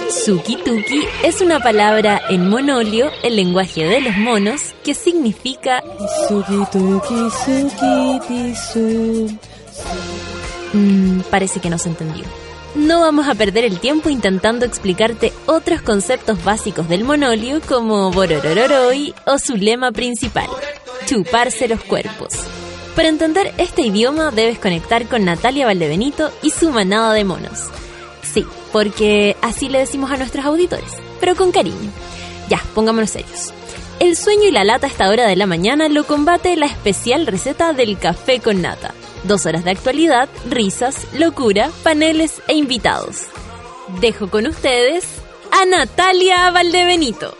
Suki-tuki es una palabra en monolio, el lenguaje de los monos, que significa Suki-tuki, sukiti-su. Parece que no se entendió. No vamos a perder el tiempo intentando explicarte otros conceptos básicos del monolio como bororororoi o su lema principal, chuparse los cuerpos. Para entender este idioma debes conectar con Natalia Valdebenito y su manada de monos. Sí, porque así le decimos a nuestros auditores, pero con cariño. Ya, pongámonos serios. El sueño y la lata a esta hora de la mañana lo combate la especial receta del café con nata. 2 horas de actualidad, risas, locura, paneles e invitados. Dejo con ustedes a Natalia Valdebenito.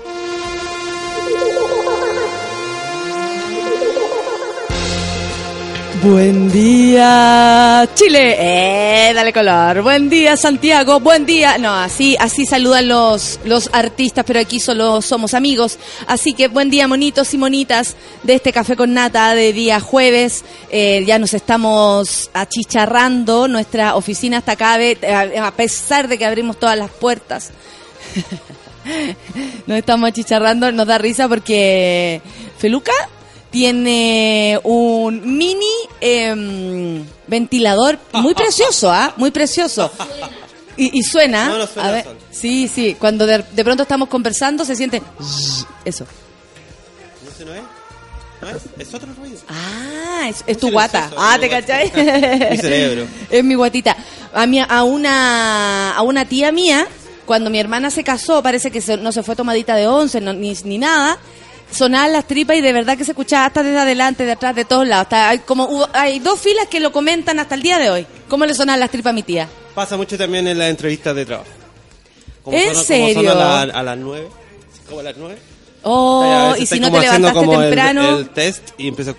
Buen día, Chile. Dale color. Buen día, Santiago. Buen día. No, así saludan los artistas, pero aquí solo somos amigos. Así que buen día, monitos y monitas de este café con nata de día jueves. Ya nos estamos achicharrando. Nuestra oficina hasta cabe, a pesar de que abrimos todas las puertas. Nos estamos achicharrando. Nos da risa porque Feluca tiene un mini ventilador muy precioso, muy precioso. Y suena. No suena. A ver, sí. Cuando de pronto estamos conversando se siente eso. ¿No se no es? ¿No es? Es otro ruido. Es tu guata. ¿Te cachai? Mi cerebro. Es mi guatita. A una tía mía, cuando mi hermana se casó, parece que no se fue tomadita de once, ni nada. Sonaban las tripas y de verdad que se escuchaba hasta desde adelante, de atrás, de todos lados. Hay 2 filas que lo comentan hasta el día de hoy. ¿Cómo le sonaban las tripas a mi tía? Pasa mucho también en las entrevistas de trabajo. ¿En serio? Como son a las 9. Como a las 9. Y si no te levantaste temprano. El test y empieza.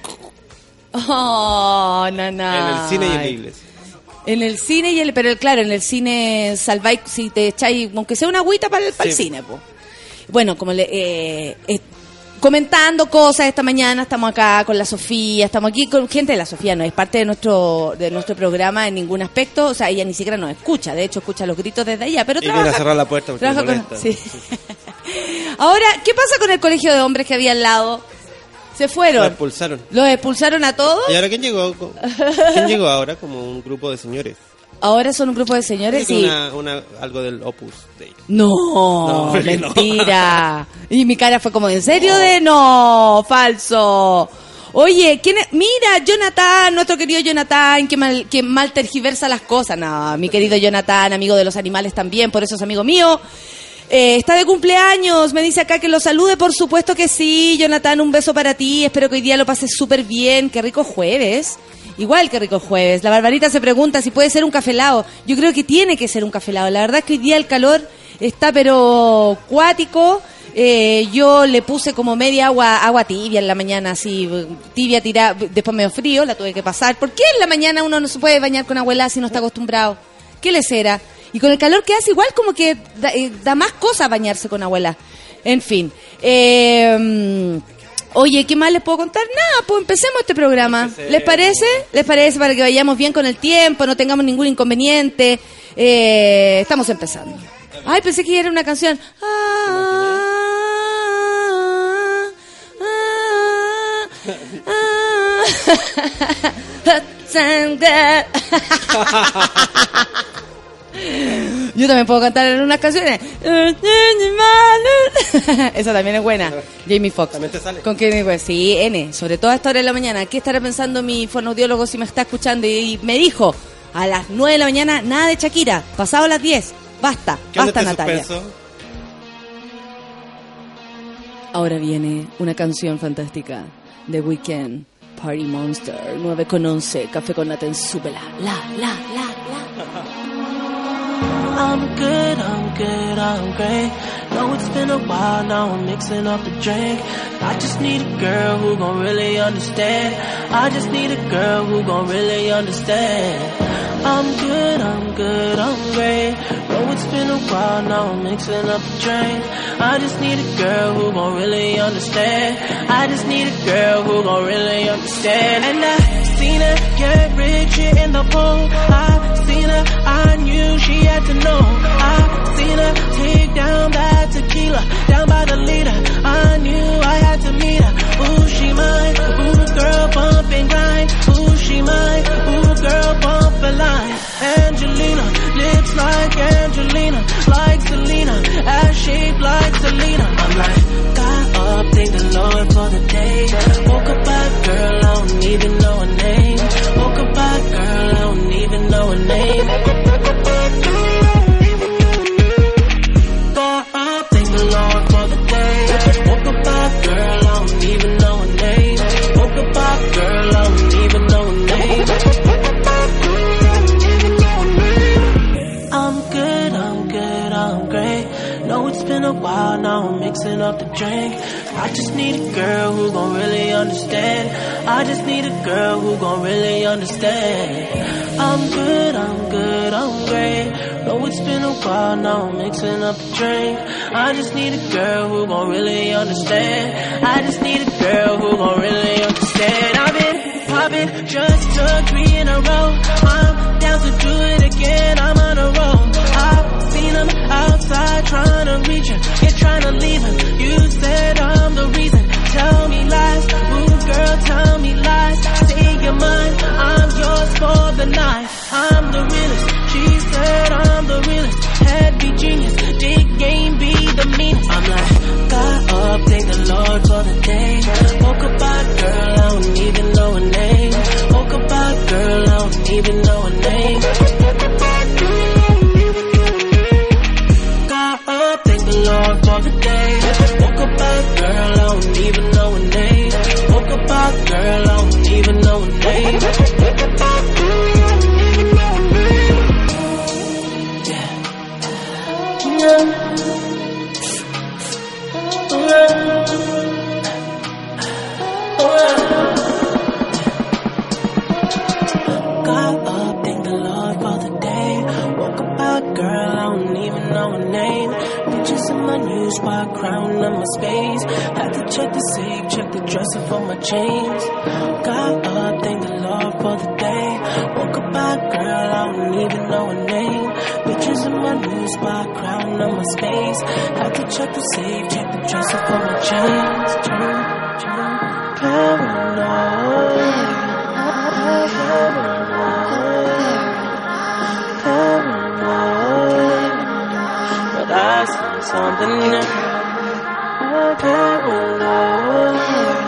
No. En el cine y en la iglesia. En el cine pero en el cine salváis si te echáis, aunque sea una agüita para el cine, po. Bueno, como comentando cosas esta mañana, estamos acá con la Sofía, estamos aquí con gente de la Sofía, no es parte de nuestro programa en ningún aspecto, o sea, ella ni siquiera nos escucha, de hecho escucha los gritos desde allá, pero trabaja. Y viene a cerrar la puerta porque sí. Ahora, ¿qué pasa con el colegio de hombres que había al lado? Se fueron. Los expulsaron a todos. ¿Y ahora quién llegó? ¿Quién llegó ahora? Como un grupo de señores. Ahora son un grupo de señores y... algo del Opus Dei. No, mentira. No. Y mi cara fue como, ¿en serio? No, falso. Oye, ¿quién es? Mira, Jonathan, nuestro querido Jonathan, que mal tergiversa las cosas. No, mi querido Jonathan, amigo de los animales también, por eso es amigo mío. Está de cumpleaños, me dice acá que lo salude, por supuesto que sí. Jonathan, un beso para ti, espero que hoy día lo pases súper bien. Qué rico jueves. Igual que rico jueves. La Barbarita se pregunta si puede ser un café helado. Yo creo que tiene que ser un café helado. La verdad es que hoy día el calor está pero cuático. Yo le puse como media agua tibia en la mañana, así tibia, tirada, después medio frío, la tuve que pasar. ¿Por qué en la mañana uno no se puede bañar con agua helada si no está acostumbrado? ¿Qué les era? Y con el calor que hace igual como que da más cosas bañarse con agua helada. En fin. Oye, ¿qué más les puedo contar? Nada, pues empecemos este programa. ¿Les parece? ¿Les parece? Para que vayamos bien con el tiempo, no tengamos ningún inconveniente. Estamos empezando. Ay, pensé que era una canción. Yo también puedo cantar en unas canciones. Esa también es buena. Jamie Foxx. ¿También te sale? ¿Con qué? Pues sí, sobre todo a esta hora de la mañana. ¿Qué estará pensando mi fonoaudiólogo si me está escuchando? Y me dijo, a las 9 de la mañana, nada de Shakira. Pasado las 10. Basta, Natalia. Suspenso? Ahora viene una canción fantástica de Weeknd, Party Monster, 9:11, Café con Nata en Súbela. La. I'm good, I'm great. Know it's been a while, now I'm mixing up the drink. I just need a girl who gon' really understand. I just need a girl who gon' really understand. I'm good, I'm great. Know it's been a while, now I'm mixing up the drink. I just need a girl who gon' really understand. I just need a girl who gon' really understand. And I seen her get rich here in the pool. I seen her, I knew she had to know. I seen her Angelina, lips like Angelina, like Selena, ass shaped like Selena. I'm like, got up, thank the Lord for the day. Woke up bad girl, I don't even know her name. Woke up bad girl, I don't even know her name. Got up, thank the Lord for the day. Woke up bad girl, I don't even know her name. Woke up bad girl, I don't even know her name. I'm good, I'm great. Know it's been a while, now I'm mixing up the drink. I just need a girl who gon' really understand. I just need a girl who gon' really understand. I'm good, I'm great. Know it's been a while, now I'm mixing up the drink. I just need a girl who gon' really understand. I just need a girl who gon' really understand. I've been just took 3 in a row. I'm down to do it again, I'm on a roll. I've seen him outside trying to reach him, yeah, trying to leave him. You said I'm the reason, tell me lies. Ooh, girl, tell me lies. Say you're mine, I'm yours for the night. I'm the realest, she said I'm the realest. Head be genius, dig game be the meanest. I'm like, got up, thank the Lord for the day. Woke up bad girl, I don't even know her name. Woke up bad girl, I don't even know her name. Got up, thank the Lord for the day. Woke up bad girl, I don't even know her name. Woke up bad girl, I don't even know her name. Got up, thank the Lord for the day. Woke up bad girl, I don't even know her name. Bitches in my new spot, crown on my space. Had to check the safe, check the dresser for my chains. Got up, thank the Lord for the day. Woke up bad girl, I don't even know her name. Bitches in my new spot, crown on my space. Had to check the safe, check the dresser for my chains. Paranoid. But I see something new. Paranoid.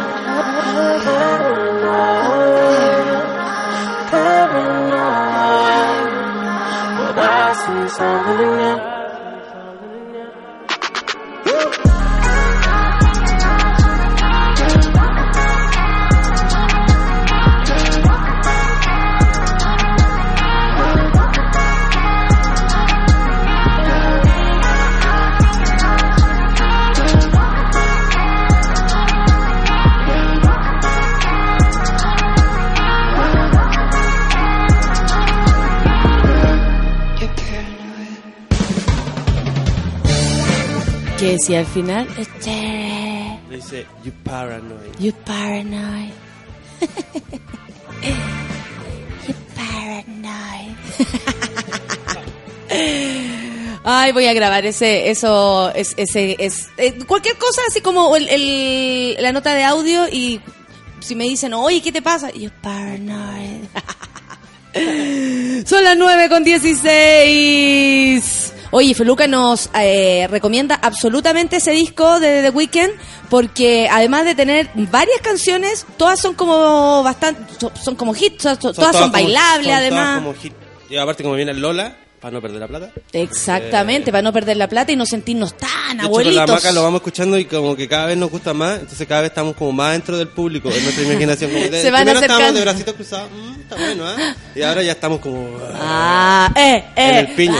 But I see something new. ¿Qué decía al final? Le dice, you paranoid. You paranoid. You paranoid. Ay, voy a grabar cualquier cosa así como la nota de audio, y si me dicen, oye, ¿qué te pasa? You paranoid. Son las 9:16. Oye, Feluca nos recomienda absolutamente ese disco de The Weeknd, porque además de tener varias canciones, todas son como son como hits, todas son bailables, además. Todas como hit. Y aparte, como viene el Lola, para no perder la plata. Exactamente, para no perder la plata y no sentirnos tan de hecho, abuelitos. con la Maca lo vamos escuchando y como que cada vez nos gusta más, entonces cada vez estamos como más dentro del público, en nuestra imaginación. Como se van primero acercando. estábamos de bracitos cruzados, está bueno, ¿eh? Y ahora ya estamos como... en el piño.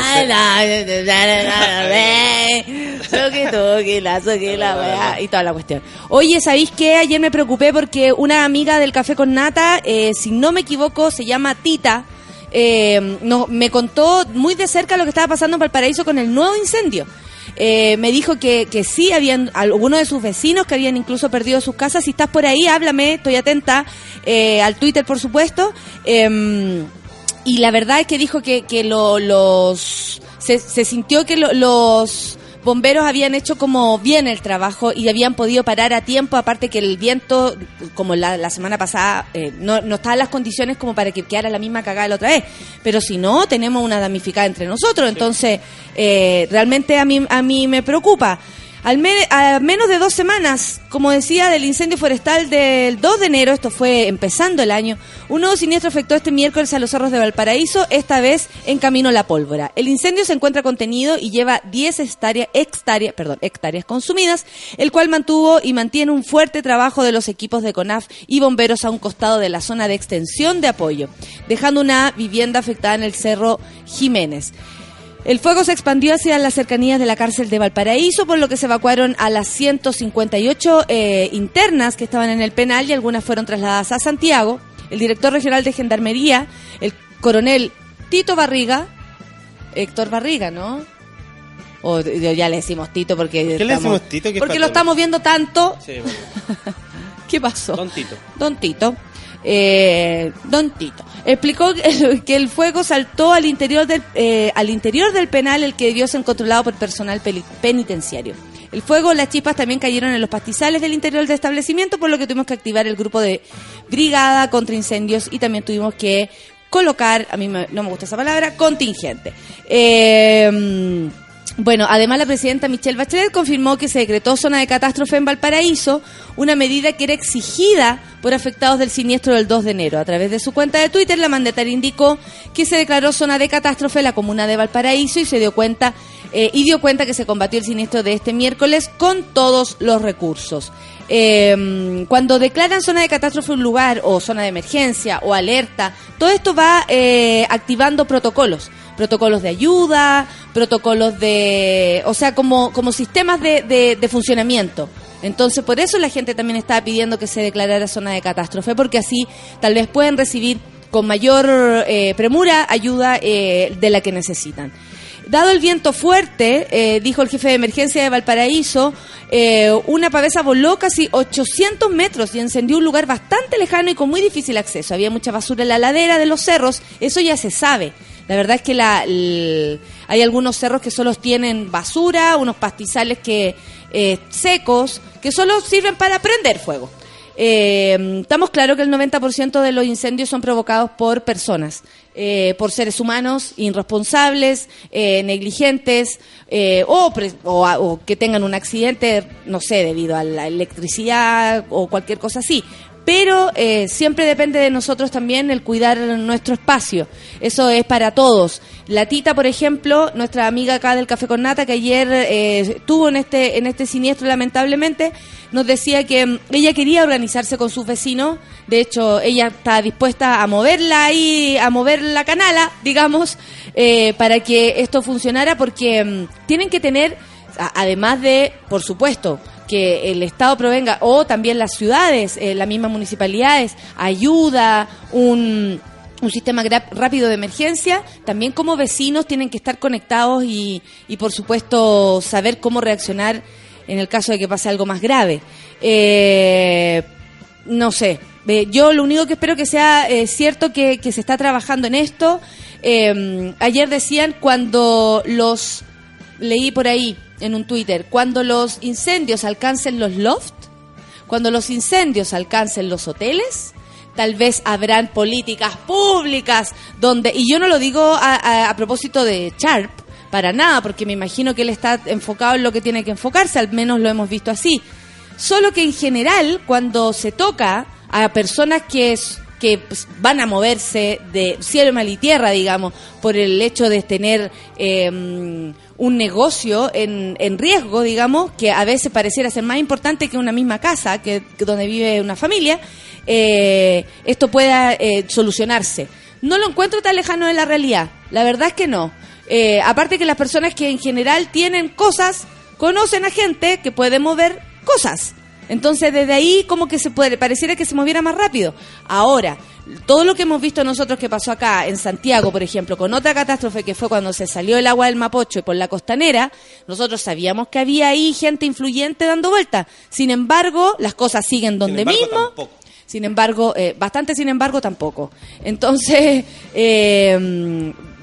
La weá, y toda la cuestión. Oye, ¿sabéis qué? Ayer me preocupé porque una amiga del Café con Nata, si no me equivoco, se llama Tita, me contó muy de cerca lo que estaba pasando en Valparaíso con el nuevo incendio. Me dijo que sí, habían algunos de sus vecinos que habían incluso perdido sus casas. Si estás por ahí, háblame, estoy atenta, al Twitter, por supuesto. Y la verdad es que dijo que se sintió que los bomberos habían hecho como bien el trabajo y habían podido parar a tiempo, aparte que el viento, como la semana pasada, no estaba en las condiciones como para que quedara la misma cagada la otra vez, pero si no, tenemos una damnificada entre nosotros, entonces realmente a mí me preocupa. A menos de 2 semanas, como decía, del incendio forestal del 2 de enero, esto fue empezando el año, un nuevo siniestro afectó este miércoles a los cerros de Valparaíso, esta vez en camino La Pólvora. El incendio se encuentra contenido y lleva 10 hectáreas consumidas, el cual mantuvo y mantiene un fuerte trabajo de los equipos de CONAF y bomberos a un costado de la zona de extensión de apoyo, dejando una vivienda afectada en el Cerro Jiménez. El fuego se expandió hacia las cercanías de la cárcel de Valparaíso, por lo que se evacuaron a las 158 internas que estaban en el penal y algunas fueron trasladadas a Santiago. El director regional de Gendarmería, el coronel Tito Barriga, Héctor Barriga, ¿no? O ya le decimos Tito porque... ¿Por qué le decimos Tito? Porque lo estamos viendo tanto. Sí, bueno. ¿Qué pasó? Don Tito. Don Tito explicó que el fuego saltó al interior del penal, el que debió ser controlado por personal penitenciario. El fuego, las chispas también cayeron en los pastizales del interior del establecimiento, por lo que tuvimos que activar el grupo de brigada contra incendios y también tuvimos que colocar, a mí no me gusta esa palabra, contingente. Bueno, además la presidenta Michelle Bachelet confirmó que se decretó zona de catástrofe en Valparaíso, una medida que era exigida por afectados del siniestro del 2 de enero. A través de su cuenta de Twitter, la mandataria indicó que se declaró zona de catástrofe en la comuna de Valparaíso y dio cuenta que se combatió el siniestro de este miércoles con todos los recursos. Cuando declaran zona de catástrofe un lugar, o zona de emergencia, o alerta, todo esto va activando protocolos de ayuda, protocolos de... O sea, como sistemas de funcionamiento. Entonces, por eso la gente también estaba pidiendo que se declarara zona de catástrofe, porque así tal vez pueden recibir con mayor premura ayuda de la que necesitan. Dado el viento fuerte, dijo el jefe de emergencia de Valparaíso, una pavesa voló casi 800 metros y encendió un lugar bastante lejano y con muy difícil acceso. Había mucha basura en la ladera de los cerros, eso ya se sabe. La verdad es que hay algunos cerros que solo tienen basura, unos pastizales secos, que solo sirven para prender fuego. Estamos claros que el 90% de los incendios son provocados por personas, por seres humanos irresponsables, negligentes, o que tengan un accidente, no sé, debido a la electricidad o cualquier cosa así. Pero siempre depende de nosotros también el cuidar nuestro espacio. Eso es para todos. La Tita, por ejemplo, nuestra amiga acá del Café con Nata, que ayer estuvo en este siniestro lamentablemente, nos decía que ella quería organizarse con sus vecinos. De hecho, ella está dispuesta a moverla ahí, a mover la canala, digamos, para que esto funcionara, porque tienen que tener, además de, por supuesto, que el Estado provenga, o también las ciudades, las mismas municipalidades, ayuda, un sistema rápido de emergencia, también como vecinos tienen que estar conectados y por supuesto saber cómo reaccionar en el caso de que pase algo más grave. No sé, yo lo único que espero que sea cierto que se está trabajando en esto. Ayer decían leí por ahí en un Twitter, cuando los incendios alcancen los loft, cuando los incendios alcancen los hoteles, tal vez habrán políticas públicas donde, y yo no lo digo a propósito de Sharp, para nada, porque me imagino que él está enfocado en lo que tiene que enfocarse, al menos lo hemos visto así. Solo que en general, cuando se toca a personas que van a moverse de cielo, mar y tierra, digamos, por el hecho de tener un negocio en riesgo, digamos, que a veces pareciera ser más importante que una misma casa, que donde vive una familia, esto pueda solucionarse. No lo encuentro tan lejano de la realidad, la verdad es que no. Aparte que las personas que en general tienen cosas, conocen a gente que puede mover cosas. Entonces, desde ahí como que pareciera que se moviera más rápido. Ahora, todo lo que hemos visto nosotros que pasó acá en Santiago, por ejemplo, con otra catástrofe que fue cuando se salió el agua del Mapocho y por la costanera, nosotros sabíamos que había ahí gente influyente dando vueltas. Sin embargo, las cosas siguen donde mismo. Tampoco. Sin embargo, tampoco. Entonces,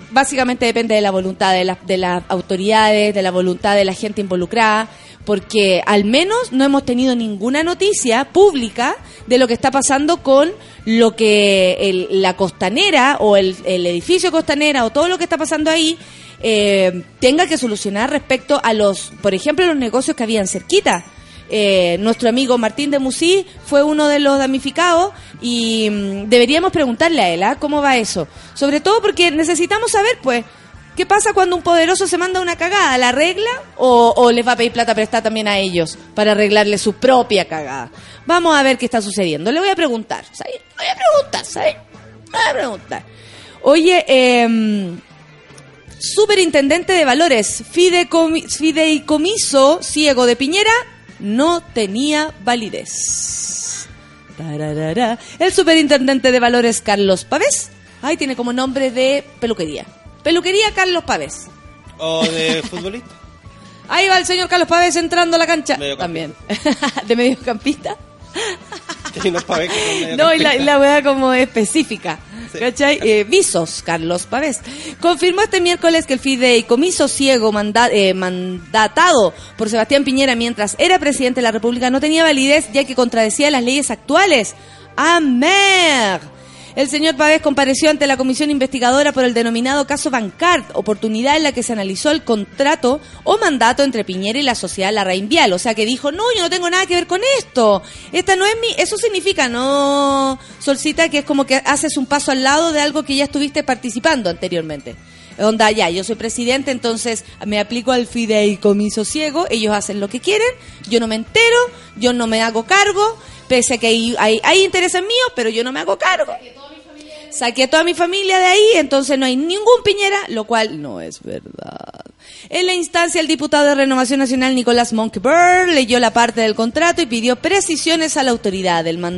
básicamente depende de la voluntad de las autoridades, de la voluntad de la gente involucrada, porque al menos no hemos tenido ninguna noticia pública de lo que está pasando con lo que la Costanera o el edificio Costanera o todo lo que está pasando ahí tenga que solucionar respecto a por ejemplo, los negocios que habían cerquita. Nuestro amigo Martín de Musí fue uno de los damnificados y deberíamos preguntarle a él cómo va eso, sobre todo porque necesitamos saber pues qué pasa cuando un poderoso se manda una cagada, ¿la arregla o les va a pedir plata prestada también a ellos para arreglarle su propia cagada? Vamos a ver qué está sucediendo, le voy a preguntar, ¿sabes? Voy a preguntar. Oye, Superintendente de Valores, fideicomiso ciego de Piñera no tenía validez. Tararara. El superintendente de Valores, Carlos Pavés, tiene como nombre de peluquería. Peluquería Carlos Pavés. ¿O de futbolista? Ahí va el señor Carlos Pavés entrando a la cancha. También. De mediocampista. No, y la weá como específica. Sí. ¿Cachai? Visos, Carlos Pavés. Confirmó este miércoles que el fideicomiso ciego mandatado por Sebastián Piñera mientras era presidente de la República no tenía validez, ya que contradecía las leyes actuales. ¡Amer! El señor Pavés compareció ante la comisión investigadora por el denominado caso Bancard, oportunidad en la que se analizó el contrato o mandato entre Piñera y la sociedad Larraín Vial. O sea que dijo, no, yo no tengo nada que ver con esto. Esta no es eso significa, no, Solcita, que es como que haces un paso al lado de algo que ya estuviste participando anteriormente. Onda, ya, yo soy presidente, entonces me aplico al fideicomiso ciego, ellos hacen lo que quieren, yo no me entero, yo no me hago cargo, pese a que hay intereses míos, pero yo no me hago cargo. Saqué a toda mi familia de ahí, entonces no hay ningún Piñera, lo cual no es verdad. En la instancia, el diputado de Renovación Nacional, Nicolás Monckeberg, leyó la parte del contrato y pidió precisiones a la autoridad. El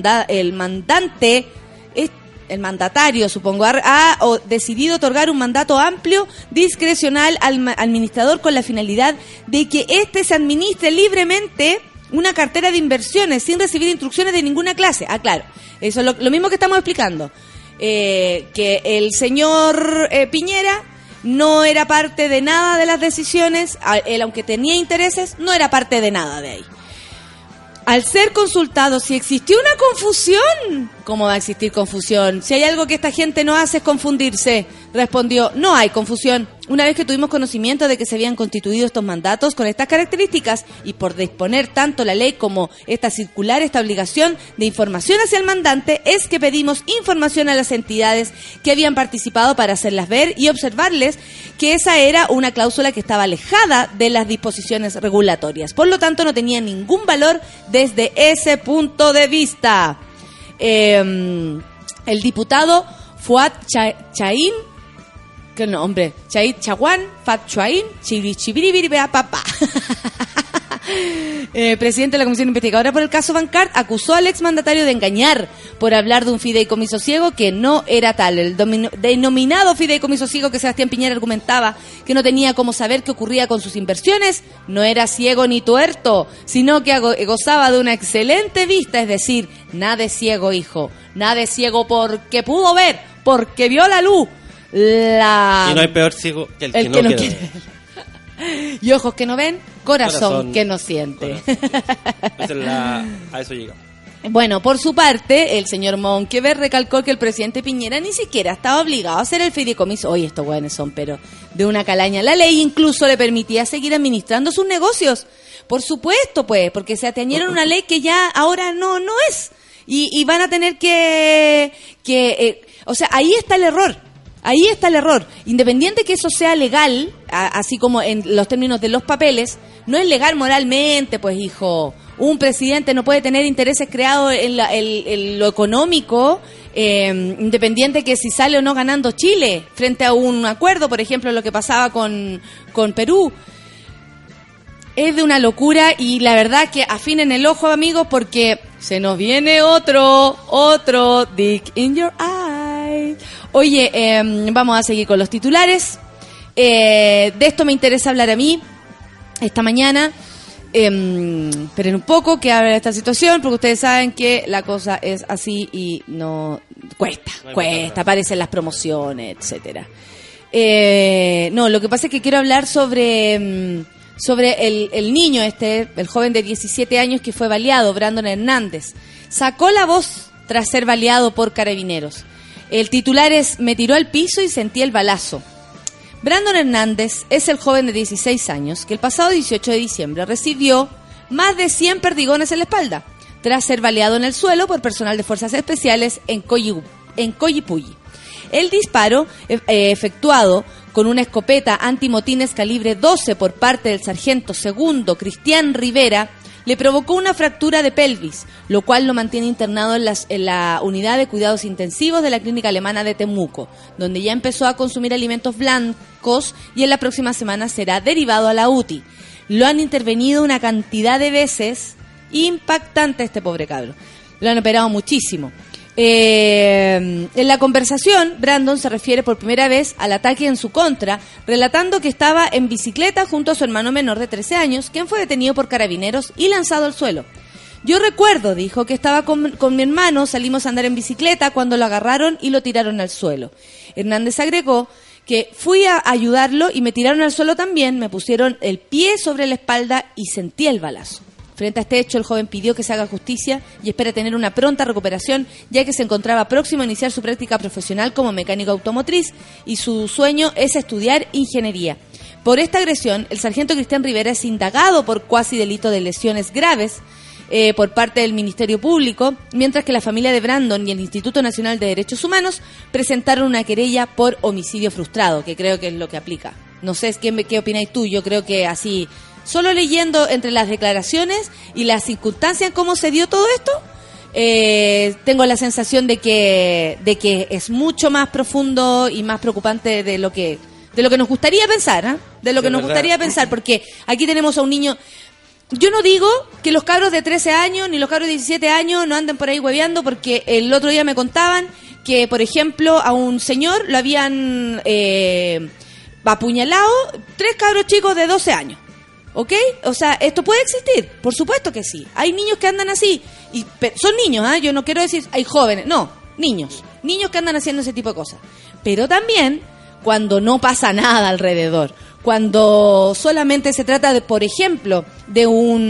mandatario, supongo, ha decidido otorgar un mandato amplio, discrecional al administrador con la finalidad de que éste se administre libremente una cartera de inversiones sin recibir instrucciones de ninguna clase. Claro, eso es lo mismo que estamos explicando. Que el señor Piñera no era parte de nada de las decisiones, él aunque tenía intereses, no era parte de nada de ahí. Al ser consultado si existió una confusión, ¿cómo va a existir confusión? Si hay algo que esta gente no hace es confundirse. Respondió, no hay confusión. Una vez que tuvimos conocimiento de que se habían constituido estos mandatos con estas características y por disponer tanto la ley como esta circular, esta obligación de información hacia el mandante, es que pedimos información a las entidades que habían participado para hacerlas ver y observarles que esa era una cláusula que estaba alejada de las disposiciones regulatorias. Por lo tanto, no tenía ningún valor desde ese punto de vista. El diputado Fuad Chaín, que no, hombre, Chaid Chaguán, Fat Chuaín, Chirichibiribiribea Papá. Presidente de la Comisión Investigadora por el caso Bancard, acusó al exmandatario de engañar por hablar de un fideicomiso ciego que no era tal. El denominado fideicomiso ciego que Sebastián Piñera argumentaba que no tenía cómo saber qué ocurría con sus inversiones, no era ciego ni tuerto, sino que gozaba de una excelente vista, es decir, nada es ciego, hijo, nada es ciego porque pudo ver, porque vio la luz. Y no hay peor ciego que el que no quiere ver. Y ojos que no ven, corazón que no siente. A eso llegamos. Bueno, por su parte, el señor Monckeberg recalcó que el presidente Piñera ni siquiera estaba obligado a hacer el fideicomiso. Oye, estos hueones son, pero de una calaña. La ley incluso le permitía seguir administrando sus negocios. Por supuesto, pues, porque se atañeron una ley que ya ahora no es. Y van a tener que o sea, ahí está el error. Ahí está el error. Independiente que eso sea legal, así como en los términos de los papeles, no es legal moralmente, pues, hijo. Un presidente no puede tener intereses creados en lo económico, independiente que si sale o no ganando Chile, frente a un acuerdo, por ejemplo, lo que pasaba con Perú. Es de una locura y la verdad que afinen el ojo, amigos, porque se nos viene otro Dick in your eye. Oye, vamos a seguir con los titulares. De esto me interesa hablar a mí esta mañana. Esperen un poco que hable esta situación, porque ustedes saben que la cosa es así y no cuesta, aparecen las promociones, etcétera. No, lo que pasa es que quiero hablar sobre el niño el joven de 17 años que fue baleado, Brandon Hernández. Sacó la voz tras ser baleado por carabineros. El titular es: me tiró al piso y sentí el balazo. Brandon Hernández es el joven de 16 años que el pasado 18 de diciembre recibió más de 100 perdigones en la espalda, tras ser baleado en el suelo por personal de fuerzas especiales en Collipulli. El disparo, efectuado con una escopeta antimotines calibre 12 por parte del sargento segundo Cristian Rivera, le provocó una fractura de pelvis, lo cual lo mantiene internado en la unidad de cuidados intensivos de la clínica alemana de Temuco, donde ya empezó a consumir alimentos blancos y en la próxima semana será derivado a la UTI. Lo han intervenido una cantidad de veces impactante este pobre cabro. Lo han operado muchísimo. En la conversación, Brandon se refiere por primera vez al ataque en su contra, relatando que estaba en bicicleta junto a su hermano menor de 13 años, quien fue detenido por carabineros y lanzado al suelo. Yo recuerdo, dijo, que estaba con mi hermano, salimos a andar en bicicleta cuando lo agarraron y lo tiraron al suelo. Hernández agregó que fui a ayudarlo y me tiraron al suelo también, me pusieron el pie sobre la espalda y sentí el balazo. Frente a este hecho, el joven pidió que se haga justicia y espera tener una pronta recuperación, ya que se encontraba próximo a iniciar su práctica profesional como mecánico automotriz y su sueño es estudiar ingeniería. Por esta agresión, el sargento Cristian Rivera es indagado por cuasi delito de lesiones graves por parte del Ministerio Público, mientras que la familia de Brandon y el Instituto Nacional de Derechos Humanos presentaron una querella por homicidio frustrado, que creo que es lo que aplica. No sé qué opináis tú, yo creo que así... Solo leyendo entre las declaraciones y las circunstancias en cómo se dio todo esto, tengo la sensación de que es mucho más profundo y más preocupante de lo que nos gustaría pensar, ¿eh? De lo que nos gustaría pensar, porque aquí tenemos a un niño. Yo no digo que los cabros de 13 años ni los cabros de 17 años no anden por ahí hueveando, porque el otro día me contaban que, por ejemplo, a un señor lo habían apuñalado 3 cabros chicos de 12 años. ¿Ok? O sea, ¿esto puede existir? Por supuesto que sí. Hay niños que andan así. Son niños, ¿eh? Yo no quiero decir hay jóvenes. No, niños. Niños que andan haciendo ese tipo de cosas. Pero también cuando no pasa nada alrededor. Cuando solamente se trata, de, por ejemplo, de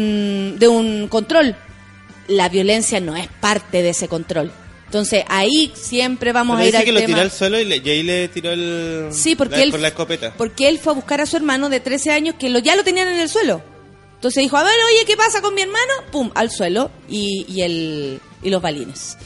un control. La violencia no es parte de ese control. Entonces, ahí siempre vamos a ir al tema. Dice que lo tiró al suelo y ahí le tiró con la escopeta. Porque él fue a buscar a su hermano de 13 años que ya lo tenían en el suelo. Entonces dijo, a ver, oye, ¿qué pasa con mi hermano? Pum, al suelo y los balines.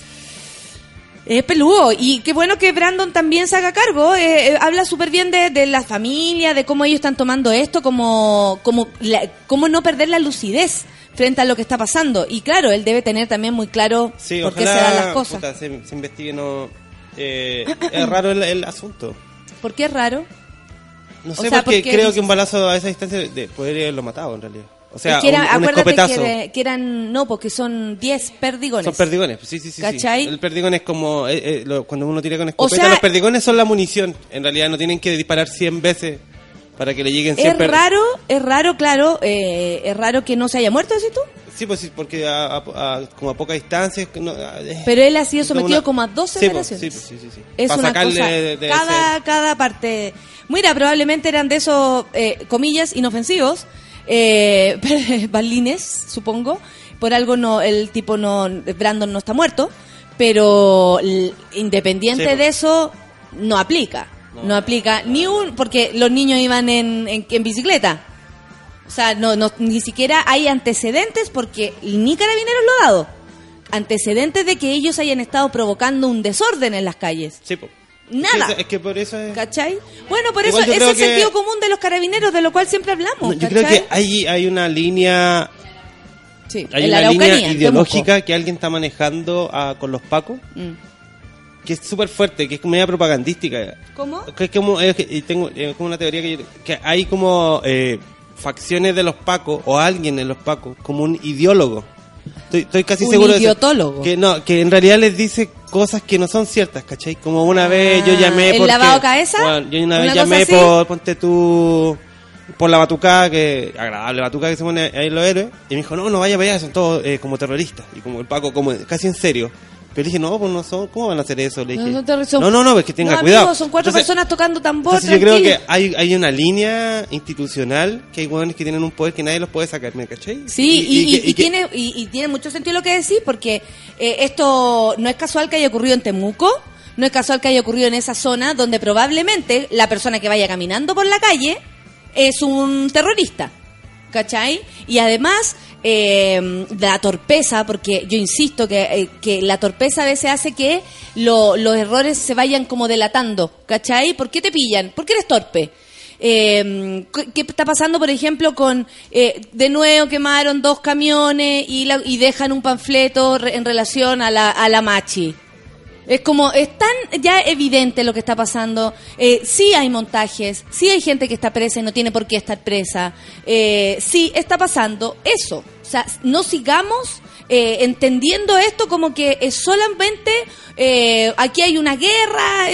Peludo. Y qué bueno que Brandon también se haga cargo. Habla súper bien de la familia, de cómo ellos están tomando esto, cómo no perder la lucidez frente a lo que está pasando. Y claro, él debe tener también muy claro por qué se dan las cosas. Puta, se investigue, no, es raro el asunto. ¿Por qué es raro? No sé, porque creo que un balazo a esa distancia podría haberlo matado en realidad. O sea, es que un escopetazo. Que eran, no, porque son 10 perdigones. Son perdigones, sí. ¿Cachai? El perdigón es como, cuando uno tira con escopeta, o sea, los perdigones son la munición. En realidad no tienen que disparar 100 veces para que le lleguen 100 Es raro, claro, es raro que no se haya muerto, ¿decís tú? Sí, pues sí, porque como a poca distancia. Pero él ha sido sometido como a 12 operaciones. Sí. Es para una sacarle cosa, cada parte. Mira, probablemente eran de esos, comillas, inofensivos, balines, supongo. Por algo Brandon no está muerto, pero independiente de eso, no aplica. No aplica porque los niños iban en bicicleta. O sea, ni siquiera hay antecedentes, porque ni Carabineros lo ha dado. Antecedentes de que ellos hayan estado provocando un desorden en las calles. Sí, po. Nada. Es que por eso es... ¿Cachai? Bueno, por igual eso es el sentido común de los Carabineros, de lo cual siempre hablamos. Yo creo que hay una línea... Sí, hay una línea ideológica que alguien está manejando con los pacos. Que es súper fuerte, que es media propagandística. ¿Cómo? Que es como, tengo como una teoría que hay como facciones de los pacos o alguien en los pacos como un ideólogo. Estoy casi seguro de idiotólogo. Que en realidad les dice cosas que no son ciertas, ¿cachai? Como una vez yo llamé ¿el lavado cabeza? Bueno, yo una vez llamé por, ponte tú, por la batucada, que agradable batucada que se pone ahí los héroes, y me dijo, no vaya para allá, son todos como terroristas, y como el Paco, como casi en serio. Pero dije, no, pues no son, ¿cómo van a hacer eso? Le dije, no, es que tenga cuidado. Amigos, son 4 personas tocando tambor. Entonces yo creo que hay una línea institucional, que hay hueones que tienen un poder que nadie los puede sacar, ¿me cachai? Sí, y tiene mucho sentido lo que decís, porque esto no es casual que haya ocurrido en Temuco, no es casual que haya ocurrido en esa zona, donde probablemente la persona que vaya caminando por la calle es un terrorista, ¿cachai? Y además... la torpeza, porque yo insisto que la torpeza a veces hace que los errores se vayan como delatando, ¿cachai? ¿Por qué te pillan? ¿Por qué eres torpe? ¿Qué está pasando, por ejemplo, con de nuevo quemaron 2 camiones y dejan un panfleto en relación a la Machi? Es como, es tan ya evidente lo que está pasando. Sí hay montajes, sí hay gente que está presa y no tiene por qué estar presa. Sí está pasando eso. O sea, no sigamos entendiendo esto como que es solamente aquí hay una guerra.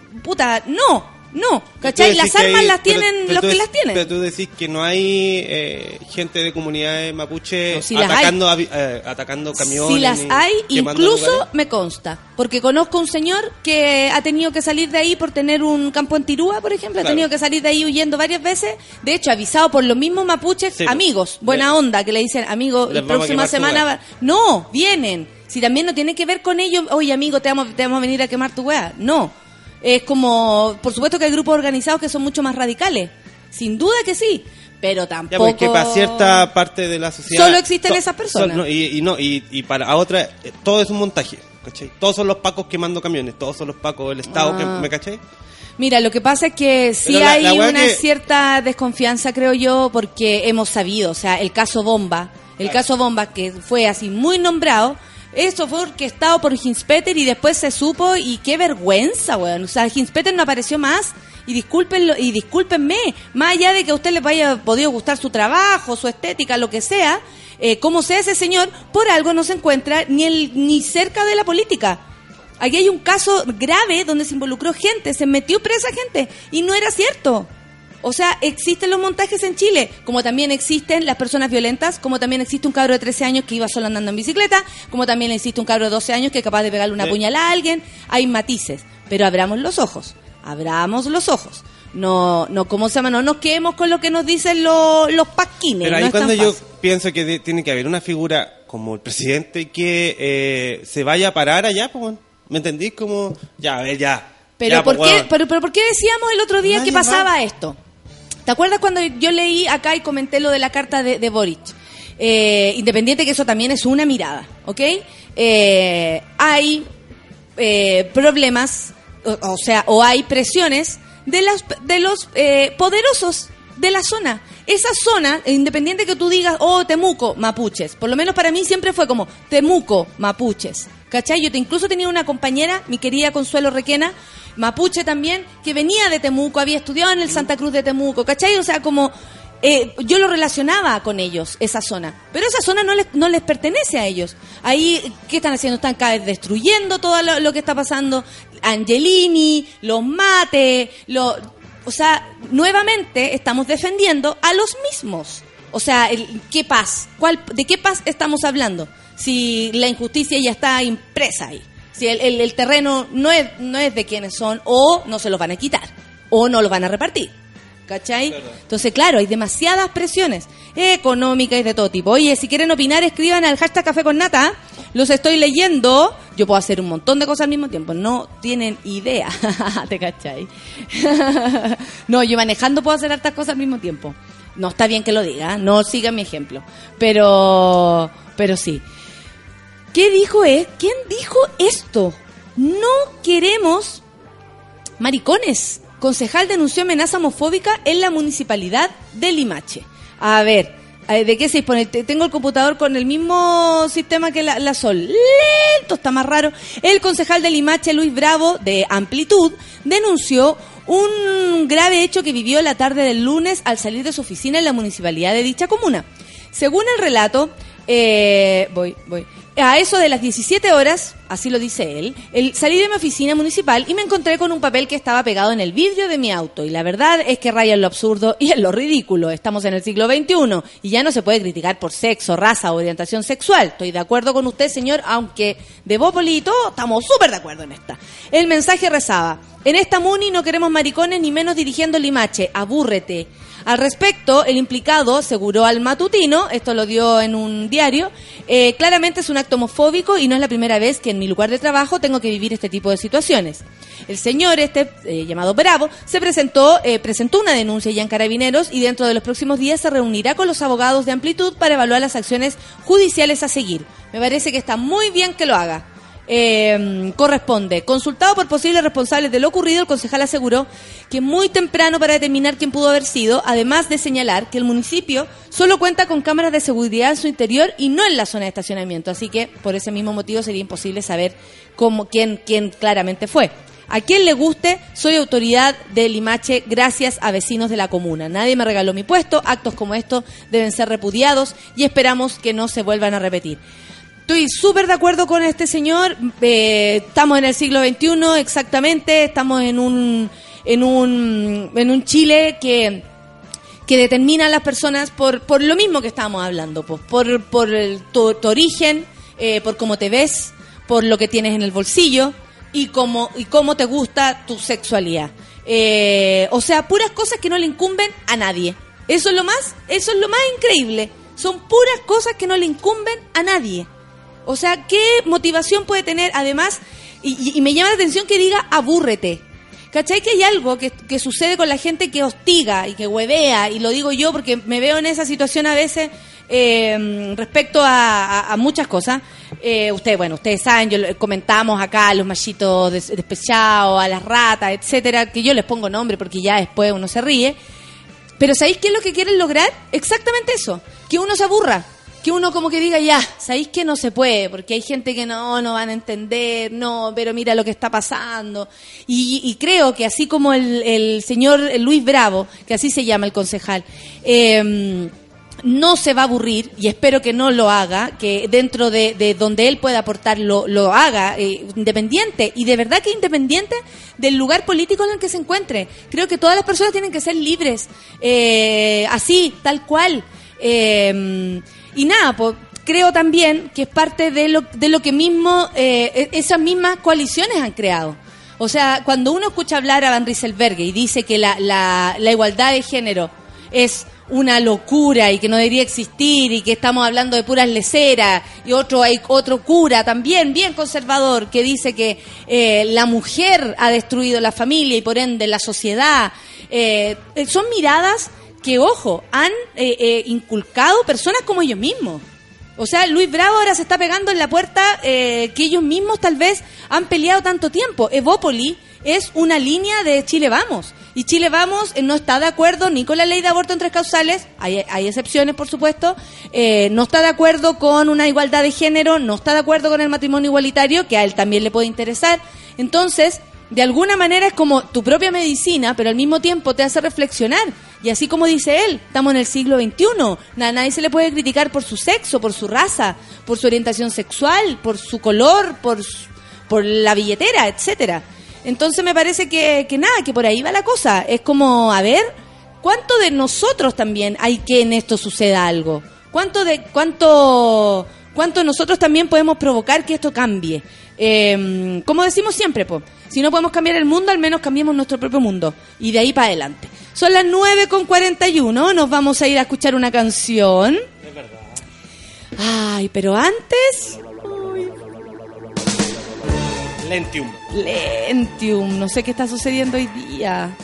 No, ¿cachai? Las armas las tienen los que las tienen. Pero tú decís que no hay gente de comunidades mapuche no, atacando camiones. Si las hay, incluso me consta. Porque conozco un señor que ha tenido que salir de ahí por tener un campo en Tirúa, por ejemplo. Claro. Ha tenido que salir de ahí huyendo varias veces. De hecho, avisado por los mismos mapuches, sí, amigos, buena onda, que le dicen, amigo, la próxima semana... No, vienen. Si también no tiene que ver con ellos, oye, amigo, te vamos a venir a quemar tu weá. No. Es como, por supuesto que hay grupos organizados que son mucho más radicales, sin duda que sí, pero tampoco... Ya, porque para cierta parte de la sociedad... Solo existen esas personas. Y para otra, todo es un montaje, ¿cachai? Todos son los pacos quemando camiones, todos son los pacos del Estado, ¿me cachai? Mira, lo que pasa es que sí hay una cierta desconfianza, creo yo, porque hemos sabido, o sea, el caso Bomba, que fue así muy nombrado... Eso fue orquestado por Hinspeter y después se supo, y qué vergüenza, weón. O sea, Hinspeter no apareció más, y discúlpenme, más allá de que a usted le haya podido gustar su trabajo, su estética, lo que sea, como sea ese señor, por algo no se encuentra ni cerca de la política. Aquí hay un caso grave donde se involucró gente, se metió presa gente, y no era cierto. O sea, existen los montajes en Chile, como también existen las personas violentas, como también existe un cabro de 13 años que iba solo andando en bicicleta, como también existe un cabro de 12 años que es capaz de pegarle una puñalada a alguien. Hay matices, pero abramos los ojos. No, ¿cómo se llama? No nos quedemos con lo que nos dicen los pasquines. Pero ahí no cuando yo pienso que tiene que haber una figura como el presidente que se vaya a parar allá, pues, ¿me entendís? Como, ya, a ver, ya. Pero ¿por qué decíamos el otro día que pasaba esto? ¿Te acuerdas cuando yo leí acá y comenté lo de la carta de Boric? Independiente que eso también es una mirada, ¿ok? Hay problemas, o hay presiones de los poderosos de la zona. Esa zona, independiente que tú digas, Temuco, mapuches, por lo menos para mí siempre fue como Temuco, mapuches, ¿cachai? Yo incluso tenía una compañera, mi querida Consuelo Requena, mapuche también, que venía de Temuco, había estudiado en el Santa Cruz de Temuco, ¿cachai? O sea, como yo lo relacionaba con ellos, esa zona, pero esa zona no les pertenece a ellos. Ahí, ¿qué están haciendo? Están cada vez destruyendo todo lo que está pasando. Angelini, los mates, o sea, nuevamente estamos defendiendo a los mismos. O sea, ¿qué paz? ¿De qué paz estamos hablando? Si la injusticia ya está impresa ahí. Si el terreno no es de quienes son, o no se los van a quitar, o no los van a repartir, ¿cachai? Claro. Entonces, claro, hay demasiadas presiones económicas y de todo tipo. Oye, si quieren opinar, escriban al hashtag Café con Nata, los estoy leyendo. Yo puedo hacer un montón de cosas al mismo tiempo, no tienen idea, ¿te cachai? No, yo manejando puedo hacer hartas cosas al mismo tiempo. No está bien que lo diga, no sigan mi ejemplo, pero sí. ¿Quién dijo esto? No queremos maricones. Concejal denunció amenaza homofóbica en la municipalidad de Limache. A ver, ¿de qué se dispone? Tengo el computador con el mismo sistema que la Sol. Lento, está más raro. El concejal de Limache, Luis Bravo, de Amplitud, denunció un grave hecho que vivió la tarde del lunes al salir de su oficina en la municipalidad de dicha comuna. Según el relato, A eso de las 17 horas, así lo dice él, salí de mi oficina municipal y me encontré con un papel que estaba pegado en el vidrio de mi auto. Y la verdad es que raya en lo absurdo y en lo ridículo. Estamos en el siglo XXI y ya no se puede criticar por sexo, raza o orientación sexual. Estoy de acuerdo con usted, señor, aunque de Bópoli y todo, estamos súper de acuerdo en esta. El mensaje rezaba: en esta muni no queremos maricones ni menos dirigiendo Limache, abúrrete. Al respecto, el implicado aseguró al matutino, esto lo dio en un diario, claramente es un acto homofóbico y no es la primera vez que en mi lugar de trabajo tengo que vivir este tipo de situaciones. El señor llamado Bravo presentó una denuncia ya en Carabineros y dentro de los próximos días se reunirá con los abogados de Amplitud para evaluar las acciones judiciales a seguir. Me parece que está muy bien que lo haga. Corresponde. Consultado por posibles responsables de lo ocurrido, el concejal aseguró que es muy temprano para determinar quién pudo haber sido, además de señalar que el municipio solo cuenta con cámaras de seguridad en su interior y no en la zona de estacionamiento, así que por ese mismo motivo sería imposible saber quién claramente fue. A quien le guste, soy autoridad de Limache gracias a vecinos de la comuna. Nadie me regaló mi puesto, actos como estos deben ser repudiados y esperamos que no se vuelvan a repetir. Estoy súper de acuerdo con este señor. Estamos en el siglo XXI, exactamente. Estamos en un Chile que determina a las personas por lo mismo que estábamos hablando, pues, por tu origen, por cómo te ves, por lo que tienes en el bolsillo y cómo te gusta tu sexualidad. O sea, puras cosas que no le incumben a nadie. Eso es lo más increíble. Son puras cosas que no le incumben a nadie. O sea, ¿qué motivación puede tener? Además, y me llama la atención que diga abúrrete. ¿Cachai? Que hay algo que sucede con la gente que hostiga y que huevea, y lo digo yo porque me veo en esa situación a veces respecto a muchas cosas. Ustedes saben, comentamos acá a los machitos despechados, a las ratas, etcétera, que yo les pongo nombre porque ya después uno se ríe. Pero ¿sabéis qué es lo que quieren lograr? Exactamente eso, que uno se aburra. Que uno como que diga, ya, ¿sabéis que no se puede? Porque hay gente que no van a entender, no, pero mira lo que está pasando. Y creo que así como el señor Luis Bravo, que así se llama el concejal, no se va a aburrir, y espero que no lo haga, que dentro de donde él pueda aportar lo haga, independiente, y de verdad que independiente del lugar político en el que se encuentre. Creo que todas las personas tienen que ser libres, así, tal cual. Y nada, pues creo también que es parte de lo que mismo esas mismas coaliciones han creado. O sea, cuando uno escucha hablar a Van Rieselberghe y dice que la igualdad de género es una locura y que no debería existir y que estamos hablando de puras leceras, y hay otro cura también bien conservador que dice que la mujer ha destruido la familia y por ende la sociedad, son miradas que, ojo, han inculcado personas como ellos mismos. O sea, Luis Bravo ahora se está pegando en la puerta que ellos mismos tal vez han peleado tanto tiempo. Evópoli es una línea de Chile Vamos. Y Chile Vamos no está de acuerdo ni con la ley de aborto en 3 causales, hay excepciones por supuesto, no está de acuerdo con una igualdad de género, no está de acuerdo con el matrimonio igualitario, que a él también le puede interesar. Entonces, de alguna manera es como tu propia medicina, pero al mismo tiempo te hace reflexionar. Y así como dice él, estamos en el siglo XXI. Nadie se le puede criticar por su sexo, por su raza, por su orientación sexual, por su color, por la billetera, etcétera. Entonces me parece que por ahí va la cosa. Es como, a ver, ¿cuánto de nosotros también hay que en esto suceda algo? ¿Cuánto nosotros también podemos provocar que esto cambie? Como decimos siempre, si no podemos cambiar el mundo, al menos cambiemos nuestro propio mundo. Y de ahí para adelante. Son las 9:41, nos vamos a ir a escuchar una canción. Es verdad. Ay, pero antes... Lentium, no sé qué está sucediendo hoy día.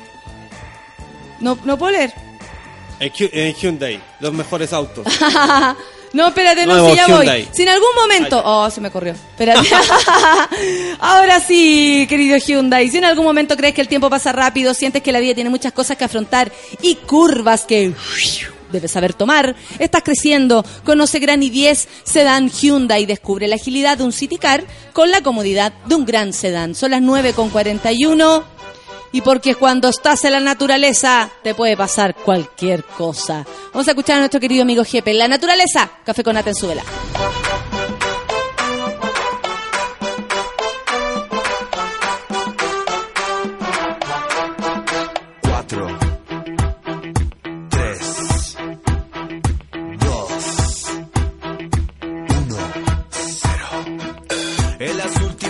No puedo leer. En Hyundai, los mejores autos. No, espérate, no, si ya Hyundai. voy. Si en algún momento... Oh, se me corrió. Espérate. Ahora sí, querido Hyundai. Si en algún momento crees que el tiempo pasa rápido, sientes que la vida tiene muchas cosas que afrontar y curvas que debes saber tomar, estás creciendo, conoce Gran i10 Sedán Hyundai y descubre la agilidad de un City Car con la comodidad de un gran sedán. Son las 9:41. Y porque cuando estás en la naturaleza te puede pasar cualquier cosa. Vamos a escuchar a nuestro querido amigo Jepe. La naturaleza, Café con Nata en Súbela.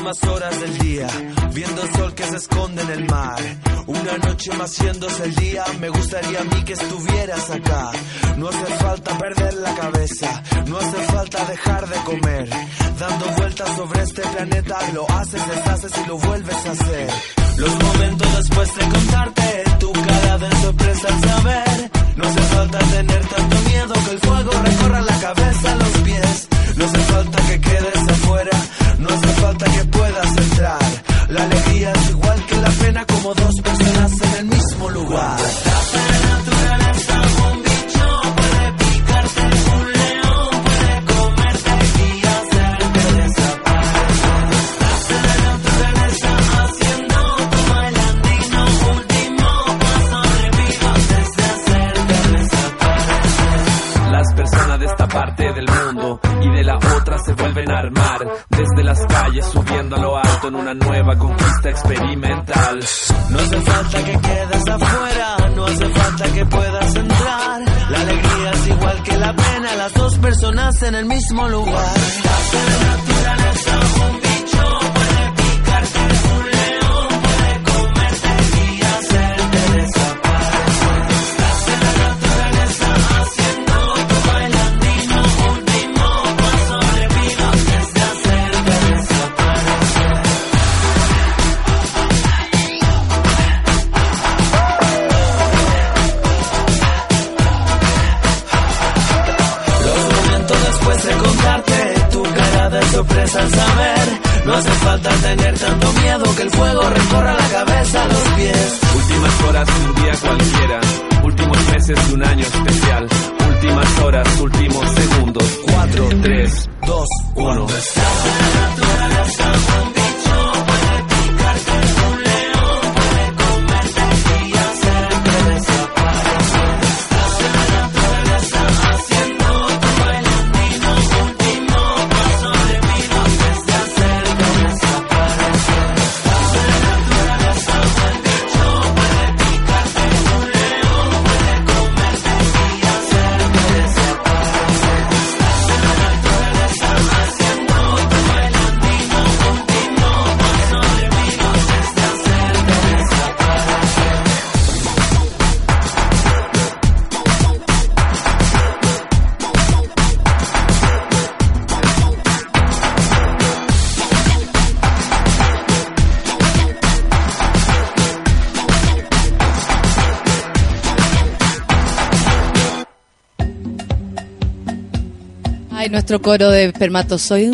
últimas horas del día, viendo el sol que se esconde en el mar. Una noche más haciéndose el día, me gustaría a mí que estuvieras acá. No hace falta perder la cabeza, no hace falta dejar de comer. Dando vueltas sobre este planeta, lo haces, deshaces y lo vuelves a hacer. Los momentos después de contarte, tu cara de sorpresa al saber. No hace falta tener tanto miedo que el fuego recorra la cabeza a los pies. No hace falta que quedes afuera, no hace falta que puedas entrar. La alegría es igual que la pena, como dos personas en el mismo lugar. Estás en la naturaleza, un bicho puede picarte, un león puede comerte y hacerte desaparecer. Estás en la naturaleza haciendo tu bailandino, último paso revivo antes de hacerte desaparecer. Las personas de esta parte del mundo y de la otra se vuelven a armar, desde las calles subiendo a lo alto en una nueva conquista experimental. No hace falta que quedes afuera, no hace falta que puedas entrar. La alegría es igual que la pena, las dos personas en el mismo lugar. Estás en la naturaleza, un bicho puede picarte, un león puede comerte y hacerte desaparecer. Estás en la naturaleza haciendo tu bailandino, último paso revivo antes de hacerte desaparecer. Los momentos después de contarte, tu cara de sorpresa al saber. No hace falta tener tanto miedo que el fuego recorra la cabeza a los pies. Últimas horas de un día cualquiera, últimos meses de un año especial. Últimas horas, últimos segundos. 4, 3, 2, 1. Estás en la naturaleza, un bicho puede picarte, un león puede comerte y hacerte desaparecer. Estás en la naturaleza haciendo tu bailandino, último paso revivo antes de hacerte desaparecer. Estás en la naturaleza, un bicho puede picarte, un león puede comerte y hacerte desaparecer. Estás en la naturaleza haciendo tu bailandino, último paso revivo antes de hacerte desaparecer. Ay, nuestro coro de espermatozoide.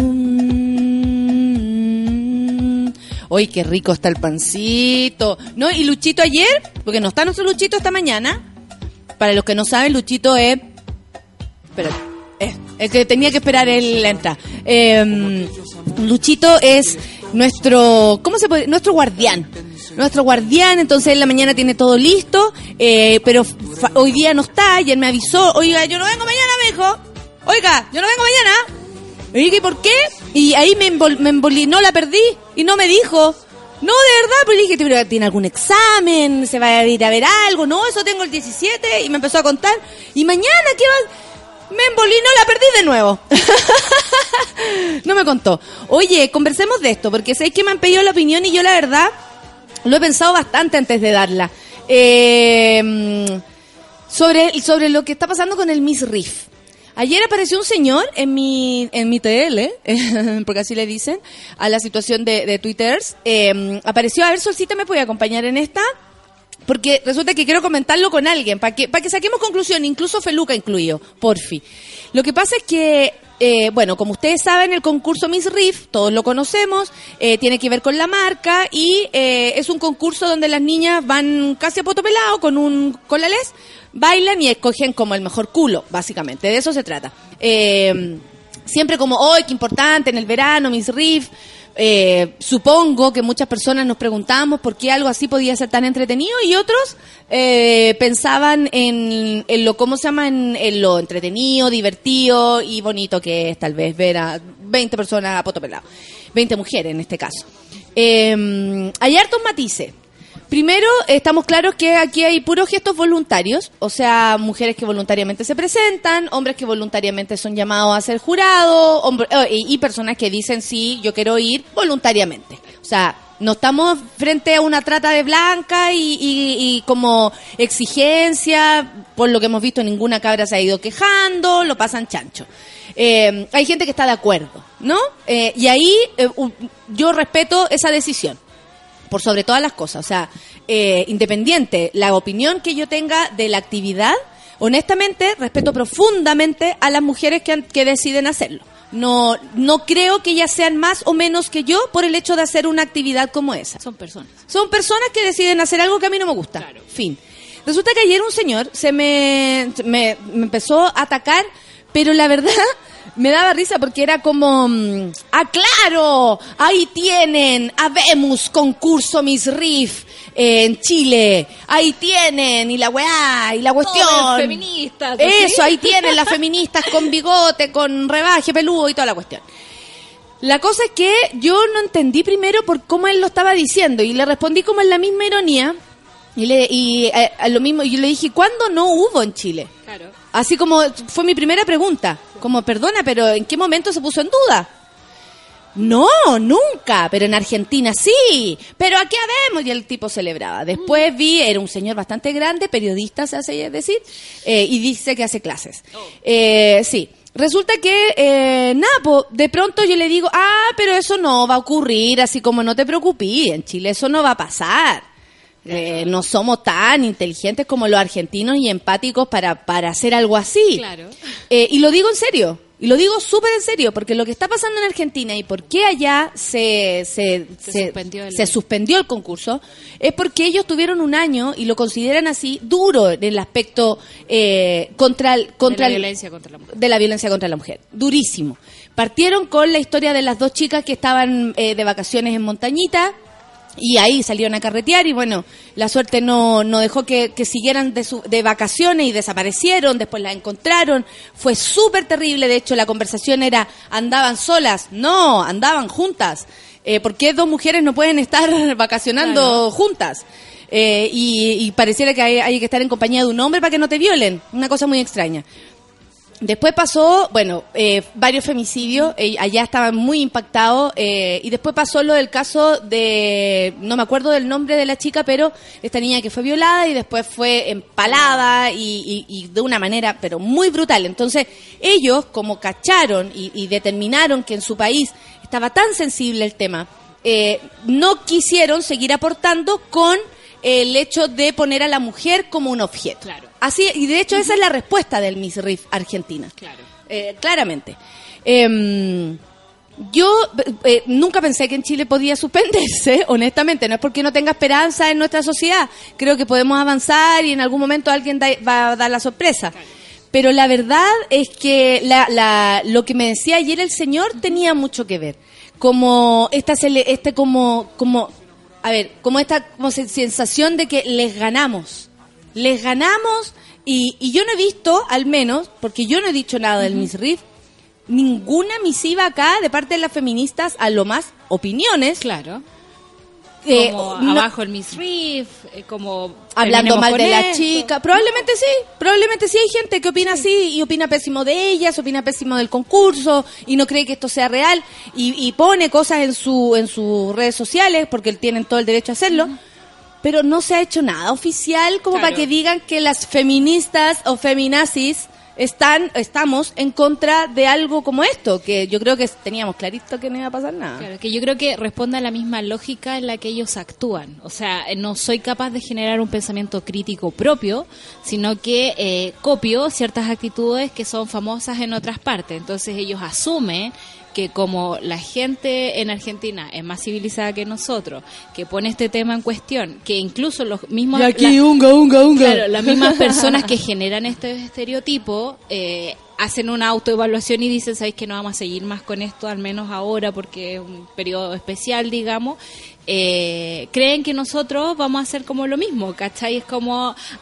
Uy, qué rico está el pancito. ¿No? ¿Y Luchito ayer? Porque no está nuestro Luchito esta mañana. Para los que no saben, Luchito es... Espérate. Es que tenía que esperar la entrada. Luchito es nuestro... ¿Cómo se puede? Nuestro guardián. Nuestro guardián, entonces en la mañana tiene todo listo, pero hoy día no está, y él me avisó, oiga, yo no vengo mañana, me dijo. Oiga, yo no vengo mañana. ¿Y por qué? Y ahí me embolinó, la perdí y no me dijo. No, de verdad, pues le dije, ¿pero tiene algún examen? ¿Se va a ir a ver algo? No, eso tengo el 17 y me empezó a contar. ¿Y mañana qué va? Me embolinó, la perdí de nuevo. No me contó. Oye, conversemos de esto, porque sabéis que me han pedido la opinión y yo la verdad lo he pensado bastante antes de darla. Sobre lo que está pasando con el Miss Riff. Ayer apareció un señor en mi TL, porque así le dicen, a la situación de Twitters. Apareció, a ver, Solcita, ¿me puede acompañar en esta? Porque resulta que quiero comentarlo con alguien, para que saquemos conclusión, incluso Feluca incluido, porfi. Lo que pasa es que, bueno, como ustedes saben, el concurso Miss Riff, todos lo conocemos, tiene que ver con la marca y es un concurso donde las niñas van casi a poto pelado con la les, bailan y escogen como el mejor culo, básicamente, de eso se trata. Siempre como, ¡ay, qué importante! En el verano, Miss Riff. Supongo que muchas personas nos preguntábamos por qué algo así podía ser tan entretenido y otros pensaban en lo, ¿cómo se llama? En lo entretenido, divertido y bonito que es tal vez ver a 20 personas a poto pelado. 20 mujeres en este caso. Hay hartos matices. Primero, estamos claros que aquí hay puros gestos voluntarios, o sea, mujeres que voluntariamente se presentan, hombres que voluntariamente son llamados a ser jurados, y personas que dicen sí, yo quiero ir voluntariamente. O sea, no estamos frente a una trata de blanca y como exigencia, por lo que hemos visto ninguna cabra se ha ido quejando, lo pasan chancho. Hay gente que está de acuerdo, ¿no? Y ahí yo respeto esa decisión. Por sobre todas las cosas, o sea, independiente la opinión que yo tenga de la actividad, honestamente respeto profundamente a las mujeres que deciden hacerlo. No creo que ellas sean más o menos que yo por el hecho de hacer una actividad como esa. Son personas que deciden hacer algo que a mí no me gusta. Claro. Fin. Resulta que ayer un señor se me empezó a atacar, pero la verdad me daba risa porque era como, claro, ahí tienen, habemos concurso Miss Riff en Chile, ahí tienen, y la weá, y la cuestión. Todas feministas. Eso, ahí tienen las feministas con bigote, con rebaje peludo y toda la cuestión. La cosa es que yo no entendí primero por cómo él lo estaba diciendo y le respondí como en la misma ironía y lo mismo, y yo le dije, ¿cuándo no hubo en Chile? Claro. Así como fue mi primera pregunta, como perdona, pero ¿en qué momento se puso en duda? No, nunca, pero en Argentina sí, pero aquí habemos, y el tipo celebraba. Después era un señor bastante grande, periodista se hace decir, y dice que hace clases. Sí, resulta que, de pronto yo le digo, pero eso no va a ocurrir, así como no te preocupes, en Chile eso no va a pasar. No somos tan inteligentes como los argentinos y empáticos para hacer algo así. Claro. Y lo digo en serio, y lo digo súper en serio, porque lo que está pasando en Argentina y por qué allá se suspendió el concurso es porque ellos tuvieron un año, y lo consideran así, duro en el aspecto de la violencia contra la mujer. Durísimo. Partieron con la historia de las dos chicas que estaban de vacaciones en Montañita, y ahí salieron a carretear y bueno, la suerte no dejó que siguieran de vacaciones y desaparecieron, después las encontraron, fue súper terrible. De hecho la conversación era, ¿andaban solas? No, andaban juntas. ¿Por qué dos mujeres no pueden estar vacacionando juntas? Y pareciera que hay que estar en compañía de un hombre para que no te violen, una cosa muy extraña. Después pasó, varios femicidios, allá estaban muy impactados, y después pasó lo del caso de, no me acuerdo del nombre de la chica, pero esta niña que fue violada y después fue empalada y de una manera, pero muy brutal. Entonces, ellos, como cacharon y determinaron que en su país estaba tan sensible el tema, no quisieron seguir aportando con el hecho de poner a la mujer como un objeto. Claro. Así, y de hecho esa es la respuesta del Miss Riff Argentina. Claro. Claramente. Yo nunca pensé que en Chile podía suspenderse, honestamente. No es porque no tenga esperanza en nuestra sociedad. Creo que podemos avanzar y en algún momento alguien va a dar la sorpresa. Claro. Pero la verdad es que lo que me decía ayer el señor tenía mucho que ver. Como esta sensación de que les ganamos y yo no he visto, al menos, porque yo no he dicho nada del Miss Riff, ninguna misiva acá de parte de las feministas, a lo más opiniones. Claro. Como abajo el Miss Riff, como hablando mal de la chica. Probablemente sí hay gente que opina así y opina pésimo de ellas, opina pésimo del concurso y no cree que esto sea real y pone cosas en sus redes sociales porque tienen todo el derecho a hacerlo. Pero no se ha hecho nada oficial como para que digan que las feministas o feminazis estamos en contra de algo como esto, que yo creo que teníamos clarito que no iba a pasar nada. Claro, que yo creo que responde a la misma lógica en la que ellos actúan. O sea, no soy capaz de generar un pensamiento crítico propio, sino que copio ciertas actitudes que son famosas en otras partes. Entonces ellos asumen que como la gente en Argentina es más civilizada que nosotros, que pone este tema en cuestión, que incluso los mismos... Y aquí, unga. Claro, las mismas personas que generan este estereotipo hacen una autoevaluación y dicen, ¿sabéis que no vamos a seguir más con esto, al menos ahora, porque es un periodo especial, digamos? Creen que nosotros vamos a hacer como lo mismo, ¿cachai? Es como,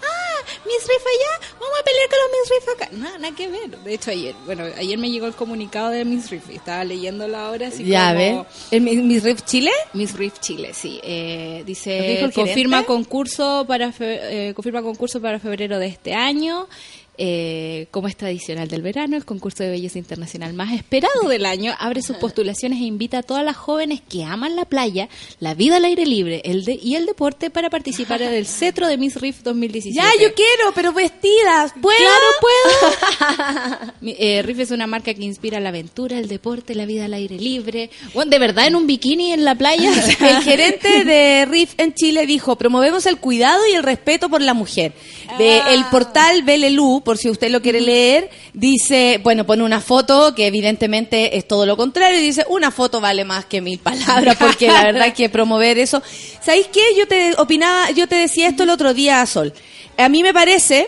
Miss Riff allá, vamos a pelear con los Miss Riff acá. Nada que ver. De hecho, ayer me llegó el comunicado de Miss Riff y estaba leyéndolo ahora. Así ya, como... ¿El Miss Riff Chile? Miss Riff Chile, sí. Dice, confirma concurso para febrero de este año. Como es tradicional del verano, el concurso de belleza internacional más esperado del año abre sus postulaciones e invita a todas las jóvenes que aman la playa, la vida al aire libre y el deporte para participar en el cetro de Miss Riff 2017. Ya, yo quiero, pero vestidas. ¿Puedo? Claro, puedo. Riff es una marca que inspira la aventura, el deporte, la vida al aire libre. Bueno, de verdad, en un bikini en la playa. El gerente de Riff en Chile dijo, promovemos el cuidado y el respeto por la mujer. El portal Belelú, por si usted lo quiere leer, dice, bueno, pone una foto que evidentemente es todo lo contrario, y dice, una foto vale más que 1000 palabras, porque la verdad que promover eso... ¿Sabéis qué? Yo te decía esto el otro día, Sol. A mí me parece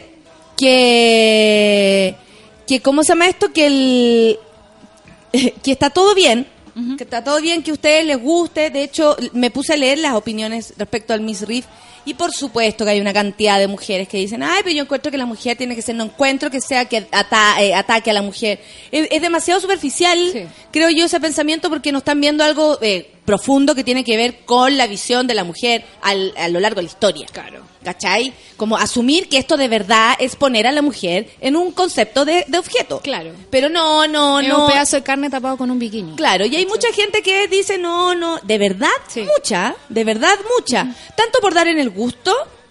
que ¿cómo se llama esto? Que está todo bien, que está todo bien, que a ustedes les guste. De hecho, me puse a leer las opiniones respecto al Miss Riff. Y por supuesto que hay una cantidad de mujeres que dicen, ay, pero yo encuentro que la mujer tiene que ser, no encuentro que sea que ataque a la mujer. Es demasiado superficial, sí, creo yo, ese pensamiento, porque no están viendo algo profundo que tiene que ver con la visión de la mujer a lo largo de la historia. Claro. ¿Cachai? Como asumir que esto de verdad es poner a la mujer en un concepto de objeto. Claro. Pero no. Es un pedazo de carne tapado con un bikini. Claro, y hay mucha gente que dice, no, de verdad, sí, mucha. Tanto por dar en el gusto,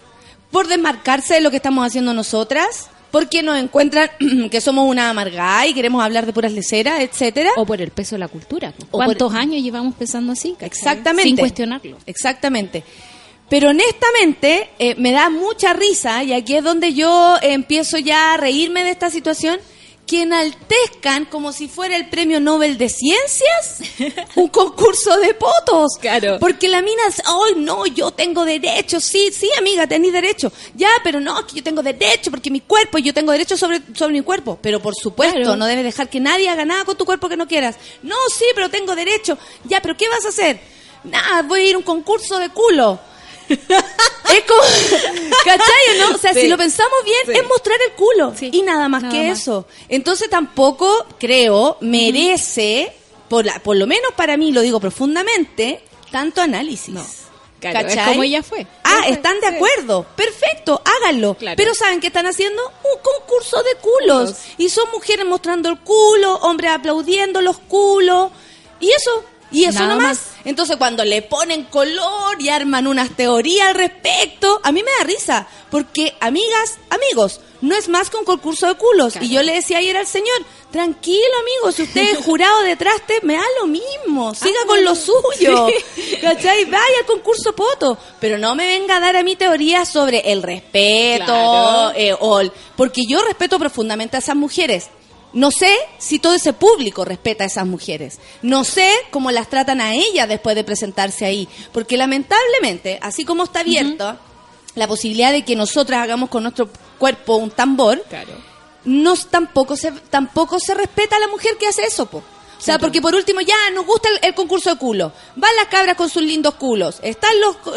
por desmarcarse de lo que estamos haciendo nosotras, porque nos encuentran que somos una amargada y queremos hablar de puras leceras, etcétera. O por el peso de la cultura. ¿Cuántos años llevamos pensando así? ¿Cachai? Exactamente. Sin cuestionarlo. Exactamente. Pero honestamente me da mucha risa, y aquí es donde yo empiezo ya a reírme de esta situación, que enaltezcan como si fuera el premio Nobel de Ciencias un concurso de potos. Claro. Porque la mina, ay, no, yo tengo derecho. Sí, amiga, tenés derecho. Ya, pero no, que yo tengo derecho porque mi cuerpo, y yo tengo derecho sobre mi cuerpo. Pero por supuesto, claro, no debes dejar que nadie haga nada con tu cuerpo que no quieras. No, sí, pero tengo derecho. Ya, pero ¿qué vas a hacer? Nada, voy a ir a un concurso de culo. Es como, ¿cachai, no? O sea, sí, si lo pensamos bien, sí, es mostrar el culo, sí, y nada más que eso. Entonces tampoco creo merece, por lo menos para mí, lo digo profundamente, tanto análisis. No. Claro, ¿cachai? Es como ella fue. ¿Están de acuerdo? Perfecto, háganlo. Claro. Pero ¿saben qué están haciendo? Un concurso de culos. Y son mujeres mostrando el culo, hombres aplaudiendo los culos, y eso nada nomás. Entonces cuando le ponen color y arman unas teorías al respecto, a mí me da risa, porque amigas, amigos, no es más que un concurso de culos. Claro. Y yo le decía ayer al señor, tranquilo amigo, si usted es jurado de traste, me da lo mismo, siga con lo suyo, sí, ¿cachai? Vaya al concurso poto, pero no me venga a dar a mí teorías sobre el respeto, claro, porque yo respeto profundamente a esas mujeres. No sé si todo ese público respeta a esas mujeres. No sé cómo las tratan a ellas después de presentarse ahí. Porque lamentablemente, así como está abierta la posibilidad de que nosotras hagamos con nuestro cuerpo un tambor, claro, tampoco se respeta a la mujer que hace eso, po. O sea, porque por último ya nos gusta el concurso de culo. Van las cabras con sus lindos culos. Están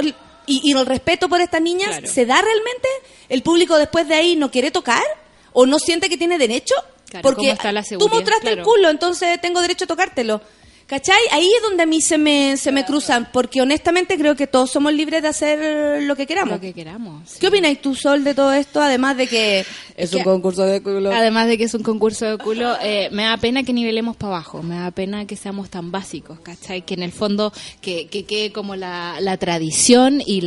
y el respeto por estas niñas, claro, ¿se da realmente? ¿El público después de ahí no quiere tocar? ¿O no siente que tiene derecho? Claro, porque tú mostraste, claro, el culo, entonces tengo derecho a tocártelo. ¿Cachai? Ahí es donde a mí se me cruzan, porque honestamente creo que todos somos libres de hacer lo que queramos. Lo que queramos. Sí. ¿Qué opinas tú, Sol, de todo esto? Además de que es un concurso de culo. Además de que es un concurso de culo, me da pena que nivelemos para abajo, me da pena que seamos tan básicos, ¿cachai? Que en el fondo que quede como la tradición y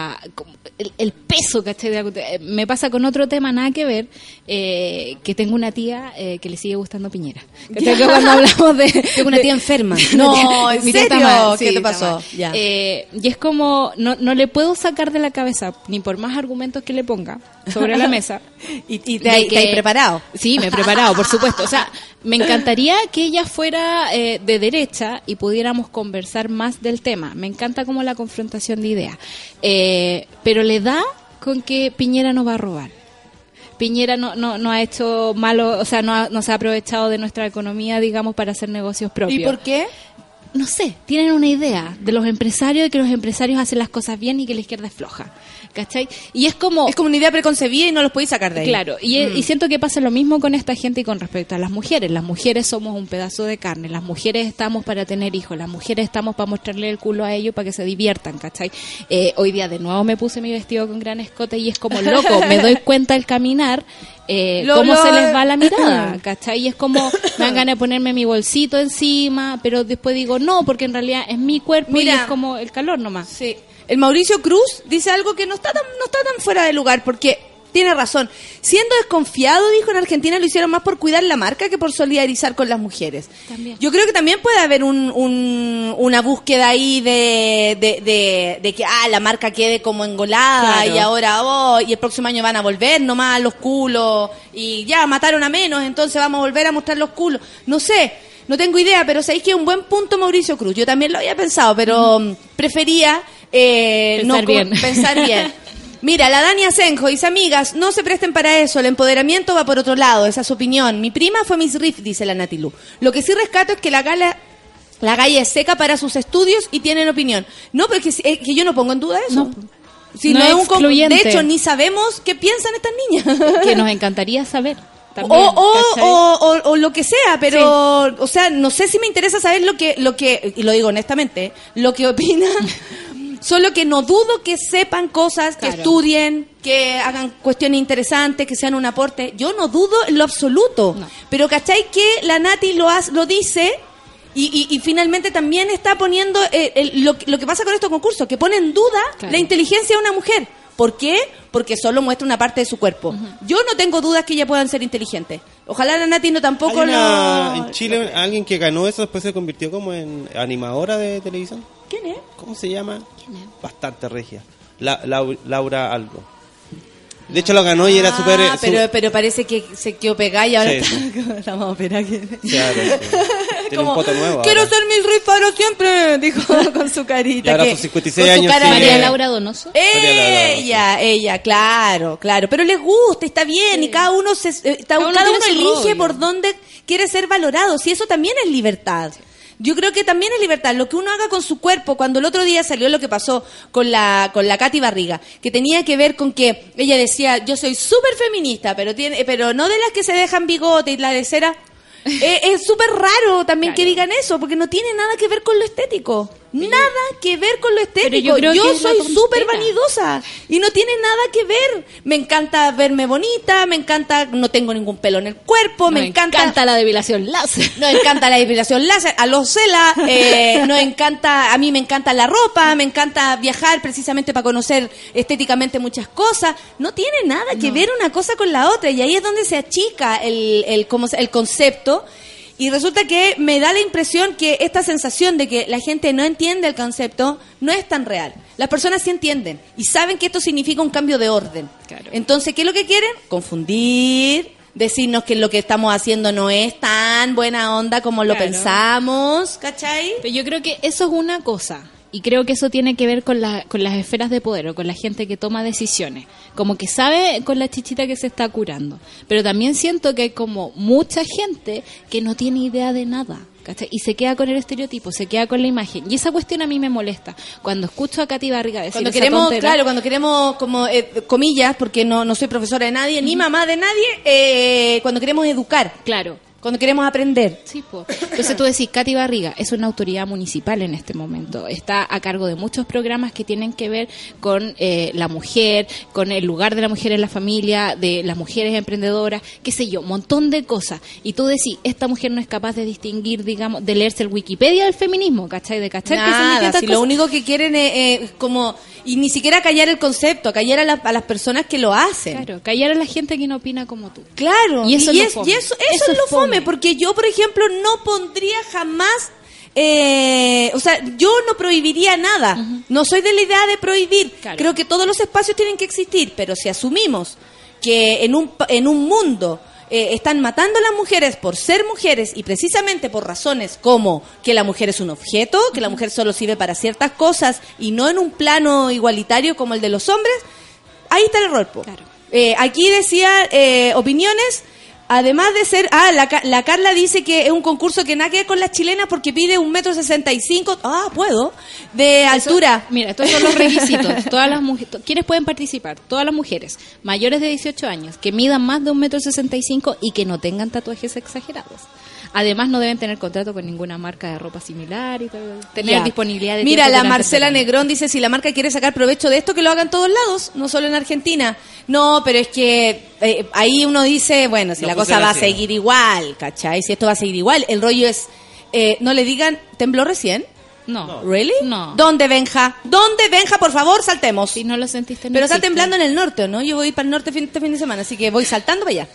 el peso, ¿cachai? Me pasa con otro tema, nada que ver, que tengo una tía que le sigue gustando Piñera. ¿Cachai? Que cuando hablamos de... Tengo una tía enferma. No, ¿en serio? ¿Qué te pasó? Ya. Y es como, no le puedo sacar de la cabeza, ni por más argumentos que le ponga sobre la mesa. ¿Y te has preparado? Sí, me he preparado, por supuesto. O sea, me encantaría que ella fuera de derecha y pudiéramos conversar más del tema. Me encanta como la confrontación de ideas. Pero le da con que Piñera nos va a robar. Piñera no ha hecho malo, o sea, no se ha aprovechado de nuestra economía, digamos, para hacer negocios propios. ¿Y por qué? no sé, tienen una idea de los empresarios, de que los empresarios hacen las cosas bien y que la izquierda es floja, ¿cachai? Y es como una idea preconcebida y no los podéis sacar de ahí. Claro, y siento que pasa lo mismo con esta gente y con respecto a las mujeres. Las mujeres somos un pedazo de carne, las mujeres estamos para tener hijos, las mujeres estamos para mostrarle el culo a ellos para que se diviertan, ¿cachai? Hoy día de nuevo me puse mi vestido con gran escote y es como loco, me doy cuenta al caminar cómo se les va la mirada, ¿cachai? Y es como, me dan ganas de ponerme mi bolsito encima, pero después digo no, porque en realidad es mi cuerpo. Mira, y es como el calor nomás. Sí. El Mauricio Cruz dice algo que no está tan fuera de lugar, porque tiene razón. Siendo desconfiado, dijo, en Argentina lo hicieron más por cuidar la marca que por solidarizar con las mujeres. También. Yo creo que también puede haber una búsqueda ahí de que la marca quede como engolada, claro. Y ahora y el próximo año van a volver nomás los culos y ya mataron a menos, entonces vamos a volver a mostrar los culos. No sé. No tengo idea, pero sabéis que es un buen punto Mauricio Cruz. Yo también lo había pensado, pero prefería pensar bien. Mira, la Dani Asenjo dice, amigas, no se presten para eso, el empoderamiento va por otro lado, esa es su opinión. Mi prima fue Miss Riff, dice la Nati Lu. Lo que sí rescato es que la galla es seca para sus estudios y tienen opinión. No, pero es que yo no pongo en duda eso. No. Si no es excluyente. De hecho, ni sabemos qué piensan estas niñas. Que nos encantaría saber. También, o lo que sea, pero sí. O sea, no sé si me interesa saber lo que y lo digo honestamente, lo que opinan. Solo que no dudo que sepan cosas, que estudien, que hagan cuestiones interesantes, que sean un aporte. Yo no dudo en lo absoluto. No. Pero ¿cachai? Que la Nati lo dice y finalmente también está poniendo lo que pasa con estos concursos, que pone en duda la inteligencia de una mujer. ¿Por qué? Porque solo muestra una parte de su cuerpo. Uh-huh. Yo no tengo dudas que ellas puedan ser inteligentes. Ojalá la Nati no tampoco en Chile, alguien que ganó eso después se convirtió como en animadora de televisión. ¿Quién es? ¿Cómo se llama? ¿Quién es? Bastante regia. Laura algo. De hecho lo ganó y era súper... Pero parece que se quedó pegada y ahora está más operada que... Claro, sí. Tiene un poto nuevo. Quiero ser Miss Riff para siempre, dijo con su carita. Y ahora sus 56 años. María Laura Donoso. Ella, claro. Pero les gusta, está bien, y cada uno elige por dónde quiere ser valorado. Si eso también es libertad. Yo creo que también es libertad, lo que uno haga con su cuerpo. Cuando el otro día salió lo que pasó con la Katy Barriga, que tenía que ver con que ella decía, yo soy súper feminista, pero no de las que se dejan bigote y la de cera. Es súper raro también que digan eso, porque no tiene nada que ver con lo estético. Nada que ver con lo estético. Yo soy súper vanidosa y no tiene nada que ver. Me encanta verme bonita, no tengo ningún pelo en el cuerpo, me encanta la depilación láser. No encanta la depilación láser, a los Cela, a mí me encanta la ropa, me encanta viajar precisamente para conocer estéticamente muchas cosas. No tiene nada que ver una cosa con la otra, y ahí es donde se achica el concepto. Y resulta que me da la impresión que esta sensación de que la gente no entiende el concepto no es tan real. Las personas sí entienden y saben que esto significa un cambio de orden. Claro. Entonces, ¿qué es lo que quieren? Confundir, decirnos que lo que estamos haciendo no es tan buena onda como lo pensamos, ¿cachai? Pero yo creo que eso es una cosa. Y creo que eso tiene que ver con las esferas de poder o con la gente que toma decisiones. Como que sabe con la chichita que se está curando. Pero también siento que hay como mucha gente que no tiene idea de nada, ¿cachai? Y se queda con el estereotipo, se queda con la imagen. Y esa cuestión a mí me molesta. Cuando escucho a Katy Barriga decir cuando queremos como comillas, porque no soy profesora de nadie, ni mamá de nadie, cuando queremos educar. Claro. Cuando queremos aprender. Sí, pues. Entonces tú decís, Katy Barriga es una autoridad municipal en este momento. Está a cargo de muchos programas que tienen que ver con la mujer, con el lugar de la mujer en la familia, de las mujeres emprendedoras, qué sé yo, un montón de cosas. Y tú decís, esta mujer no es capaz de distinguir, digamos, de leerse el Wikipedia del feminismo, ¿cachai? De cachar qué significa si lo único que quieren es como... Y ni siquiera callar el concepto, callar a las personas que lo hacen. Claro, callar a la gente que no opina como tú. Claro, y eso es lo fome, porque yo, por ejemplo, no pondría jamás... yo no prohibiría nada. Uh-huh. No soy de la idea de prohibir. Claro. Creo que todos los espacios tienen que existir, pero si asumimos que en un mundo... están matando a las mujeres por ser mujeres y precisamente por razones como que la mujer es un objeto, que la mujer solo sirve para ciertas cosas y no en un plano igualitario como el de los hombres, ahí está el error. Claro. Aquí decía opiniones, Además de ser... la Carla dice que es un concurso que nada que ver con las chilenas porque pide 1,65 m... puedo. De altura. Mira, estos son los requisitos. Todas las mujeres... ¿Quiénes pueden participar? Todas las mujeres mayores de 18 años que midan más de 1,65 m y que no tengan tatuajes exagerados. Además, no deben tener contrato con ninguna marca de ropa similar y tener disponibilidad de Mira, la Marcela Negrón dice, si la marca quiere sacar provecho de esto, que lo haga en todos lados, no solo en Argentina. No, pero es que ahí uno dice, bueno, si no, la cosa va a seguir igual, ¿cachai? Si esto va a seguir igual, el rollo es, no le digan, ¿tembló recién? No. ¿Really? No. ¿Dónde, Benja? ¿Dónde, Benja? Por favor, saltemos. Si no lo sentiste, no Pero está existe. temblando en el norte, ¿no? Yo voy para el norte este fin de semana, así que voy saltando para allá.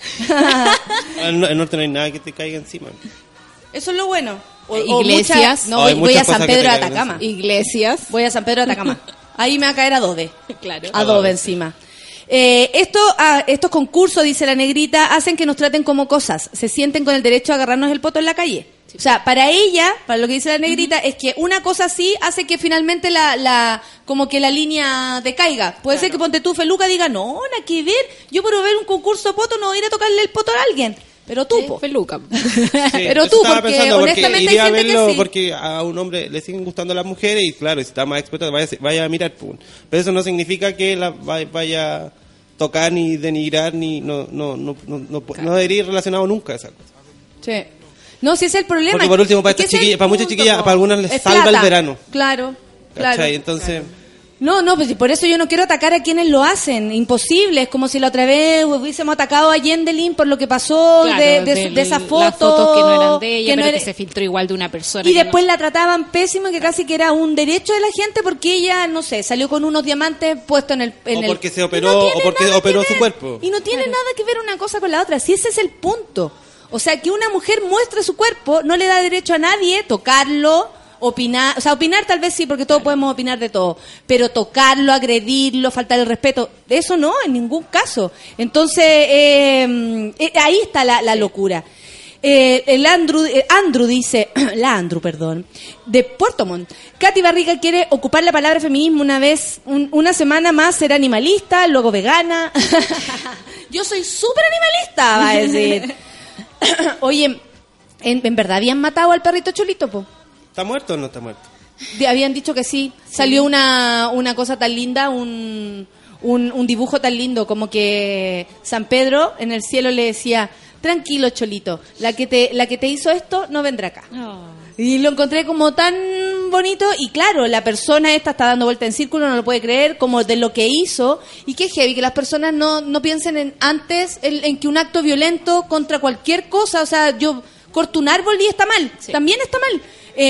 En el norte no hay nada que te caiga encima. Eso es lo bueno. Iglesias. Voy a San Pedro de Atacama. Iglesias. Voy a San Pedro de Atacama. Ahí me va a caer adobe. Claro. Adobe encima. Estos concursos, dice la negrita, hacen que nos traten como cosas. Se sienten con el derecho a agarrarnos el poto en la calle. Sí. O sea, para ella, para lo que dice la negrita, es que una cosa así hace que finalmente como que la línea decaiga. Puede ser que ponte tú, Feluca, diga, no, nada que ver. Yo por ver un concurso de poto no voy a ir a tocarle el poto a alguien. Pero tú, Feluca. Pero tú, porque honestamente hay gente que sí. Porque a un hombre le siguen gustando las mujeres y claro, si está más expuesto, vaya a mirar. Pum. Pero eso no significa que la vaya a tocar ni denigrar, ni no debería ir relacionado nunca a esa cosa. Sí. No, si ese es el problema. Porque por último, para muchas chiquillas, para algunas les salva el verano. Claro. ¿Cachai? Entonces... No, pues por eso yo no quiero atacar a quienes lo hacen. Imposible. Es como si la otra vez hubiésemos atacado a Yendelin por lo que pasó de esa foto. Las fotos que no eran de ella, que se filtró igual de una persona. Y después la trataban pésimo, que casi que era un derecho de la gente porque ella, no sé, salió con unos diamantes puestos en el... o porque se operó, o porque operó su cuerpo. Y no tiene nada que ver una cosa con la otra. Si ese es el punto. O sea, que una mujer muestre su cuerpo no le da derecho a nadie tocarlo, opinar, o sea, opinar tal vez sí, porque todos podemos opinar de todo, pero tocarlo, agredirlo, faltar el respeto, eso no, en ningún caso. Entonces, ahí está la locura. El Andrew dice, de Puerto Montt, Katy Barriga quiere ocupar la palabra feminismo una semana más, ser animalista, luego vegana. Yo soy súper animalista, va a decir. Oye, ¿en verdad habían matado al perrito Cholito, po? ¿Está muerto o no está muerto? Habían dicho que sí. Salió una cosa tan linda, un dibujo tan lindo, como que San Pedro en el cielo le decía, tranquilo, Cholito, la que te hizo esto no vendrá acá. Oh. Y lo encontré como tan bonito, y claro, la persona esta está dando vuelta en círculo, no lo puede creer, como de lo que hizo, y qué heavy, que las personas no piensen en que un acto violento contra cualquier cosa, o sea, yo corto un árbol y está mal, sí. También está mal.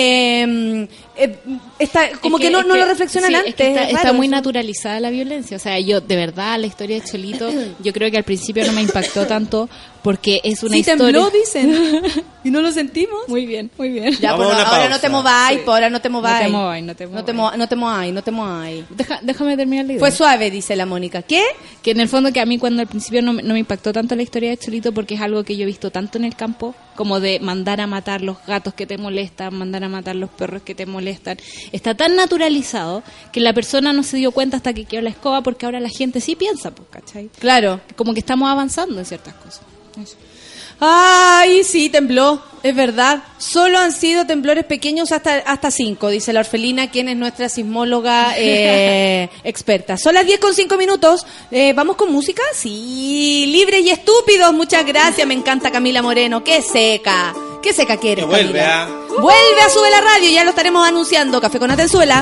Está como que no lo reflexionan antes. Es que está muy naturalizada la violencia. O sea, yo de verdad la historia de Cholito, yo creo que al principio no me impactó tanto porque es una historia. Tembló, dicen. Y no lo sentimos. Muy bien. Ya, ahora no te mováis, ahora no te mováis. No te mováis. Déjame terminar la idea. Fue suave, dice la Mónica. ¿Qué? Que en el fondo que a mí cuando al principio no me impactó tanto la historia de Cholito porque es algo que yo he visto tanto en el campo, como de mandar a matar los gatos que te molestan, mandar a matar los perros que te molestan. Está tan naturalizado que la persona no se dio cuenta hasta que quedó la escoba, porque ahora la gente sí piensa, pues, ¿cachai? Claro. Como que estamos avanzando en ciertas cosas. Eso. Ay, sí, tembló, es verdad. Solo han sido temblores pequeños hasta 5, dice la Orfelina, quien es nuestra sismóloga experta. Son las 10:05. ¿Vamos con música? Sí, libres y estúpidos. Muchas gracias, me encanta Camila Moreno. Qué seca que eres, vuelve Camila. Vuelve a Sube la Radio, ya lo estaremos anunciando. Café con Atenzuela.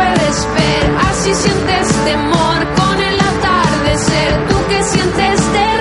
Si sientes temor con el atardecer, tú que sientes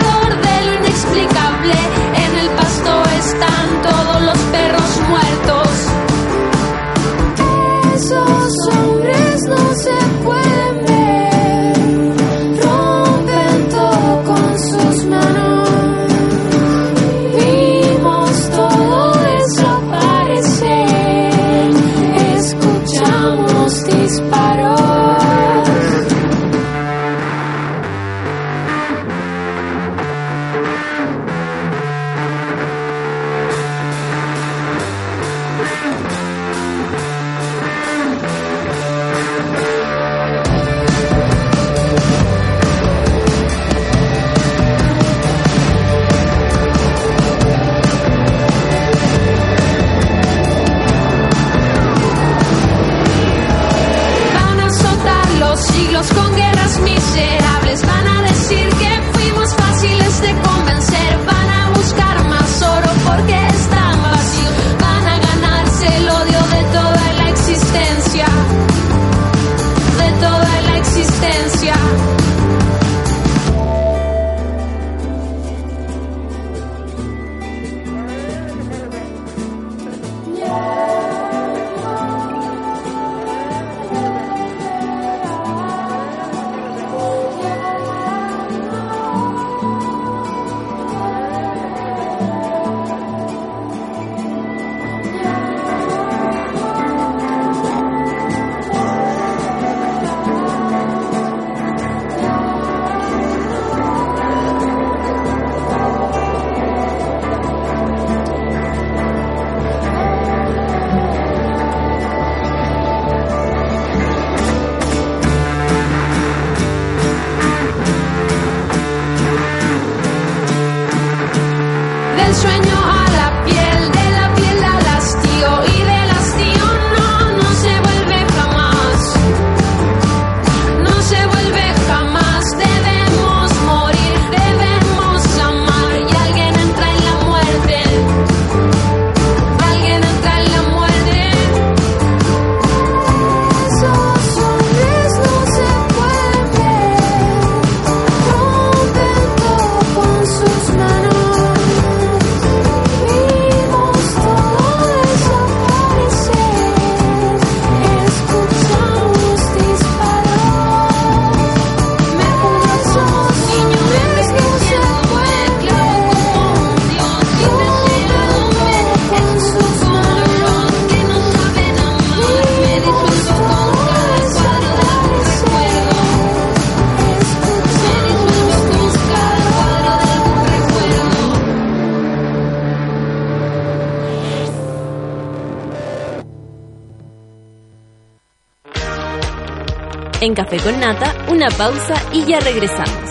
En Café con Nata, una pausa y ya regresamos.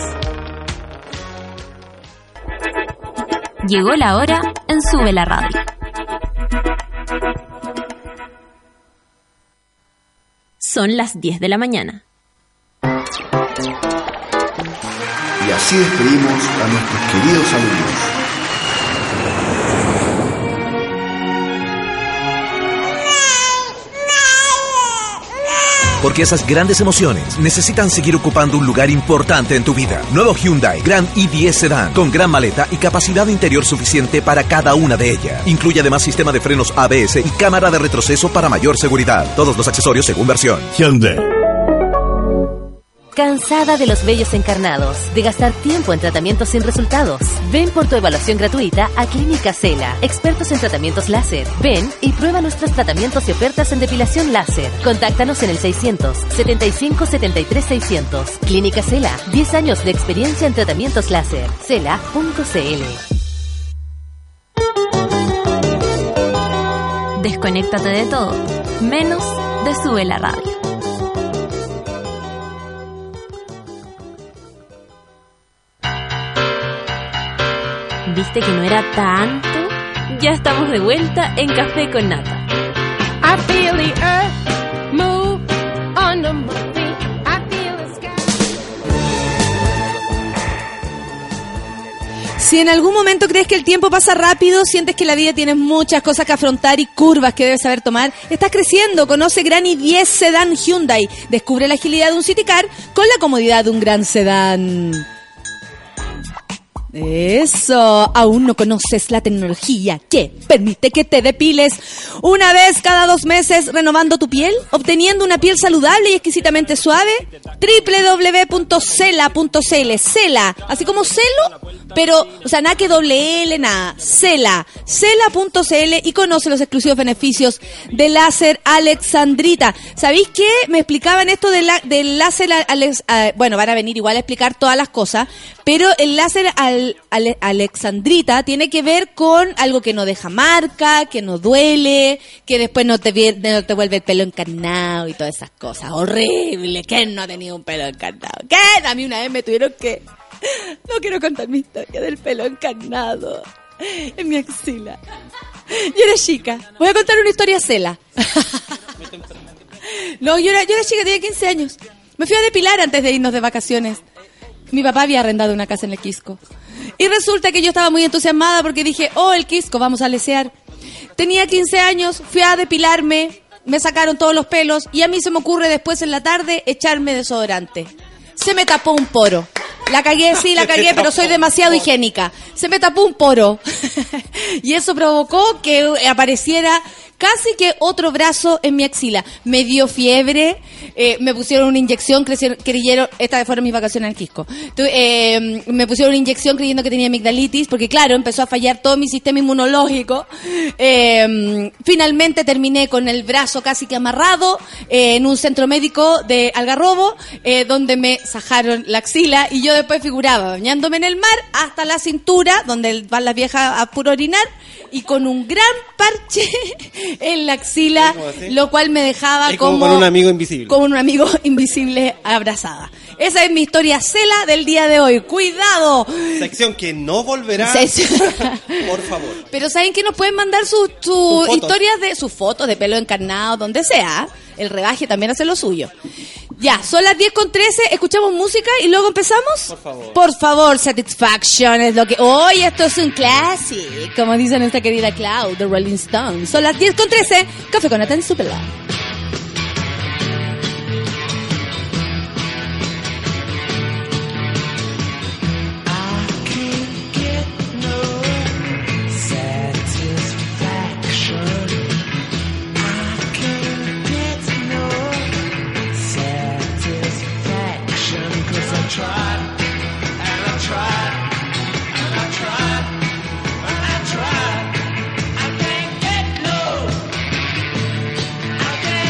Llegó la hora en Sube la Radio. Son las 10 de la mañana. Y así despedimos a nuestros queridos alumnos. Porque esas grandes emociones necesitan seguir ocupando un lugar importante en tu vida. Nuevo Hyundai Grand i10 Sedan, con gran maleta y capacidad interior suficiente para cada una de ellas. Incluye además sistema de frenos ABS y cámara de retroceso para mayor seguridad. Todos los accesorios según versión. Hyundai. ¿Cansada de los vellos encarnados? ¿De gastar tiempo en tratamientos sin resultados? Ven por tu evaluación gratuita a Clínica Cela, expertos en tratamientos láser. Ven y prueba nuestros tratamientos y ofertas en depilación láser. Contáctanos en el 600-75-73-600. Clínica Cela, 10 años de experiencia en tratamientos láser. Cela.cl. Desconéctate de todo, menos de Sube la Radio. ¿Viste que no era tanto? Ya estamos de vuelta en Café con Nata. I feel the earth move under my feet. I feel the sky. Si en algún momento crees que el tiempo pasa rápido, sientes que la vida tienes muchas cosas que afrontar y curvas que debes saber tomar, estás creciendo. Conoce Gran i10 Sedan Hyundai. Descubre la agilidad de un City Car con la comodidad de un gran sedán. Eso, aún no conoces la tecnología que permite que te depiles una vez cada 2 meses, renovando tu piel, obteniendo una piel saludable y exquisitamente suave. www.cela.cl. Cela, así como celo, pero, o sea, nada que doble L, nada. Cela.cl y conoce los exclusivos beneficios del láser Alexandrita. ¿Sabéis qué? Me explicaban esto del láser bueno, van a venir igual a explicar todas las cosas, pero el láser Alexandrita tiene que ver con algo que no deja marca, que no duele, que después no te vuelve el pelo encarnado y todas esas cosas. Horrible. ¿Quién no ha tenido un pelo encarnado? ¿Quién? A mí una vez me tuvieron que... No quiero contar mi historia del pelo encarnado en mi axila. Yo era chica. Voy a contar una historia cela. No, yo era chica, tenía 15 años. Me fui a depilar antes de irnos de vacaciones. Mi papá había arrendado una casa en el Quisco. Y resulta que yo estaba muy entusiasmada porque dije, el Quisco, vamos a lesear. Tenía 15 años, fui a depilarme, me sacaron todos los pelos y a mí se me ocurre después en la tarde echarme desodorante. Se me tapó un poro. La cagué, pero soy demasiado higiénica. Se me tapó un poro. Y eso provocó que apareciera casi que otro brazo en mi axila. Me dio fiebre, me pusieron una inyección, creyeron, estas fueron mis vacaciones al Quisco. Me pusieron una inyección creyendo que tenía amigdalitis, porque claro, empezó a fallar todo mi sistema inmunológico. Finalmente terminé con el brazo casi que amarrado en un centro médico de Algarrobo, donde me sajaron la axila y yo después figuraba bañándome en el mar hasta la cintura, donde van las viejas a puro orinar, y con un gran parche en la axila, lo cual me dejaba como con un amigo invisible. Como un amigo invisible abrazada. Esa es mi historia cela del día de hoy. ¡Cuidado! Sección que no volverá. Por favor. Pero ¿saben que nos pueden mandar sus historias de sus fotos de pelo encarnado, donde sea? El rebaje también hace lo suyo. Ya, son las 10:13, escuchamos música y luego empezamos. Por favor, Satisfaction es lo que... Hoy esto es un clásico, como dice nuestra querida Cloud de Rolling Stones. Son las 10:13, Café con Nata en Superla. I can't get no. I can't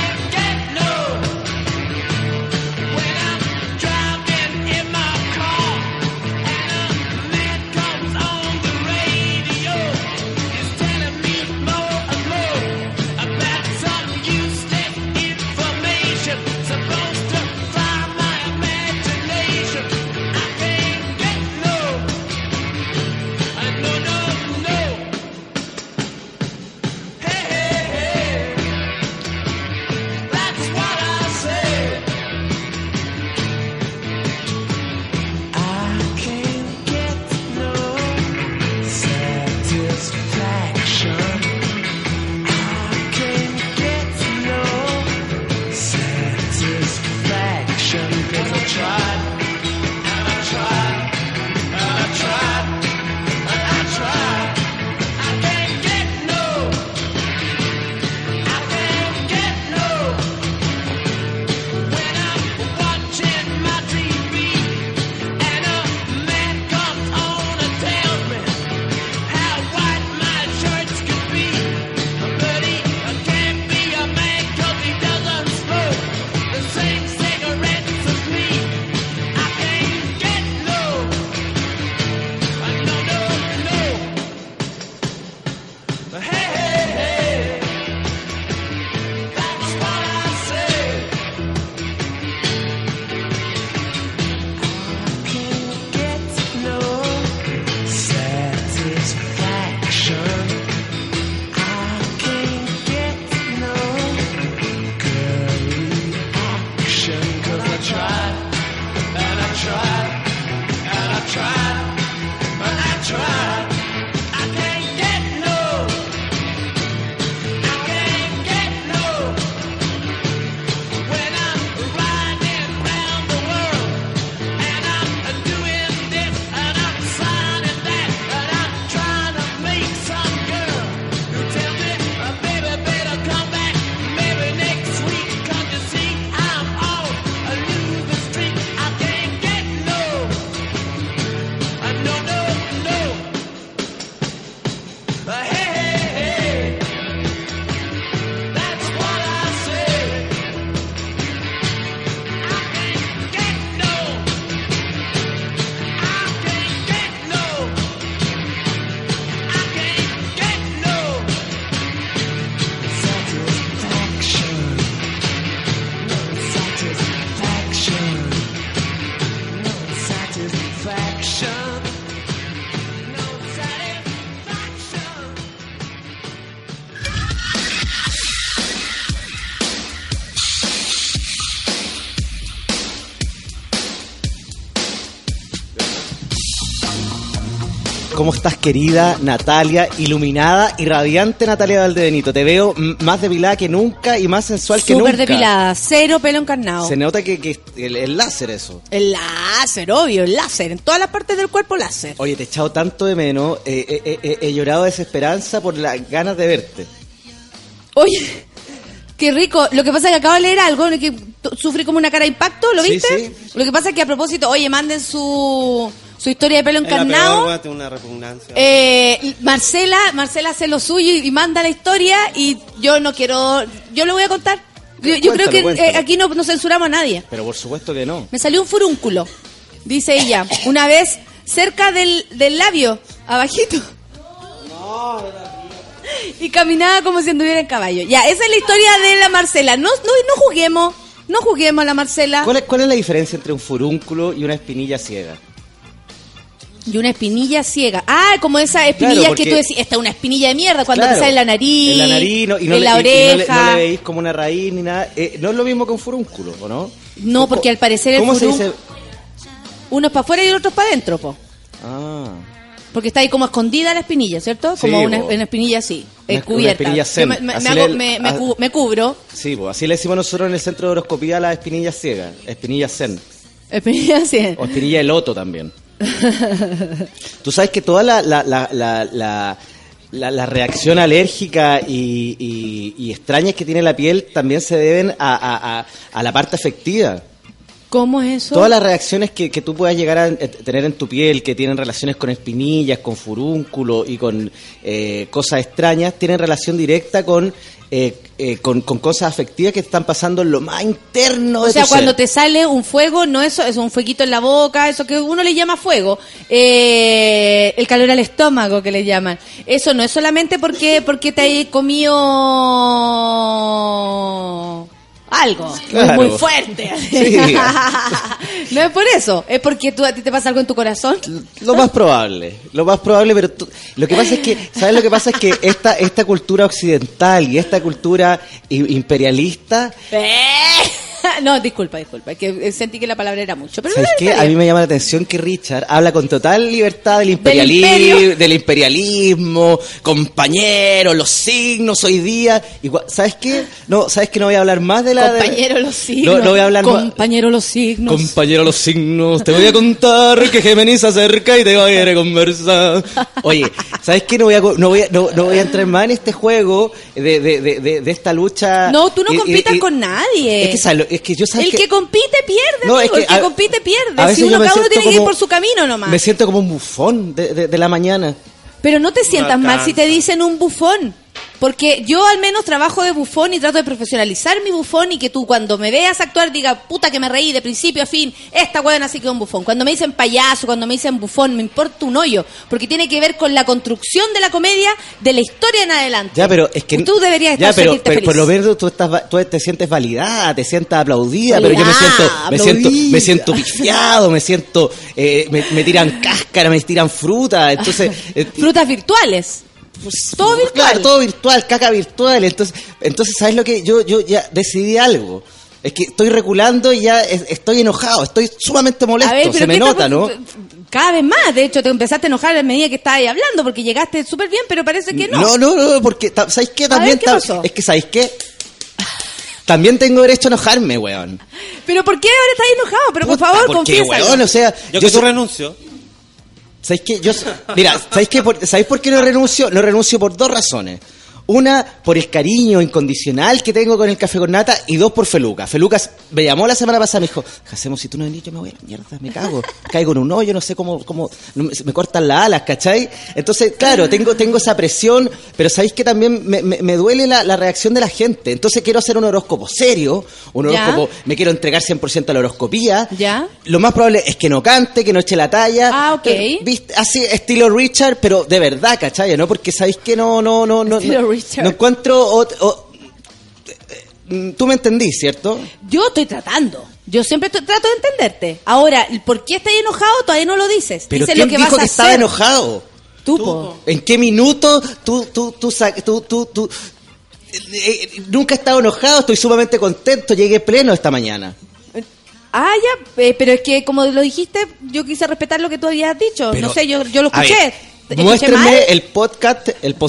¿Cómo estás, querida Natalia? Iluminada y radiante Natalia Valdebenito. Te veo más depilada que nunca y más sensual que nunca. Súper depilada, cero pelo encarnado. Se nota que el láser eso. El láser, obvio, el láser. En todas las partes del cuerpo, láser. Oye, te he echado tanto de menos. He llorado de desesperanza por las ganas de verte. Oye, qué rico. Lo que pasa es que acabo de leer algo que sufrí como una cara de impacto, ¿lo viste? Sí. Lo que pasa es que a propósito, oye, manden su historia de pelo encarnado. La peor, una repugnancia. Marcela hace lo suyo y manda la historia y yo no quiero, yo lo voy a contar. Yo creo que aquí no censuramos a nadie. Pero por supuesto que no. Me salió un furúnculo, dice ella, una vez cerca del labio, abajito. Y caminaba como si anduviera en caballo. Ya, esa es la historia de la Marcela. No juguemos a la Marcela. ¿Cuál es la diferencia entre un furúnculo y una espinilla ciega? Y una espinilla ciega. Ah, como esa espinilla, claro, porque, que tú decís, esta es una espinilla de mierda cuando te sale en la nariz, en la nariz en la oreja. No le veis como una raíz ni nada. No es lo mismo que un furúnculo, ¿o no? No, porque al parecer el furúnculo... Se dice? Uno es para afuera y el otro es para adentro, po. Ah. Porque está ahí como escondida la espinilla, ¿cierto? Como sí, una espinilla así, cubierta. Una espinilla zen. Me cubro. Sí, pues así le decimos nosotros en el centro de horoscopía a las espinillas ciegas. Espinilla zen. Espinilla zen. O espinilla de loto también. Tú sabes que toda la reacción alérgica y extrañas que tiene la piel también se deben a la parte afectiva. ¿Cómo es eso? Todas las reacciones que tú puedas llegar a tener en tu piel, que tienen relaciones con espinillas, con furúnculo y con cosas extrañas, tienen relación directa con cosas afectivas que están pasando en lo más interno de tu ser. O sea, cuando te sale un fuego, no eso, es un fueguito en la boca, eso que uno le llama fuego, el calor al estómago que le llaman. Eso no es solamente porque te hay comido algo, claro, muy fuerte. Sí. No es por eso, es porque a ti te pasa algo en tu corazón. Lo más probable, pero lo que pasa es que, ¿sabes lo que pasa? Es que esta cultura occidental y esta cultura imperialista... No, disculpa, es que sentí que la palabra era mucho. Pero ¿sabes qué? A mí me llama la atención que Richard habla con total libertad del imperialismo, compañero, los signos hoy día. ¿Sabes qué? No voy a hablar más de la... Compañero, los signos. No voy a hablar compañero, los signos. Compañero, los signos. Te voy a contar que Géminis se acerca y te va a ir a conversar. Oye, ¿sabes qué? No voy a entrar más en este juego de esta lucha. No, tú no compitas con nadie. Es que yo sabes el que compite pierde, no, amigo, el que compite pierde. Si cada uno tiene que ir por su camino nomás. Me siento como un bufón de la mañana. Pero no te sientas mal si te dicen un bufón. Porque yo al menos trabajo de bufón y trato de profesionalizar mi bufón y que tú cuando me veas actuar diga, puta que me reí de principio a fin, esta huevona sí que es un bufón. Cuando me dicen payaso, cuando me dicen bufón, me importa un hoyo, porque tiene que ver con la construcción de la comedia, de la historia en adelante. Ya, pero es que tú deberías estar feliz. Por lo menos tú te sientes validada, te sientes aplaudida, pero yo me siento pifiado, me tiran cáscara, me tiran fruta, entonces frutas virtuales. Pues, todo virtual. Claro, todo virtual, caca virtual. Entonces, ¿sabes lo que? Yo ya decidí algo. Es que estoy reculando y ya estoy enojado, estoy sumamente molesto. Ver, se me nota, ¿no? Cada vez más, de hecho, te empezaste a enojar a medida que estabas ahí hablando, porque llegaste súper bien, pero parece que no. No, porque, ¿sabes qué? También es que, ¿sabes qué? También tengo derecho a enojarme, weón. ¿Pero por qué ahora estás enojado? Pero por favor, confiesa. Weón, o sea, yo renuncio. ¿Sabéis qué? ¿Sabéis por qué no renuncio? No renuncio por dos razones. Una, por el cariño incondicional que tengo con el Café con Nata, y dos, por Feluca. Feluca me llamó la semana pasada, me dijo, hacemos si tú no venís, yo me voy a la mierda, me cago. Caigo en un hoyo, no sé cómo me cortan las alas, ¿cachai? Entonces, claro, tengo esa presión, pero sabéis que también me duele la reacción de la gente. Entonces quiero hacer un horóscopo serio, me quiero entregar 100% a la horoscopía. ¿Ya? Lo más probable es que no cante, que no eche la talla. Ah, ok. Así, estilo Richard, pero de verdad, ¿cachai? ¿No? Porque sabéis que no encuentro... Tú me entendís, ¿cierto? Yo estoy tratando. Yo siempre trato de entenderte. Ahora, ¿por qué estás enojado? Todavía no lo dices. Pero dice ¿quién lo que dijo vas a que hacer. estaba enojado? Tú. ¿En qué minuto tú nunca he estado enojado? Estoy sumamente contento. Llegué pleno esta mañana. Ah, ya, pero es que como lo dijiste, yo quise respetar lo que tú habías dicho. Pero, no sé, yo lo escuché. Muéstrenme el podcast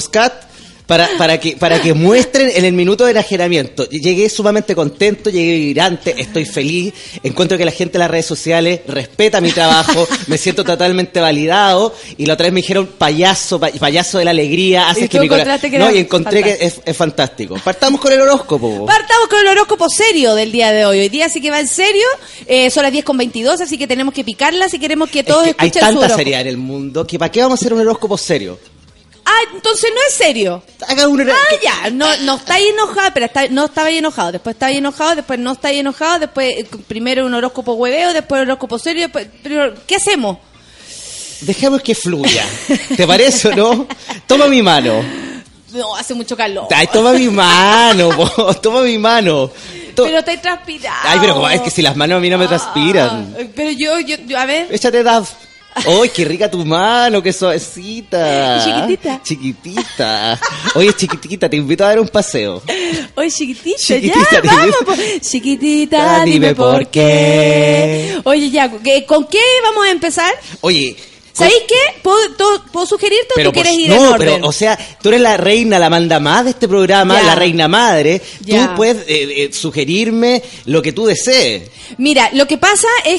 para que muestren en el minuto de enajenamiento. Llegué sumamente contento, llegué vibrante, estoy feliz, encuentro que la gente en las redes sociales respeta mi trabajo, me siento totalmente validado, y la otra vez me dijeron payaso de la alegría, haces que mi corazón... Y encontré que es fantástico. Partamos con el horóscopo. Partamos con el horóscopo serio del día de hoy. Hoy día sí que va en serio, son las 10:22, así que tenemos que picarla si queremos que todos escuchen su horóscopo. Hay tanta seriedad en el mundo que ¿para qué vamos a hacer un horóscopo serio? Entonces no es serio. Haga un ya, no estáis enojado, pero no estabais enojado, después estabais enojado, después no estáis enojado, después primero un horóscopo hueveo, después un horóscopo serio, después, pero ¿qué hacemos? Dejemos que fluya. ¿Te parece o no? Toma mi mano. No, hace mucho calor. Ay, toma mi mano, toma mi mano. Pero te transpirado. Ay, pero es que si las manos a mí no me transpiran. Pero yo, a ver. Échate Daf. ¡Ay, qué rica tu mano! ¡Qué suavecita! Chiquitita. Chiquitita. Oye, chiquitita, te invito a dar un paseo. Oye, chiquitita, ya, vamos. Chiquitita, dime por qué. Oye, ya, ¿con qué vamos a empezar? Oye... ¿Sabéis qué? ¿Puedo sugerirte o tú quieres ir en orden? Pero, o sea, tú eres la reina, la manda más de este programa, la reina madre. Ya. Tú puedes sugerirme lo que tú desees. Mira, lo que pasa es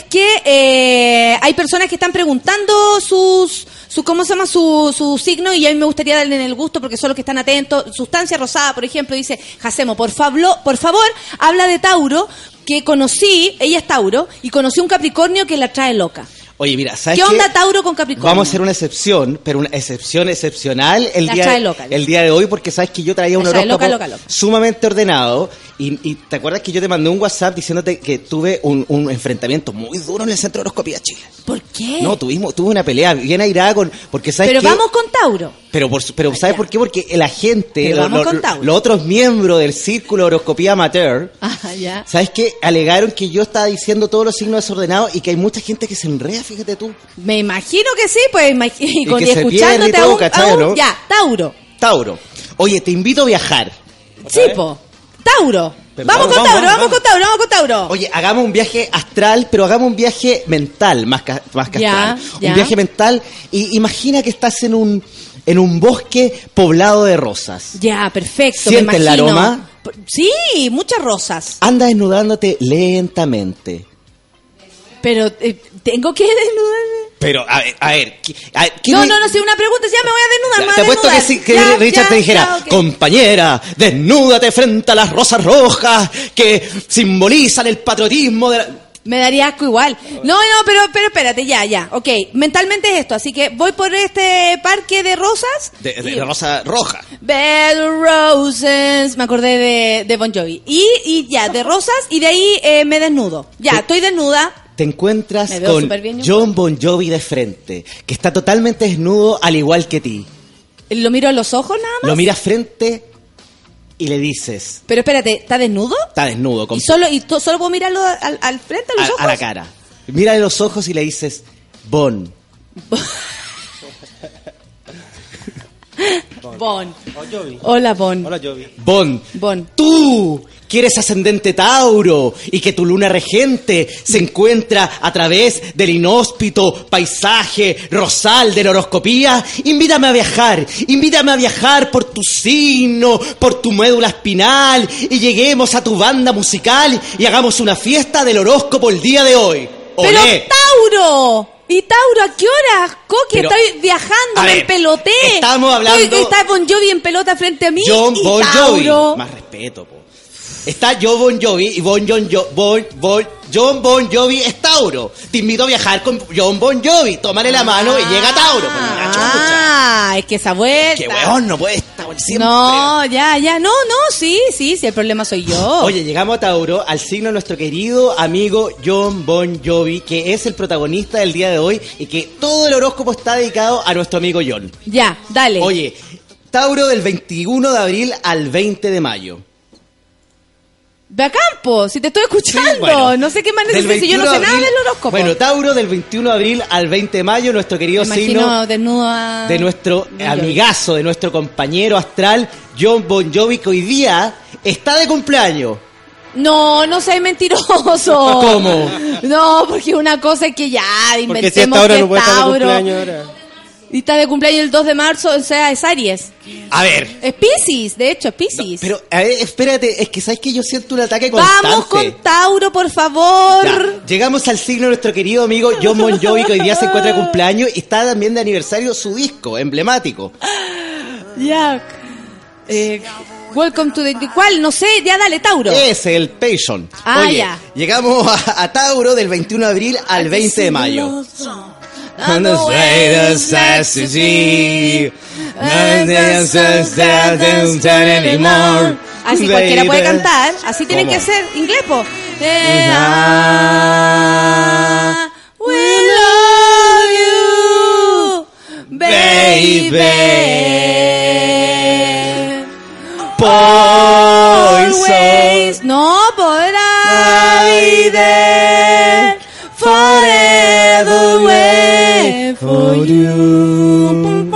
que hay personas que están preguntando ¿cómo se llama? Su signo, y a mí me gustaría darle en el gusto porque son los que están atentos. Sustancia Rosada, por ejemplo, dice: Jacemo, por favor, habla de Tauro, que conocí, ella es Tauro, y conocí un Capricornio que la trae loca. Oye, mira, ¿sabes qué onda Tauro con Capricornio? Vamos a hacer una excepción, pero una excepción excepcional el día de hoy, porque sabes que yo traía un horóscopo sumamente ordenado, y te acuerdas que yo te mandé un WhatsApp diciéndote que tuve un enfrentamiento muy duro en el Centro de Horoscopía Chile. ¿Por qué? No, tuve una pelea bien airada porque sabes que... Pero vamos con Tauro. Pero ¿sabes por qué? Porque la gente, los otros miembros del Círculo de Horoscopía Amateur, ¿sabes qué? Alegaron que yo estaba diciendo todos los signos desordenados y que hay mucha gente que se enreda, fíjate tú. Me imagino que sí, pues, y escuchándote aún, ya, Tauro. Oye, te invito a viajar. Sí, po. Tauro. Vamos con Tauro. Oye, hagamos un viaje astral, pero hagamos un viaje mental, más que astral. Un viaje mental, y imagina que estás en un bosque poblado de rosas. Ya, perfecto. ¿Sientes el aroma? Sí, muchas rosas. Anda desnudándote lentamente. Pero, ¿tengo que desnudarme? Pero, a ver. No, si una pregunta, ya me voy a desnudar. Te apuesto que sí, que Richard te dijera: compañera, desnúdate frente a las rosas rojas que simbolizan el patriotismo de la... Me daría asco igual. No, pero espérate, ya. Ok, mentalmente es esto, así que voy por este parque de rosas. De rosa roja. Bed Roses. Me acordé de Bon Jovi. Y ya, de rosas, y de ahí me desnudo. Ya, estoy desnuda. Te encuentras con John Bon Jovi de frente, que está totalmente desnudo al igual que ti. ¿Lo miro a los ojos nada más? Lo miras frente y le dices... Pero espérate, ¿está desnudo? Está desnudo. ¿Y solo puedo mirarlo al frente, a los ojos? A la cara. Mírale los ojos y le dices: Bon. Bon. Hola, Bon. Hola, Jovi. Bon. Tú, que eres ascendente Tauro y que tu luna regente se encuentra a través del inhóspito paisaje rosal de la horoscopía, invítame a viajar por tu signo, por tu médula espinal, y lleguemos a tu banda musical y hagamos una fiesta del horóscopo el día de hoy. ¡Olé! ¡Pero Tauro! ¿Y Tauro a qué hora? Coqui, estoy viajando, me empeloté. Estamos hablando... Está Bon Jovi en pelota frente a mí. John Bon Jovi. Más respeto, po. Está John Bon Jovi y John Bon Jovi es Tauro. Te invito a viajar con John Bon Jovi. Tómale la mano y llega Tauro. Es que esa vuelta. Qué weón, no puede estar siempre. No, ya. No, sí, el problema soy yo. Oye, llegamos a Tauro, al signo de nuestro querido amigo John Bon Jovi, que es el protagonista del día de hoy y que todo el horóscopo está dedicado a nuestro amigo John. Ya, dale. Oye, Tauro del 21 de abril al 20 de mayo. Ve a campo, si te estoy escuchando. Sí, bueno, no sé qué más necesitas si yo no sé nada del horóscopo. Bueno, Tauro del 21 de abril al 20 de mayo, nuestro querido signo de nuestro amigazo, de nuestro compañero astral, John Bon Jovi, que hoy día está de cumpleaños. No seas mentiroso. ¿Cómo? No, porque una cosa es que ya inventemos porque si hasta ahora que no puede Tauro... estar de cumpleaños ahora. Y está de cumpleaños el 2 de marzo, o sea, es Aries. A ver. Es Piscis, de hecho, es Piscis. No, pero, a ver, espérate, es que sabes que yo siento un ataque constante. Vamos con Tauro, por favor. Ya, llegamos al signo de nuestro querido amigo John Bon Jovi, que hoy día se encuentra de cumpleaños y está también de aniversario su disco emblemático. Ya. Welcome to the... ¿Cuál? No sé, ya dale, Tauro. Es el Passion. Ah, Oye, ya. llegamos a Tauro del 21 de abril al 20 de mayo. Así cualquiera puede cantar, así tiene que ser, inglés, po. We love you, baby. Always, no podrá vivir forever way for you.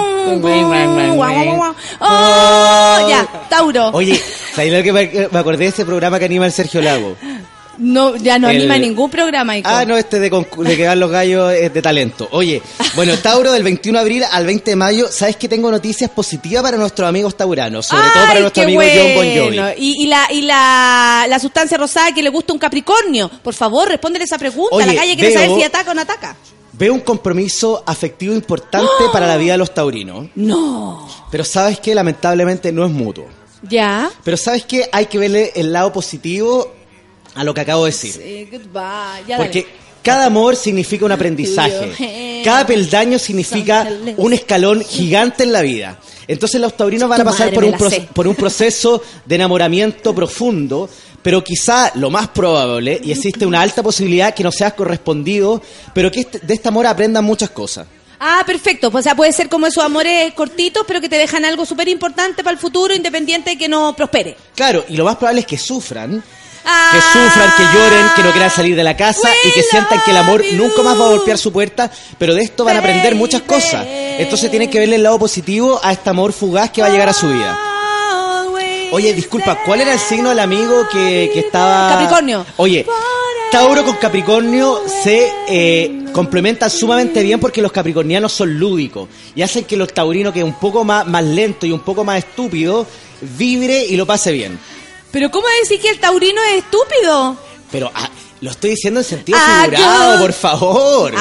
Oh, ya, Tauro. Oye, ¿sabes lo que me acordé de ese programa que anima el Sergio Lago? No, ya no anima ningún programa. Ico. Ah, no, de que van los gallos es de talento. Oye, bueno, Tauro del 21 de abril al 20 de mayo, ¿sabes que tengo noticias positivas para nuestros amigos tauranos? Sobre todo para nuestro amigo John Bon Jovi. Y la sustancia rosada que le gusta un Capricornio. Por favor, respóndele esa pregunta. Oye, la calle quiere saber si ataca o no ataca. Veo un compromiso afectivo importante para la vida de los taurinos. No. Pero ¿sabes qué? Lamentablemente no es mutuo. Ya. Pero ¿sabes qué? Hay que verle el lado positivo a lo que acabo de decir. Sí, goodbye. Ya, porque dale. cada amor significa un aprendizaje. Cada peldaño significa un escalón gigante en la vida. Entonces los taurinos van a pasar por un proceso de enamoramiento profundo, pero quizá lo más probable, y existe una alta posibilidad que no seas correspondido, pero que de este amor aprendan muchas cosas. Ah, perfecto. O sea, puede ser como esos amores cortitos, pero que te dejan algo súper importante para el futuro, independiente de que no prospere. Claro, y lo más probable es que sufran. Que sufran, que lloren, que no quieran salir de la casa y que sientan que el amor nunca más va a golpear su puerta, pero de esto van a aprender muchas cosas. Entonces tienen que verle el lado positivo a este amor fugaz que va a llegar a su vida. Oye, disculpa, ¿cuál era el signo del amigo que estaba...? Capricornio. Oye, Tauro con Capricornio se complementan sumamente bien porque los capricornianos son lúdicos y hacen que los taurinos, que es un poco más lento y un poco más estúpido, vibre y lo pase bien. ¿Pero cómo decir que el taurino es estúpido? Pero lo estoy diciendo en sentido figurado, por favor.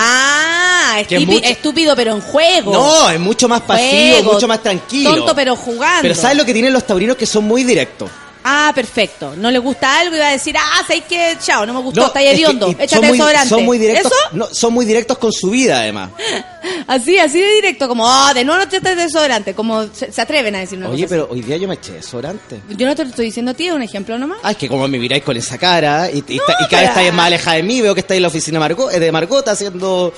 Estúpido pero en juego. No, es mucho más pasivo, mucho más tranquilo. Tonto pero jugando. Pero ¿sabes lo que tienen los taurinos? Que son muy directos. Ah, perfecto. No le gusta algo y va a decir, ¿sabes qué? Chao, no me gustó, está hediondo. Échate desodorante. Son muy directos. ¿Eso? No, son muy directos con su vida, además. Así de directo, como, de nuevo no te eches desodorante, como se atreven a decir una cosa. Oye, pero hoy día yo me eché desodorante. Yo no te lo estoy diciendo a ti, es un ejemplo nomás. Es que como me miráis con esa cara y cada vez estáis más alejada de mí, veo que estáis en la oficina de Margota haciendo...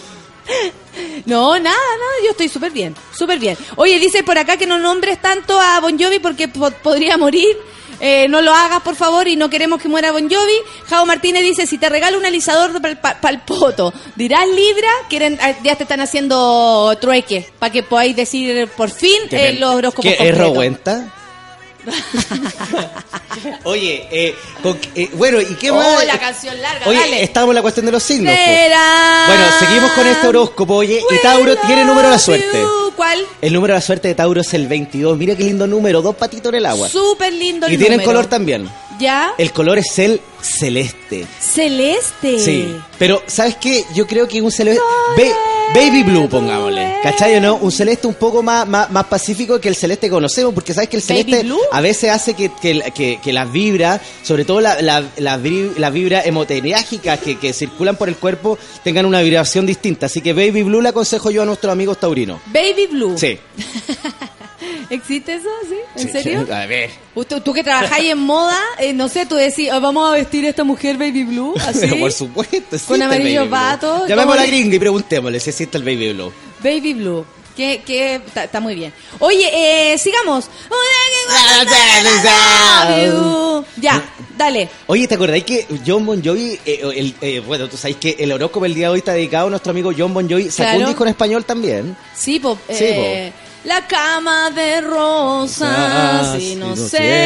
No, nada, yo estoy súper bien, súper bien. Oye, dice por acá que no nombres tanto a Bon Jovi porque podría morir. No lo hagas, por favor, y no queremos que muera Bon Jovi. Jao Martínez dice, si te regalo un alisador para el poto, ¿dirás Libra? Ya te están haciendo trueque, para que podáis decir por fin los horóscopos completos. ¿Qué es Rowenta? Oye, bueno, ¿y qué más? La canción larga, oye, dale. Estamos en la cuestión de los signos. Bueno, seguimos con este horóscopo, oye, y Tauro tiene número de la suerte. ¿Cuál? El número de la suerte de Tauro es el 22. Mira qué lindo número, 2 patitos en el agua. Súper lindo el número. Y tienen color también. ¿Ya? El color es el celeste. ¿Celeste? Sí, pero ¿sabes qué? Yo creo que un celeste... Baby blue, pongámosle. ¿Cachai o no? Un celeste un poco más pacífico que el celeste que conocemos, porque sabes que el celeste a veces hace que las vibras, sobre todo las vibras hemoteliágicas que circulan por el cuerpo, tengan una vibración distinta. Así que Baby blue le aconsejo yo a nuestros amigos taurinos. Baby blue. Sí. ¿Existe eso? ¿Sí? ¿En serio? A ver. Tú que trabajáis en moda, no sé, tú decís, vamos a vestir a esta mujer baby blue, así. Por supuesto, con amarillos patos. Llamemos a la gringa y preguntémosle si existe el baby blue. Baby blue. Que está muy bien. Oye, sigamos. Ya, dale. Oye, ¿te acordáis que John Bon Jovi, bueno, tú sabes que el horóscopo el día de hoy está dedicado a nuestro amigo John Bon Jovi, sacó un disco en español también? Sí, la cama de rosas y no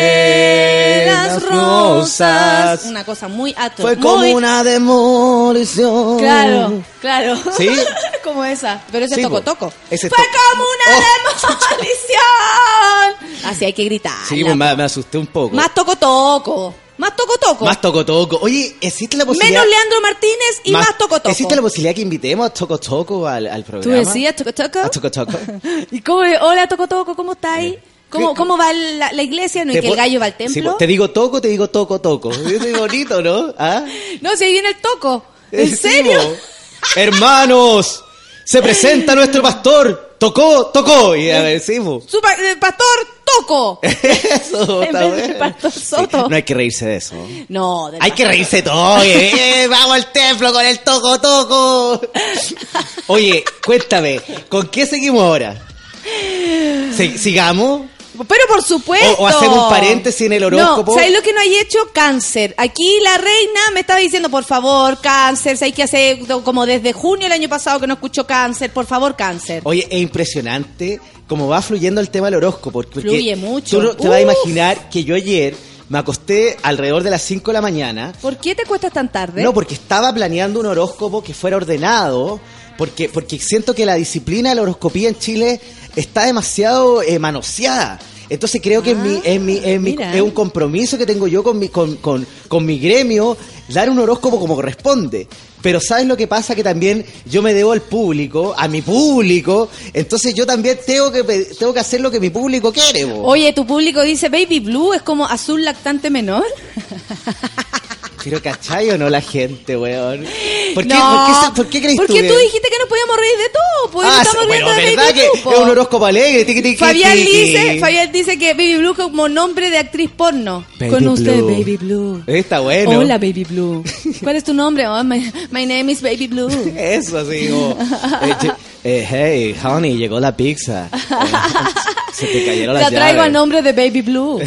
sé las rosas. Una cosa muy atroz. Fue como una demolición. Claro. ¿Sí? Como esa. Pero ese Sí, toco po. toco. Ese Fue como una demolición. Así hay que gritar. Sí, pues me asusté un poco. Más toco toco. Más toco toco. Más toco toco. Oye, ¿existe la posibilidad? Menos Leandro Martínez y más toco toco. ¿Existe la posibilidad que invitemos a Toco Toco al programa? ¿Tú decías toco toco? A Toco Toco. ¿Y cómo? Hola toco toco, ¿cómo estáis? ¿Cómo va la iglesia? ¿No es que el gallo va al templo? Sí, pues, te digo toco. Es bonito, ¿no? ¿Ah? No, si ahí viene el toco. ¿En Sí, serio? po. Hermanos, se presenta nuestro pastor. Tocó. Y a ver, sí, po. Pastor Toco. Eso, En está vez del bueno. pastor Soto. Sí, no hay que reírse de eso. No, Hay que reírse todo. Oye, vamos al templo con el toco. Oye, cuéntame, ¿con qué seguimos ahora? ¿Sigamos? Pero por supuesto. O hacemos un paréntesis en el horóscopo. No, ¿sabes lo que no hay hecho? Cáncer. Aquí la reina me estaba diciendo, por favor, cáncer. ¿Sabes qué hace? Como desde junio del año pasado que no escucho cáncer. Por favor, cáncer. Oye, es impresionante cómo va fluyendo el tema del horóscopo. Porque Fluye mucho. Tú no te vas a imaginar que yo ayer me acosté alrededor de las 5 de la mañana. ¿Por qué te acuestas tan tarde? No, porque estaba planeando un horóscopo que fuera ordenado. Porque siento que la disciplina de la horoscopía en Chile está demasiado manoseada. Entonces creo que es un compromiso que tengo yo con mi gremio, dar un horóscopo como corresponde. Pero ¿sabes lo que pasa? Que también yo me debo al público, a mi público. Entonces yo también tengo que hacer lo que mi público quiere. Bo. Oye, tu público dice Baby Blue es como azul lactante menor. Pero ¿cachai o no la gente, weón? ¿Por qué crees tú? Porque tú dijiste que nos podíamos reír de todo. Pues estamos riendo de ¿verdad Baby que Blue, po? es un horóscopo alegre? Fabián dice que Baby Blue como nombre de actriz porno. Baby Con usted, Blue. Baby Blue. Está bueno. Hola, Baby Blue. ¿Cuál es tu nombre? Oh, my name is Baby Blue. Eso, así como... hey, honey, llegó la pizza. Se te cayeron las La llaves. traigo a nombre de Baby Blue.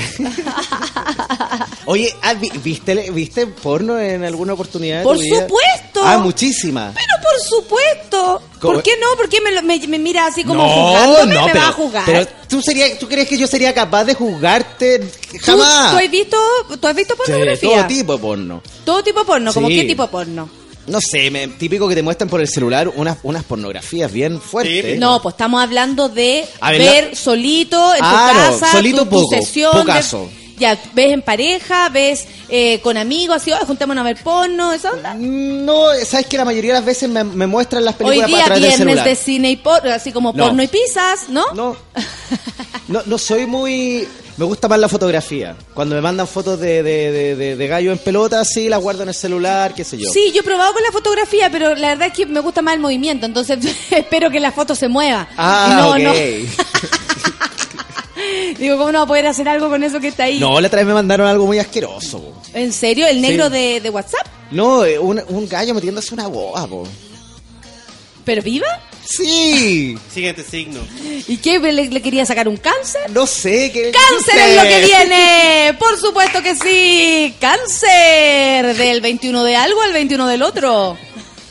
Oye, ¿viste porno en alguna oportunidad de Por tu vida? supuesto. Muchísimas. Pero por supuesto. ¿Cómo? ¿Por qué no? ¿Por qué me mira así como juzgándome? ¿Me va a juzgar? Pero ¿tú crees que yo sería capaz de juzgarte? Jamás. ¿Tú has visto pornografía? Sí, todo tipo de porno. Todo tipo de porno. ¿Cómo Sí. qué tipo de porno? No sé, típico que te muestran por el celular unas pornografías bien fuertes. Sí. No, pues estamos hablando de A ver, ver solito en tu Ah, no, casa, solito tu poco, sesión. pocaso. Ya, ves en pareja, ves con amigos, así, juntémonos a ver porno, ¿esa onda? No, sabes que la mayoría de las veces me muestran las Hoy películas día a través del viernes celular. de cine y porno, así como No. porno y pizzas, ¿no? No soy muy... Me gusta más la fotografía. Cuando me mandan fotos de gallo en pelota, sí, las guardo en el celular, qué sé yo. Sí, yo he probado con la fotografía, pero la verdad es que me gusta más el movimiento, entonces espero que la foto se mueva. Ah, Y no. ok. Digo, ¿cómo no va a poder hacer algo con eso que está ahí? No, la otra vez me mandaron algo muy asqueroso. Po. ¿En serio? ¿El negro Sí. de WhatsApp? No, un gallo metiéndose una boa, po. ¿Pero viva? Sí. Siguiente signo. ¿Y qué? ¿Le quería sacar un cáncer? No sé. ¡Cáncer es lo que viene! ¡Por supuesto que sí! ¡Cáncer! Del 21 de algo al 21 del otro.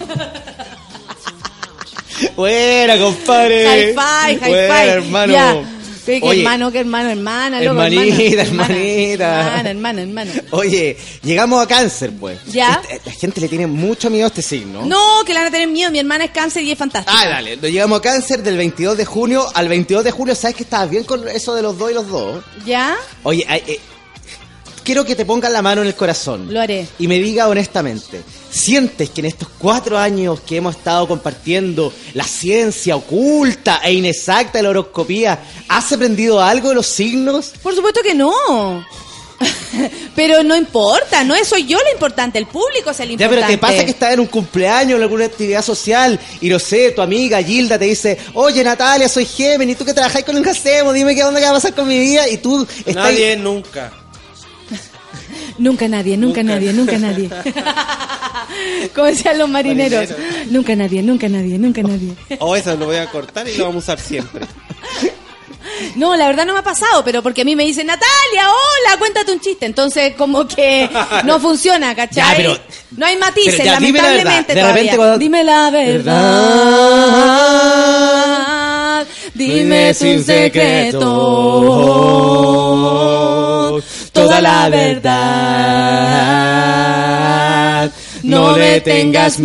Buena, compadre. High five. Buena, hermano. Ya. ¿Qué Oye, hermano, hermana? Loco, hermanita. Hermana. Oye, llegamos a cáncer, pues. Ya. La gente le tiene mucho miedo a este signo. No, que le van a tener miedo. Mi hermana es cáncer y es fantástica. Ah, dale. Nos llegamos a cáncer del 22 de junio al 22 de julio. ¿Sabes que estabas bien con eso de los dos y los dos? ¿Ya? Oye, quiero que te pongas la mano en el corazón. Lo haré. Y me diga honestamente, ¿sientes que en estos 4 años que hemos estado compartiendo la ciencia oculta e inexacta de la horoscopía, has aprendido algo de los signos? Por supuesto que no. Pero no importa, no soy yo lo importante, el público es el Ya, importante. pero te pasa que estás en un cumpleaños, en alguna actividad social, y no sé, tu amiga Gilda te dice, oye Natalia, soy Géminis, ¿tú que trabajáis con el hacemos? Dime qué onda que va a pasar con mi vida, y tú estás... Nadie nunca. Nunca nadie. Como decían los marineros. Nunca nadie. O eso lo voy a cortar y lo vamos a usar siempre. No, la verdad no me ha pasado, pero porque a mí me dicen, Natalia, hola, cuéntate un chiste. Entonces, como que no funciona, ¿cachai? Ya, pero- no hay matices, pero ya, dime la lamentablemente verdad. De todavía. repente cuando- Dime la verdad. Dime sin secreto toda la verdad. No le tengas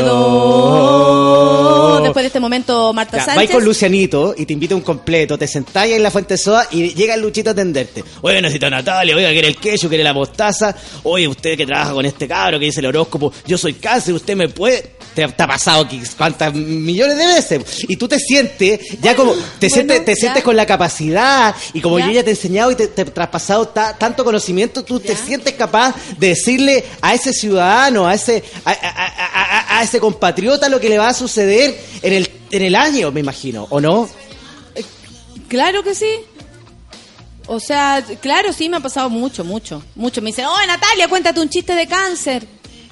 miedo. Después de este momento, Marta Sánchez. Vais con Lucianito y te invita a un completo, te sentás en la Fuente Soda y llega el Luchito a atenderte. Oye, necesito a Natalia, oiga, quiere el queso, quiere la mostaza. Oye, usted que trabaja con este cabro que dice el horóscopo, yo soy cáncer, usted me puede... Te ha pasado cuántas millones de veces. Y tú te sientes, ya como, te sientes con la capacidad, y como yo ya te he enseñado y te he traspasado tanto conocimiento, tú te sientes capaz de decirle a ese ciudadano, a ese compatriota lo que le va a suceder en el año, me imagino, ¿o no? Claro que sí. O sea, claro, sí, me ha pasado mucho. Me dicen, oh, Natalia, cuéntate un chiste de cáncer.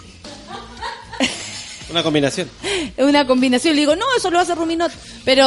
Una combinación. Una combinación. Le digo, no, eso lo hace Ruminot. Pero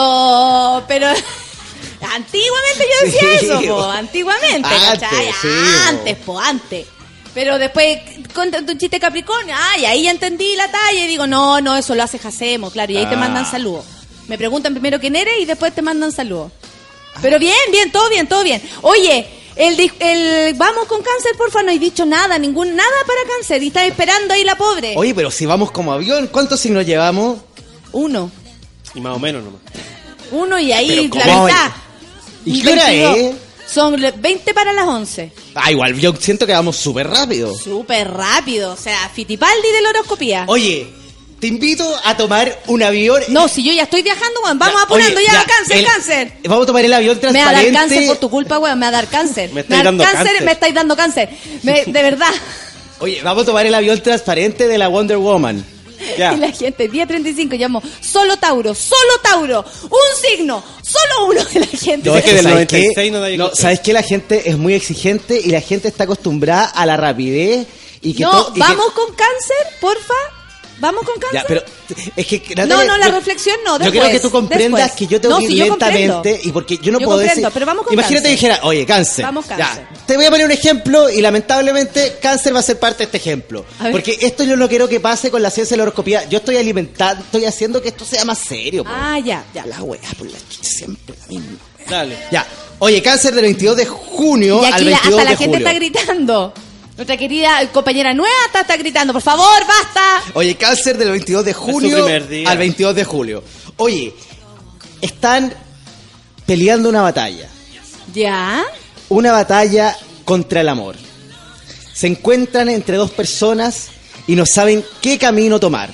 antiguamente yo decía eso, po. Antiguamente, ¿cachai? Antes. Pero después, cuéntate un chiste Capricornio. Y ahí ya entendí la talla y digo, no, eso lo hace Jacemo, claro. Y ahí te mandan saludos. Me preguntan primero quién eres y después te mandan saludos. Pero bien, todo bien. Oye, el vamos con cáncer, porfa, no he dicho nada para cáncer y está esperando ahí la pobre. Oye, pero si vamos como avión, ¿cuántos signos llevamos? 1. Y más o menos nomás. 1 y ahí la mitad. ¿Y qué hora es? Son 20 para las 11. Igual, yo siento que vamos súper rápido. O sea, Fittipaldi de la horoscopía. Oye, te invito a tomar un avión. No, si yo ya estoy viajando, weón. Vamos apurando ya. Cáncer. Vamos a tomar el avión transparente. Me va a dar cáncer por tu culpa, weón. Me va a dar cáncer. Me estáis dando cáncer. De verdad. Oye, vamos a tomar el avión transparente de la Wonder Woman. Ya. Y la gente, día 35, llamo solo Tauro. Un signo, solo uno de la gente. No, es que del 96 ¿sabes qué? La gente es muy exigente y la gente está acostumbrada a la rapidez. Vamos con cáncer, porfa. ¿Vamos con cáncer? Ya, pero es que... la reflexión no, después. Yo quiero que tú comprendas que yo tengo que ir lentamente y porque yo no puedo decir... pero vamos con Imagínate cáncer. Que dijera, oye, cáncer. Vamos cáncer. Ya, te voy a poner un ejemplo y lamentablemente cáncer va a ser parte de este ejemplo. Porque esto yo no quiero que pase con la ciencia de la horoscopía. Yo estoy haciendo que esto sea más serio. Ya. La wea, por la chucha, siempre la misma. Dale. Ya. Oye, cáncer del 22 de junio al 22 de julio. Y aquí hasta la gente está gritando. Nuestra querida compañera nueva está gritando, por favor, basta. Oye, cáncer del 22 de junio al 22 de julio. Oye, están peleando una batalla. ¿Ya? Una batalla contra el amor. Se encuentran entre dos personas y no saben qué camino tomar.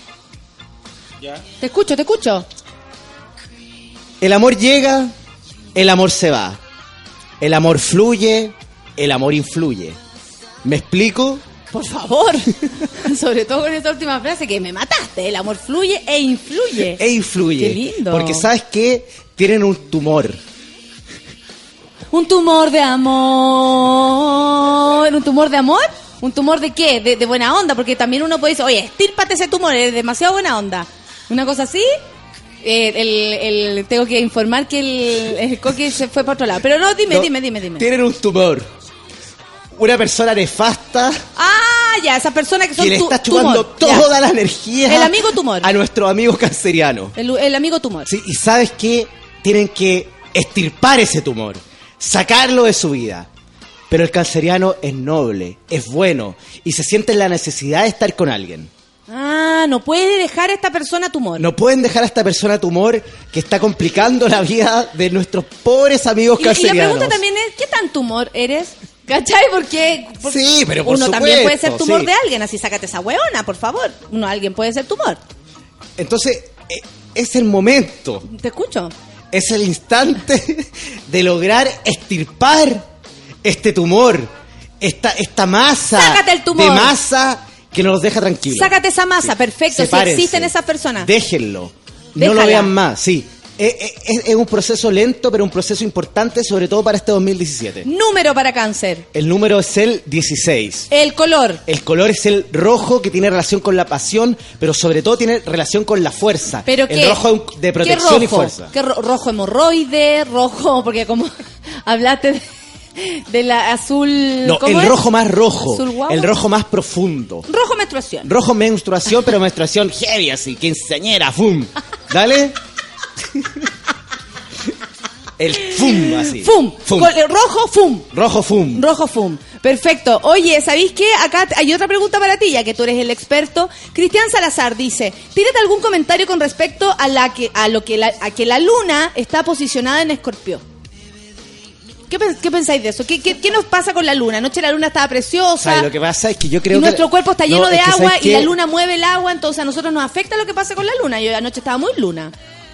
¿Ya? Te escucho. El amor llega, el amor se va. El amor fluye, el amor influye. ¿Me explico? Por favor. Sobre todo con esta última frase que me mataste. El amor fluye e influye. Qué lindo. Porque ¿sabes qué? Tienen un tumor. ¿Un tumor de amor? ¿Un tumor de amor? ¿Un tumor de qué? De buena onda. Porque también uno puede decir, oye, estírpate ese tumor, es demasiado buena onda. ¿Una cosa así? Tengo que informar que el coqui se fue para otro lado. Pero no, dime. Tienen un tumor. Una persona nefasta. Ya, esa persona que son que le está chupando toda la energía. El amigo tumor. A nuestro amigo canceriano. El amigo tumor. Sí, y ¿sabes qué? Tienen que extirpar ese tumor. Sacarlo de su vida. Pero el canceriano es noble, es bueno y se siente en la necesidad de estar con alguien. No puede dejar a esta persona tumor. No pueden dejar a esta persona tumor que está complicando la vida de nuestros pobres amigos cancerianos. Y la pregunta también es, ¿qué tan tumor eres? ¿Cachai? Porque sí, pero por uno supuesto, también puede ser tumor de alguien, así sácate esa hueona, por favor. Alguien puede ser tumor. Entonces, es el momento. Te escucho. Es el instante de lograr extirpar este tumor, esta masa. Sácate el tumor. De masa que nos deja tranquilos. Sácate esa masa, perfecto. Sepárense. Si existen esas personas. Déjenlo. Déjala. No lo vean más, sí. Es un proceso lento, pero un proceso importante, sobre todo para este 2017. Número para cáncer. El número es el 16. El color. El color es el rojo, que tiene relación con la pasión, pero sobre todo tiene relación con la fuerza. ¿Pero el rojo de protección y fuerza. ¿Qué rojo hemorroide? Rojo, porque como hablaste de la azul... No, el rojo más rojo. El rojo más profundo. Rojo menstruación. Rojo menstruación, pero menstruación heavy así, quinceañera, ¡fum! ¿Dale? El fum, así. Fum. Fum. Rojo, fum. Rojo fum. Rojo fum. Perfecto. Oye, ¿sabéis qué? Acá hay otra pregunta para ti, ya que tú eres el experto. Cristian Salazar dice, tírate algún comentario con respecto a que la luna está posicionada en Escorpión. ¿Qué pensáis de eso? ¿Qué nos pasa con la luna? Anoche la luna estaba preciosa. ¿Sabes? Lo que pasa es que yo creo y nuestro cuerpo está lleno de agua y la ¿qué? luna mueve el agua, entonces a nosotros nos afecta lo que pasa con la luna. Yo anoche estaba muy luna.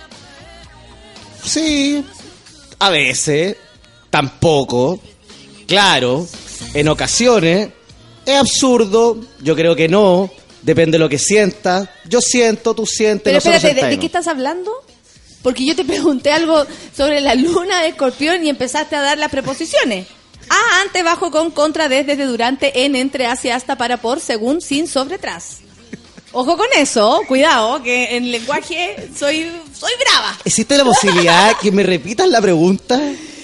Sí, a veces, tampoco, claro, en ocasiones, es absurdo, yo creo que no, depende de lo que sientas, yo siento, tú sientes, pero nosotros espérate, ¿de sentamos. qué estás hablando? Porque yo te pregunté algo sobre la luna de Escorpión y empezaste a dar las preposiciones. Ante, bajo, con, contra, desde, durante, en, entre, hacia, hasta, para, por, según, sin, sobre, tras. Ojo con eso, cuidado, que en lenguaje soy brava. ¿Existe la posibilidad que me repitas la pregunta?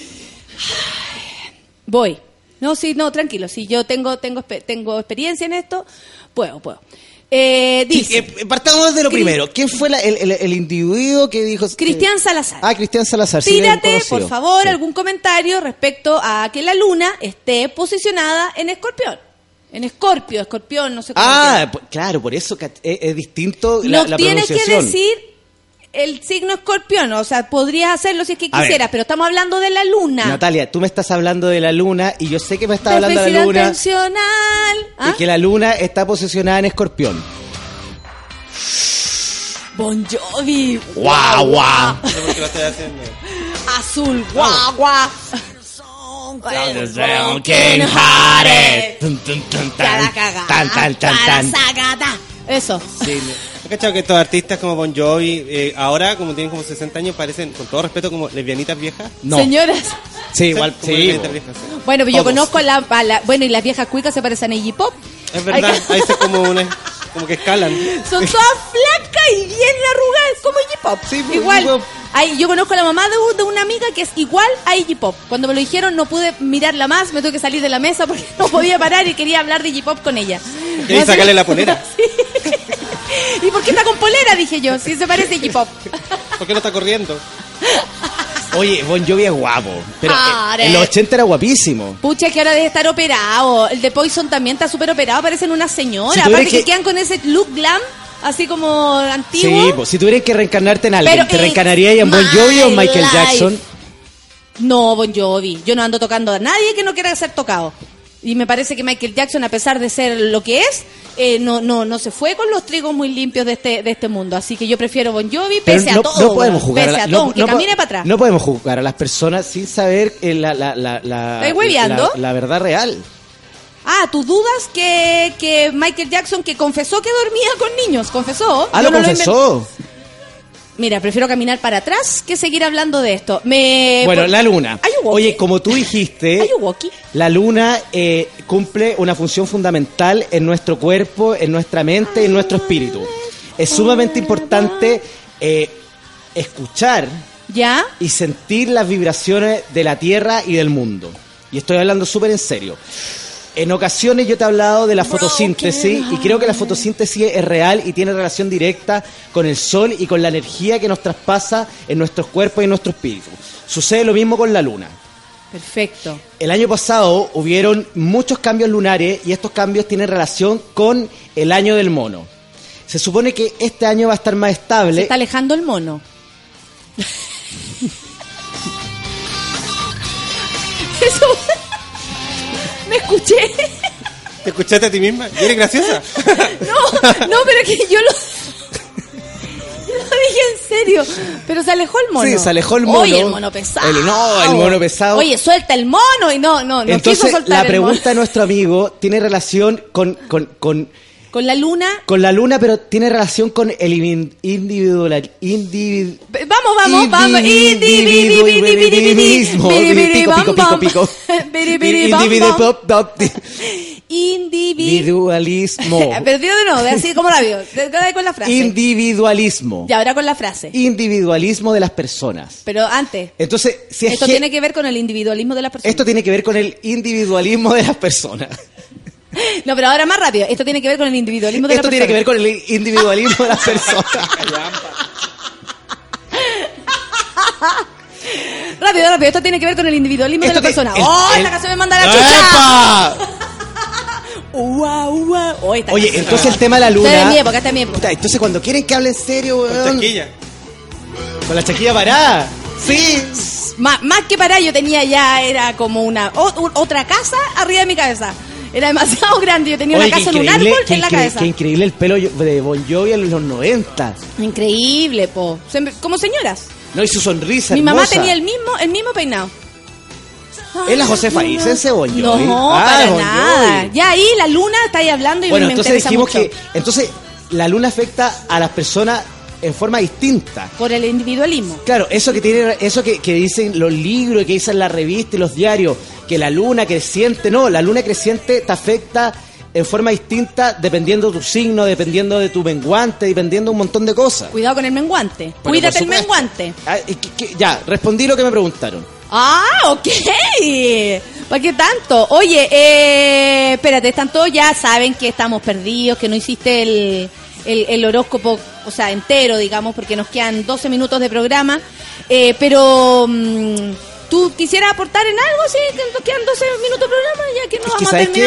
Voy. No, tranquilo. Si yo tengo experiencia en esto, puedo. Dice, partamos de lo primero. ¿Quién fue el individuo que dijo? Cristian Salazar. Cristian Salazar. Tírate, por favor, sí, algún comentario respecto a que la luna esté posicionada en Escorpión. En Escorpión, no sé cómo. Claro, por eso es distinto no la tienes pronunciación. que decir el signo Escorpión, o sea, podrías hacerlo si es que quisieras, pero estamos hablando de la luna. Natalia, tú me estás hablando de la luna y yo sé que me estás hablando de la luna. Intencional. Y que la luna está posicionada en Escorpión. Bon Jovi. Guau. No sé por qué lo estoy haciendo. Azul, guagua. Eso. Sí, ¿he cachado que estos artistas como Bon Jovi, ahora, como tienen como 60 años, parecen, con todo respeto, como lesbianitas viejas? No. Señoras. Sí, igual. Como lesbianitas viejas, sí. Bueno, pero yo Todos. conozco bueno, y las viejas cuicas se parecen a Iggy Pop. Es verdad, ahí se como que escalan. Son todas flacas y bien arrugadas, como Iggy Pop. Sí, pues, igual. Iggy Pop. Yo conozco a la mamá de una amiga que es igual a Iggy Pop. Cuando me lo dijeron no pude mirarla más, me tuve que salir de la mesa porque no podía parar y quería hablar de Iggy Pop con ella. ¿Queréis sacarle la polera? Sí. ¿Y por qué está con polera? Dije yo, si se parece a Iggy Pop. ¿Por qué no está corriendo? Oye, Bon Jovi es guapo. Pero en los 80 era guapísimo. Pucha, que ahora debe estar operado. El de Poison también está súper operado, parecen una señora. Si Aparte que quedan con ese look glam, así como antiguo. Sí, pues si tuvieras que reencarnarte en alguien, Pero ¿te reencarnarías en Bon Jovi o en Michael Jackson? No, Bon Jovi. Yo no ando tocando a nadie que no quiera ser tocado. Y me parece que Michael Jackson, a pesar de ser lo que es, no se fue con los trigos muy limpios de este mundo. Así que yo prefiero Bon Jovi pese a todo. No podemos jugar pese a todo, que camine para atrás. No podemos jugar a las personas sin saber ¿Estáis hueveando? la verdad real. ¿Tú dudas que Michael Jackson, que confesó que dormía con niños, confesó? Lo Yo no confesó. Mira, prefiero caminar para atrás que seguir hablando de esto. La luna. Oye, como tú dijiste, la luna cumple una función fundamental en nuestro cuerpo, en nuestra mente, en nuestro espíritu. Es sumamente importante escuchar y sentir las vibraciones de la Tierra y del mundo. Y estoy hablando súper en serio. En ocasiones yo te he hablado de la fotosíntesis y creo que la fotosíntesis es real y tiene relación directa con el sol y con la energía que nos traspasa en nuestros cuerpos y en nuestro espíritu. Sucede lo mismo con la luna. Perfecto. El año pasado hubieron muchos cambios lunares y estos cambios tienen relación con el año del mono. Se supone que este año va a estar más estable. Se está alejando el mono. Eso... ¿Me escuché? ¿Te escuchaste a ti misma? ¿Eres graciosa? No, pero es que yo lo dije en serio. Pero se alejó el mono. Sí, se alejó el mono. Oye, el mono pesado. El mono pesado. Oye, suelta el mono. Y no entonces, quiso soltar la el pregunta mono. de nuestro amigo tiene relación con la luna. Con la luna, pero tiene relación con el individual. Vamos. Individualismo. Perdió de nuevo, así como la vio. Con la frase. Individualismo. Y ahora con la frase. Individualismo de las personas. Pero antes. Entonces, si es esto tiene que ver con el individualismo de las personas. Esto tiene que ver con el individualismo de las personas. No, pero ahora más rápido. Esto tiene que ver con el individualismo de las personas. Esto tiene que ver con el individualismo de las personas. Rápido, esto tiene que ver con el individualismo de la persona. La canción me manda la chucha! Oye, entonces el tema de la luna. Está en mi época. Puta, entonces cuando quieren que hable en serio, weón. Con chaquilla. Con la chaquilla parada. Sí. Más que parada, yo tenía era como otra casa arriba de mi cabeza. Era demasiado grande, yo tenía una casa en un árbol en la cabeza. Qué increíble el pelo de Bon Jovi en los 90. Increíble, po. Como señoras. No, y su sonrisa Mi hermosa. mamá tenía el mismo peinado. ¿Es la Josefa Isense Bon Jovi? No, para nada. Ya ahí la luna está ahí hablando y bueno, me entonces interesa dijimos mucho. entonces la luna afecta a las personas en forma distinta. Por el individualismo. Claro, eso que dicen los libros, que dicen las revistas y los diarios, que la luna creciente, no, la luna creciente te afecta en forma distinta dependiendo de tu signo, dependiendo de tu menguante, dependiendo de un montón de cosas. Cuidado con el menguante. Bueno, Cuídate por el supuesto. menguante. Ya, respondí lo que me preguntaron. Ok. ¿Para qué tanto? Oye, espérate, están todos ya saben que estamos perdidos, que no hiciste el horóscopo, o sea, entero, digamos, porque nos quedan 12 minutos de programa. Pero ¿tú quisieras aportar en algo? Sí, que nos quedan 12 minutos de programa, ya que no Es que vamos a ¿sabes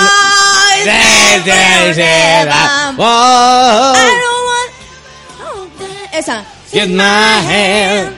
terminar. Esa. Get my hand.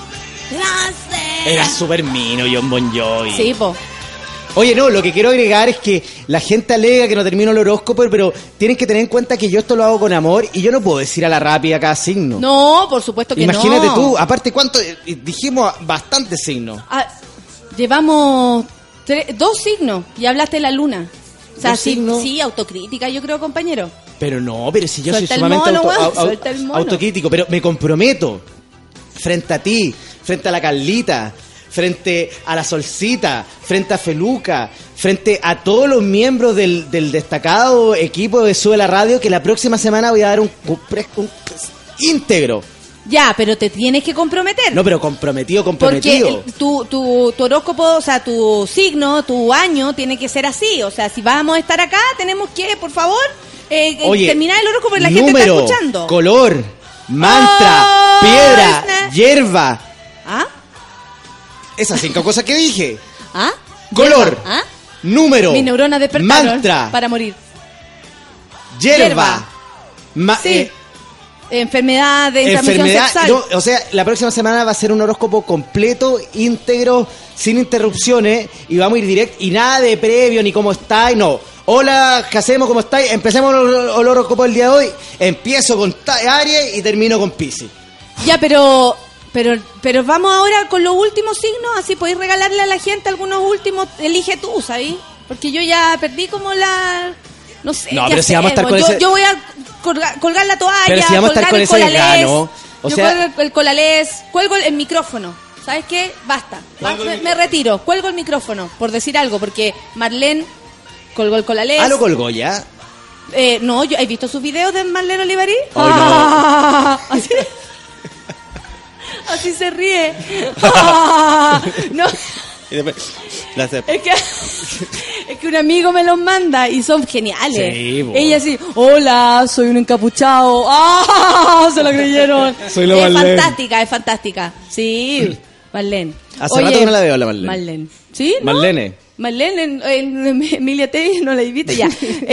Era súper mino John Bon Jovi. Sí, po. Oye, no, lo que quiero agregar es que la gente alega que no termino el horóscopo, pero tienen que tener en cuenta que yo esto lo hago con amor y yo no puedo decir a la rápida cada signo. No, por supuesto que Imagínate no. tú, aparte cuánto, dijimos bastantes signos. Llevamos 2 signos y hablaste de la luna. O sea, ¿2 signos? Sí, autocrítica, yo creo, compañero. Pero no, pero si yo Suelta soy el sumamente mono, suelta el mono. autocrítico, pero me comprometo frente a ti, frente a la Carlita, frente a la Solcita, frente a Feluca, frente a todos los miembros del destacado equipo de Sube la Radio, que la próxima semana voy a dar un íntegro. Ya, pero te tienes que comprometer. No, pero comprometido. Porque tu horóscopo, o sea, tu signo, tu año, tiene que ser así. O sea, si vamos a estar acá, tenemos que, por favor, terminar el horóscopo, porque la gente está escuchando. Color, mantra, piedra, hierba. ¿Ah? Esas 5 cosas que dije. ¿Ah? Color, ¿Ah? número, mis neuronas despertaron mantra, para morir. Hierba. Sí. Enfermedad de transmisión sexual. No, o sea, la próxima semana va a ser un horóscopo completo, íntegro, sin interrupciones, y vamos a ir directo, y nada de previo, ni cómo estáis, no. Hola, ¿qué hacemos? ¿Cómo estáis? Empecemos el horóscopo del día de hoy. Empiezo con Aries y termino con Piscis. Ya, pero vamos ahora con los últimos signos, así podéis regalarle a la gente algunos últimos. Elige tú, ¿sabes? Porque yo ya perdí como no sé. No, pero si vamos a estar con yo voy a colgar la toalla, pero si vamos a estar con ese desgano, cuelgo el colalés, cuelgo el micrófono. ¿Sabes qué? Basta. Me retiro. Cuelgo el micrófono, por decir algo, porque Marlene colgó el colalés. ¿Ah, lo colgó ya? No, ¿has visto sus videos de Marlene Olivarí? Oh, no. Así se ríe. No. Y después, Es que un amigo me los manda y son geniales. Sí, ella así, hola, soy un encapuchado. Se lo creyeron. Soy la es Marlene. Es fantástica. Sí, Marlene. Hace rato que no la veo, la Marlene. Marlene. ¿Sí? ¿no? Marlene en Emilia Tevez no la invito ya.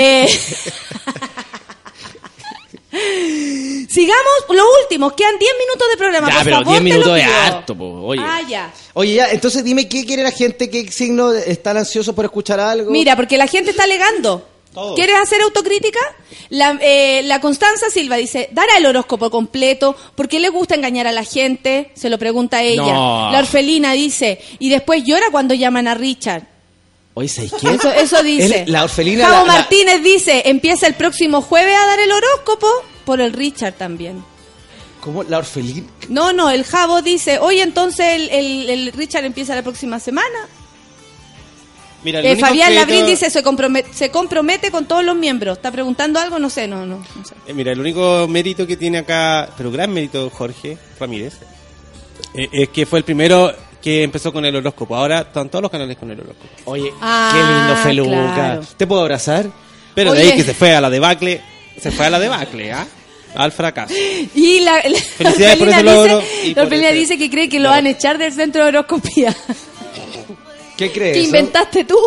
Sigamos los últimos, quedan 10 minutos de programa. Ya, por pero favor, 10 minutos te lo es pido. harto, po. Oye. Ya. Oye, ya, entonces dime qué quiere la gente, qué signo están ansiosos por escuchar algo. Mira, porque la gente está alegando. Todo. ¿Quieres hacer autocrítica? La Constanza Silva dice, ¿dará el horóscopo completo? ¿Por qué le gusta engañar a la gente? Se lo pregunta a ella. No. La Orfelina dice, y después llora cuando llaman a Richard. Oye, ¿sabes qué? Eso dice. La Orfelina... Javo Martínez dice, empieza el próximo jueves a dar el horóscopo por el Richard también. ¿Cómo? ¿La Orfelina? No, el Javo dice, oye, entonces el Richard empieza la próxima semana. Mira, el único Fabián que Labrín dice, se compromete con todos los miembros. ¿Está preguntando algo? No sé, no sé. Mira, el único mérito que tiene acá, pero gran mérito, Jorge Ramírez, es que fue el primero que empezó con el horóscopo. Ahora están todos los canales con el horóscopo. Oye, qué lindo Feluca. Claro. ¿Te puedo abrazar? Pero Oye. de ahí que se fue a la debacle, ¿ah? al fracaso. Y la Felicidades por ese logro. La Orfelina dice que cree que lo van a echar del centro de horoscopía. ¿Qué crees? ¿Qué inventaste tú?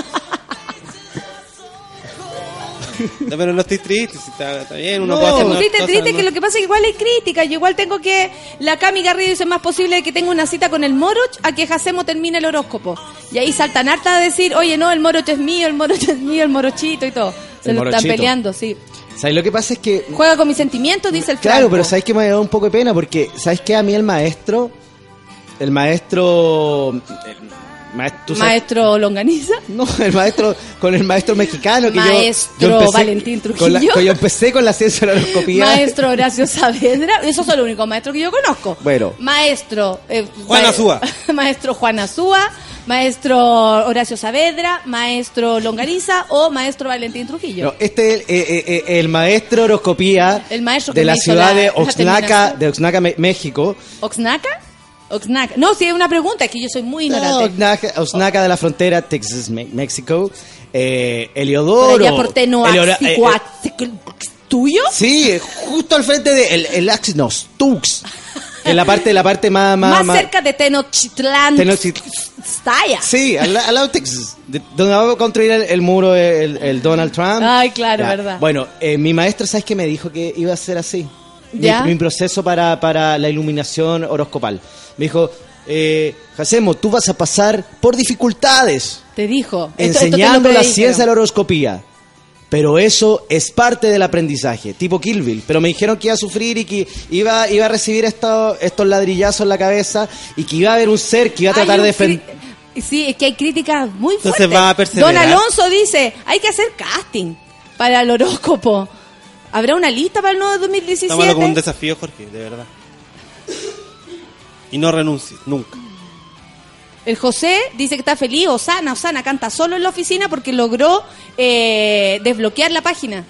No, pero no estoy triste, si está bien, uno No, puede hacer unas triste, cosas, que lo que pasa es que igual hay crítica. Yo igual tengo que... La Cami Garrido dice, más posible que tenga una cita con el Moroch a que Jacemo termine el horóscopo. Y ahí saltan harta a decir, oye, no, el Moroch es mío, el Moroch es mío, el Morochito y todo. Se lo están peleando, sí. ¿Sabes? Lo que pasa es que... Juega con mis sentimientos, dice el Franco. Claro, pero ¿sabes qué me ha dado un poco de pena? Porque, ¿sabes qué? A mí el maestro... ¿Maestro Longaniza? No, con el maestro mexicano que Maestro yo empecé Valentín Trujillo. Yo empecé con la ciencia de la horoscopía. Maestro Horacio Saavedra. Esos son los únicos maestros que yo conozco. Bueno. Maestro Juan Azúa. Maestro Juan Azúa, maestro Horacio Saavedra, maestro Longaniza o maestro Valentín Trujillo. No, este es el maestro horoscopía el maestro de la ciudad de Oaxaca, México. ¿Oaxaca? No, si es una pregunta, es que yo soy muy ignorante. Oaxaca de la frontera, Texas, México. Eliodoro. Por allá por ¿tuyo? Sí, justo al frente de el Axnos, Tux. En la parte más cerca de Tenochtitlán. Staya. Sí, al lado de Texas. Donde vamos a construir el muro el Donald Trump. Ay, claro, ya. verdad. Bueno, mi maestro, ¿sabes qué me dijo? Que iba a ser así. ¿Ya? Mi proceso para la iluminación horoscopal. Me dijo, Jacemo, tú vas a pasar por dificultades. Te dijo. Enseñando la ciencia de la horoscopía. Pero eso es parte del aprendizaje, tipo Kill Bill. Pero me dijeron que iba a sufrir y que iba a recibir estos ladrillazos en la cabeza y que iba a haber un ser que iba a tratar de defender. Sí, es que hay críticas muy fuertes. Entonces va a perseverar. Don Alonso dice, hay que hacer casting para el horóscopo. ¿Habrá una lista para el nuevo 2017? Tómalo como un desafío, Jorge, de verdad. Y no renuncies, nunca. El José dice que está feliz. Osana canta solo en la oficina porque logró desbloquear la página.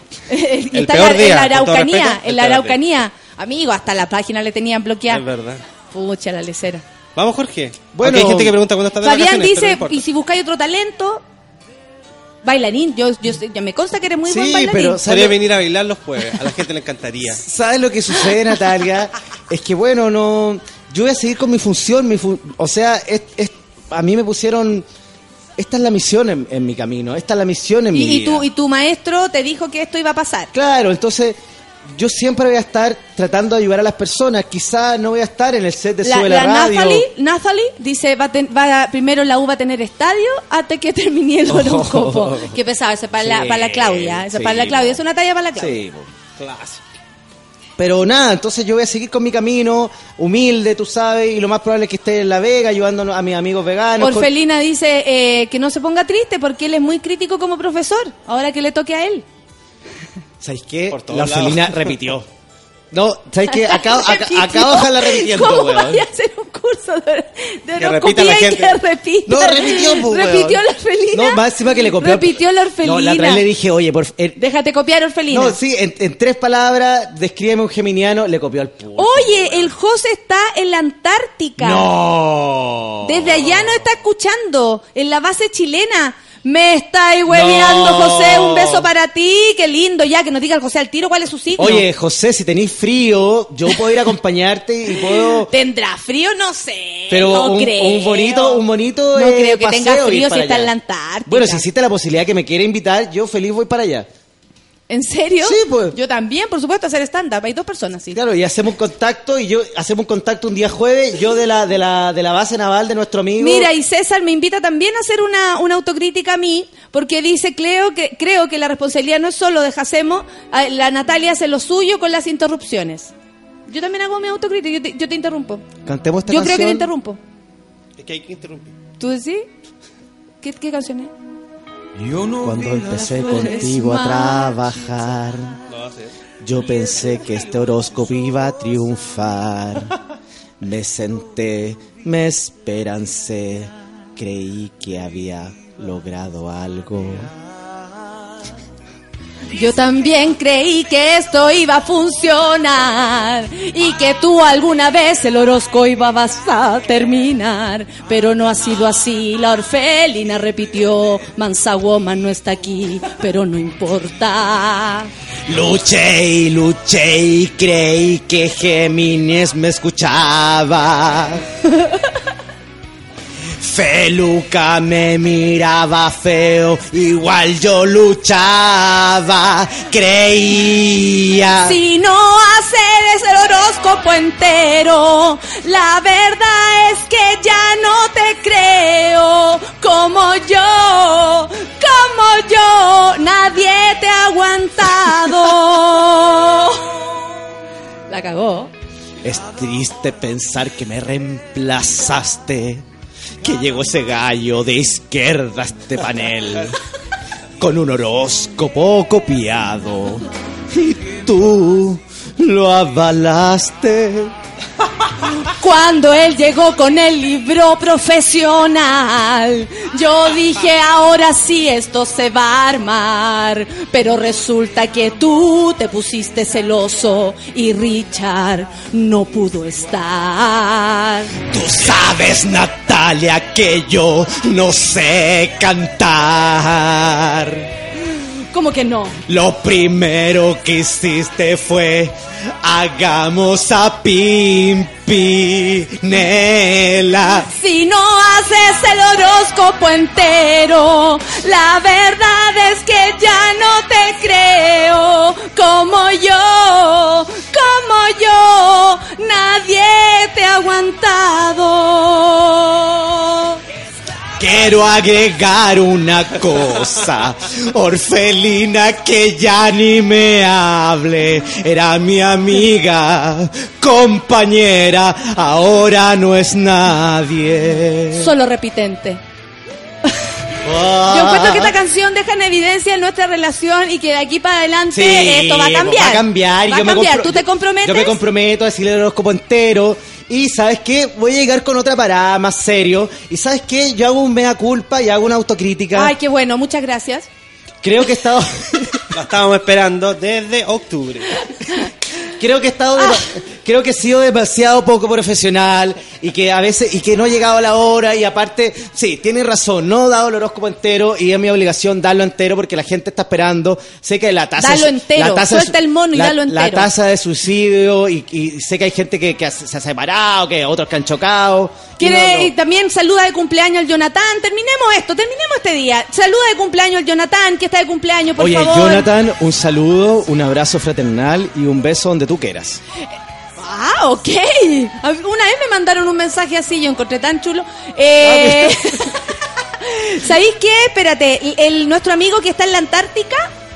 El está peor día, en la Araucanía. Amigo, hasta la página le tenían bloqueada. Es verdad. Pucha, la lecera. Vamos, Jorge. Bueno, aunque hay gente que pregunta cuándo está de Fabián vacaciones, dice, pero no y si buscáis otro talento, bailarín. Yo ya me consta que eres muy buen bailarín. Pero podría venir a bailar los jueves. A la gente le encantaría. ¿Sabes lo que sucede, Natalia? Es que, bueno, no... Yo voy a seguir con mi función. O sea, a mí me pusieron... Esta es la misión en mi camino. Esta es la misión en mi vida. Y tu maestro te dijo que esto iba a pasar. Claro, entonces... Yo siempre voy a estar tratando de ayudar a las personas. Quizás no voy a estar en el set de Sube la Radio. Nathalie dice, primero la U va a tener estadio hasta que termine el horóscopo. Qué pesado, eso es para la Claudia. Eso es para la Claudia, es una talla para la Claudia. Sí, clásico. Pero nada, entonces yo voy a seguir con mi camino, humilde, tú sabes, y lo más probable es que esté en La Vega ayudando a mis amigos veganos. Orfelina dice que no se ponga triste porque él es muy crítico como profesor, ahora que le toque a él. ¿Sabes qué? La Orfelina repitió. No, ¿sabes qué? Acá ojalá repitiendo, ¿Cómo weón. vaya a hacer un curso de repita la horoscopía y gente. que repita? No, repitió, pues, Repitió weón. la Orfelina. No, más encima que le copió. Repitió la Orfelina. No, la otra vez le dije, oye, déjate copiar, Orfelina. No, sí, en 3 palabras, descríbeme un geminiano, le copió al público. Oye, el José está en la Antártica. ¡No! Desde allá nos está escuchando, en la base chilena. Me estáis hueveando, No. José. Un beso para ti. Qué lindo. Ya, que nos diga el José al tiro cuál es su signo. Oye, José, si tenéis frío, yo puedo ir a acompañarte y puedo... ¿Tendrá frío? No sé. Pero no un creo. bonito No creo que paseo tenga ir frío si para está allá. en la Antártica. Bueno, si existe la posibilidad que me quiera invitar, yo feliz voy para allá. ¿En serio? Sí, pues. Yo también, por supuesto, hacer stand-up. Hay 2 personas, sí. Claro, y hacemos un contacto un día jueves, yo de la base naval de nuestro amigo. Mira, y César me invita también a hacer una autocrítica a mí, porque dice, creo que la responsabilidad no es solo de Jacemo, la Natalia hace lo suyo con las interrupciones. Yo también hago mi autocrítica, yo te interrumpo. Cantemos esta Yo canción. creo que te interrumpo. Es que hay que interrumpir. ¿Tú decís? ¿Qué canción es? Cuando empecé contigo a trabajar, Lo va a hacer. yo pensé que este horóscopo iba a triunfar. Me senté, me esperancé, creí que había logrado algo. Yo también creí que esto iba a funcionar y que tú alguna vez el horóscopo ibas a terminar, pero no ha sido así. La Orfelina repitió, Mansa Woman no está aquí, pero no importa. Luché y creí que Géminis me escuchaba. Feluca me miraba feo, igual yo luchaba, creía. Si no haces el horóscopo entero, la verdad es que ya no te creo. Como yo, nadie te ha aguantado. La cagó. Es triste pensar que me reemplazaste, que llegó ese gallo de izquierda a este panel con un horóscopo copiado y tú lo avalaste. Cuando él llegó con el libro profesional, yo dije, ahora sí esto se va a armar. Pero resulta que tú te pusiste celoso y Richard no pudo estar. Tú sabes, Natalia, que yo no sé cantar. ¿Cómo que no? Lo primero que hiciste fue hagamos a Pimpinela. Si no haces el horóscopo entero, la verdad es que ya no te creo. Como yo, nadie te ha aguantado. Quiero agregar una cosa, Orfelina, que ya ni me hable. Era mi amiga, compañera, ahora no es nadie. Solo repitente. Yo encuentro que esta canción deja en evidencia nuestra relación y que de aquí para adelante esto va a cambiar. Va a cambiar. ¿Tú te comprometes? Yo me comprometo a decirle el horóscopo entero. Y ¿sabes qué? Voy a llegar con otra parada más serio. Y ¿sabes qué? Yo hago un mea culpa y hago una autocrítica. Ay, qué bueno, muchas gracias. Creo que he estado... La estábamos esperando desde octubre. Creo que he sido demasiado poco profesional y que a veces no he llegado a la hora y aparte, sí, tienes razón, no he dado el horóscopo entero y es mi obligación darlo entero porque la gente está esperando. Sé que la tasa... Dalo entero, suelta el mono y dalo entero. La tasa de suicidio y sé que hay gente que se ha separado, que otros que han chocado. Y también saluda de cumpleaños al Jonathan. Terminemos este día. Saluda de cumpleaños al Jonathan, que está de cumpleaños, por favor. Oye, Jonathan, un saludo, un abrazo fraternal y un beso donde tú quieras. Ah, ok. Una vez me mandaron un mensaje así, yo encontré tan chulo. ¿Sabéis qué? Espérate, nuestro amigo que está en la Antártica.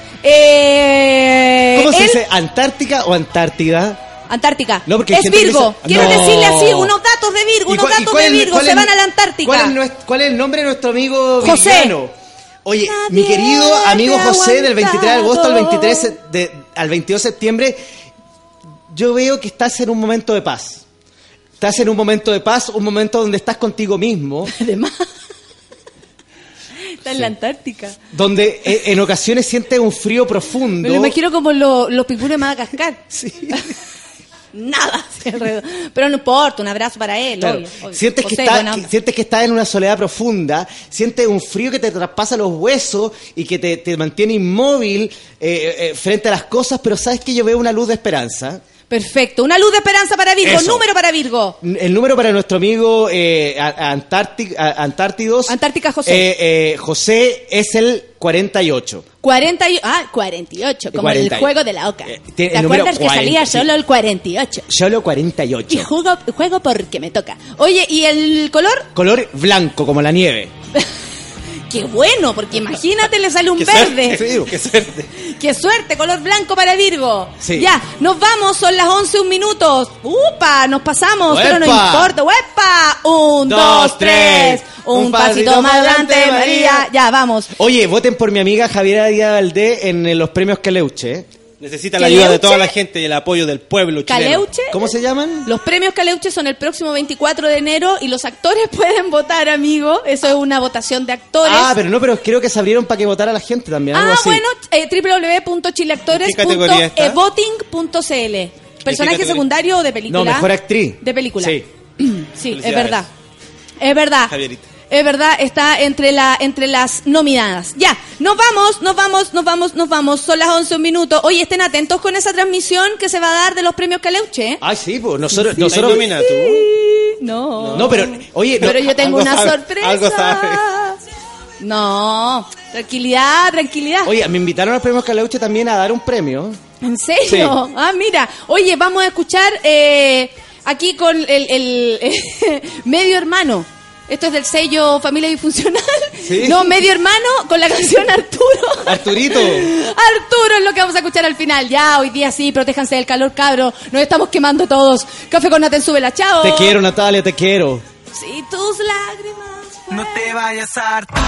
¿Cómo se dice? ¿Antártica o Antártida? Antártica. No, porque es Virgo. Quiero decirle así, unos datos de Virgo, se van a la Antártica. ¿Cuál es el nombre de nuestro amigo José Villano? Oye, mi querido amigo José, del 23 de agosto al 22 de septiembre, yo veo que estás en un momento de paz. Estás en un momento de paz, un momento donde estás contigo mismo. Además, está en la Antártica. Donde en ocasiones sientes un frío profundo. Me lo imagino como los pingüinos de Madagascar. Sí. Nada alrededor. Pero no importa, un abrazo para él. Claro. Obvio. Sientes que estás en una soledad profunda, sientes un frío que te traspasa los huesos y que te mantiene inmóvil frente a las cosas, pero sabes que yo veo una luz de esperanza. Perfecto, una luz de esperanza para Virgo. Eso. Número para Virgo. El número para nuestro amigo Antártidos. Antártica José. José es el 48. 48, como 40. El juego de la oca. ¿Te acuerdas que salía solo el 48? Solo 48. Y juego porque me toca. Oye, ¿y el color? Color blanco, como la nieve. Qué bueno, porque imagínate, le sale un verde. Qué suerte. Qué suerte, color blanco para Virgo. Sí. Ya, nos vamos, son las 11:01 minutos. ¡Upa! Nos pasamos, ¡Uepa! pero no importa. ¡Uepa! 1, 2, 3. Un pasito más adelante, María. Ya, vamos. Oye, voten por mi amiga Javiera Díaz Valdés en los premios Caleuche. Necesita la ayuda de toda la gente y el apoyo del pueblo chileno. ¿Caleuche? ¿Cómo se llaman? Los premios Caleuche son el próximo 24 de enero y los actores pueden votar, amigo. Eso es una votación de actores. Pero creo que se abrieron para que votara la gente también. Algo así. Bueno, www.chileactores.evoting.cl. ¿Personaje secundario o de película? No, mejor actriz. De película. Sí. Sí, es verdad. Es verdad. Javierita. es verdad, está entre las nominadas. Ya, nos vamos. Son las 11 minutos. Oye, estén atentos con esa transmisión que se va a dar de los premios Caleuche, ¿eh? Ay, sí, pues nosotros nominadas tú. No, pero oye, pero yo tengo una sorpresa. Algo sabe. No, tranquilidad. Oye, me invitaron a los premios Caleuche también a dar un premio. ¿En serio? Sí. Ah, mira. Oye, vamos a escuchar aquí con el Medio Hermano. Esto es del sello Familia Disfuncional. ¿Sí? No, Medio Hermano con la canción Arturo. Arturito. Arturo es lo que vamos a escuchar al final. Ya, hoy día sí, protéjanse del calor, cabros. Nos estamos quemando todos. Café con Nata en Súbela, chao. Te quiero, Natalia, te quiero. Si tus lágrimas... No te vayas, Arturo.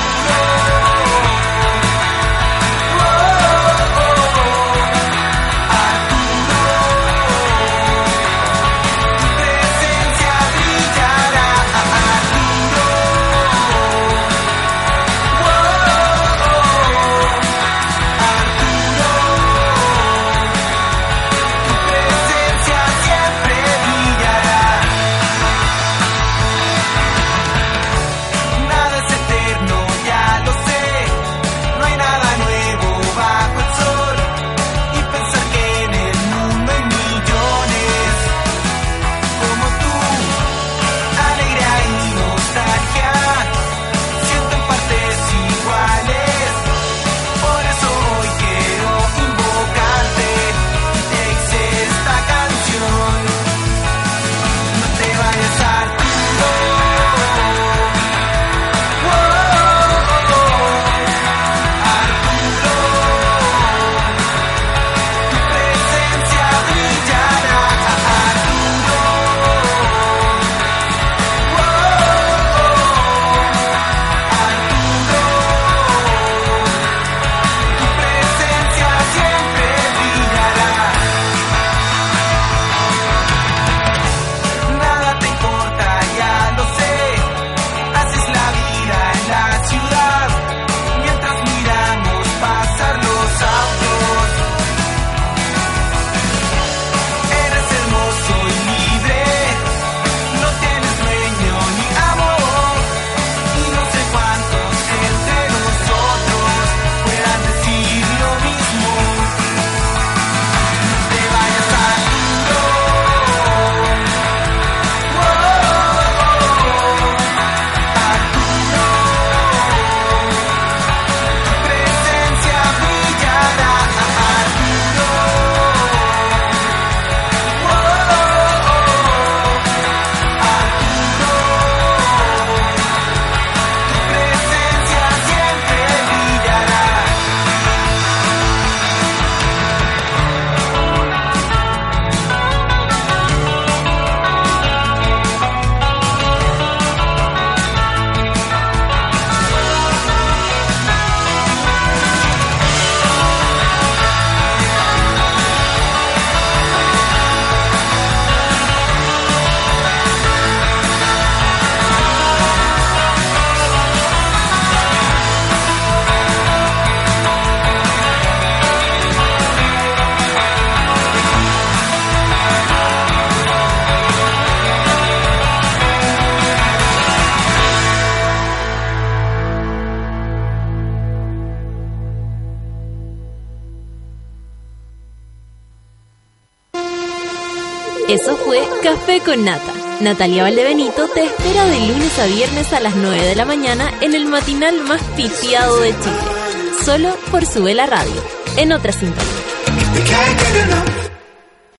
Eso fue Café con Nata. Natalia Valdebenito te espera de lunes a viernes a las 9 de la mañana en el matinal más pitiado de Chile. Solo por Sube la Radio, en otra sintonía.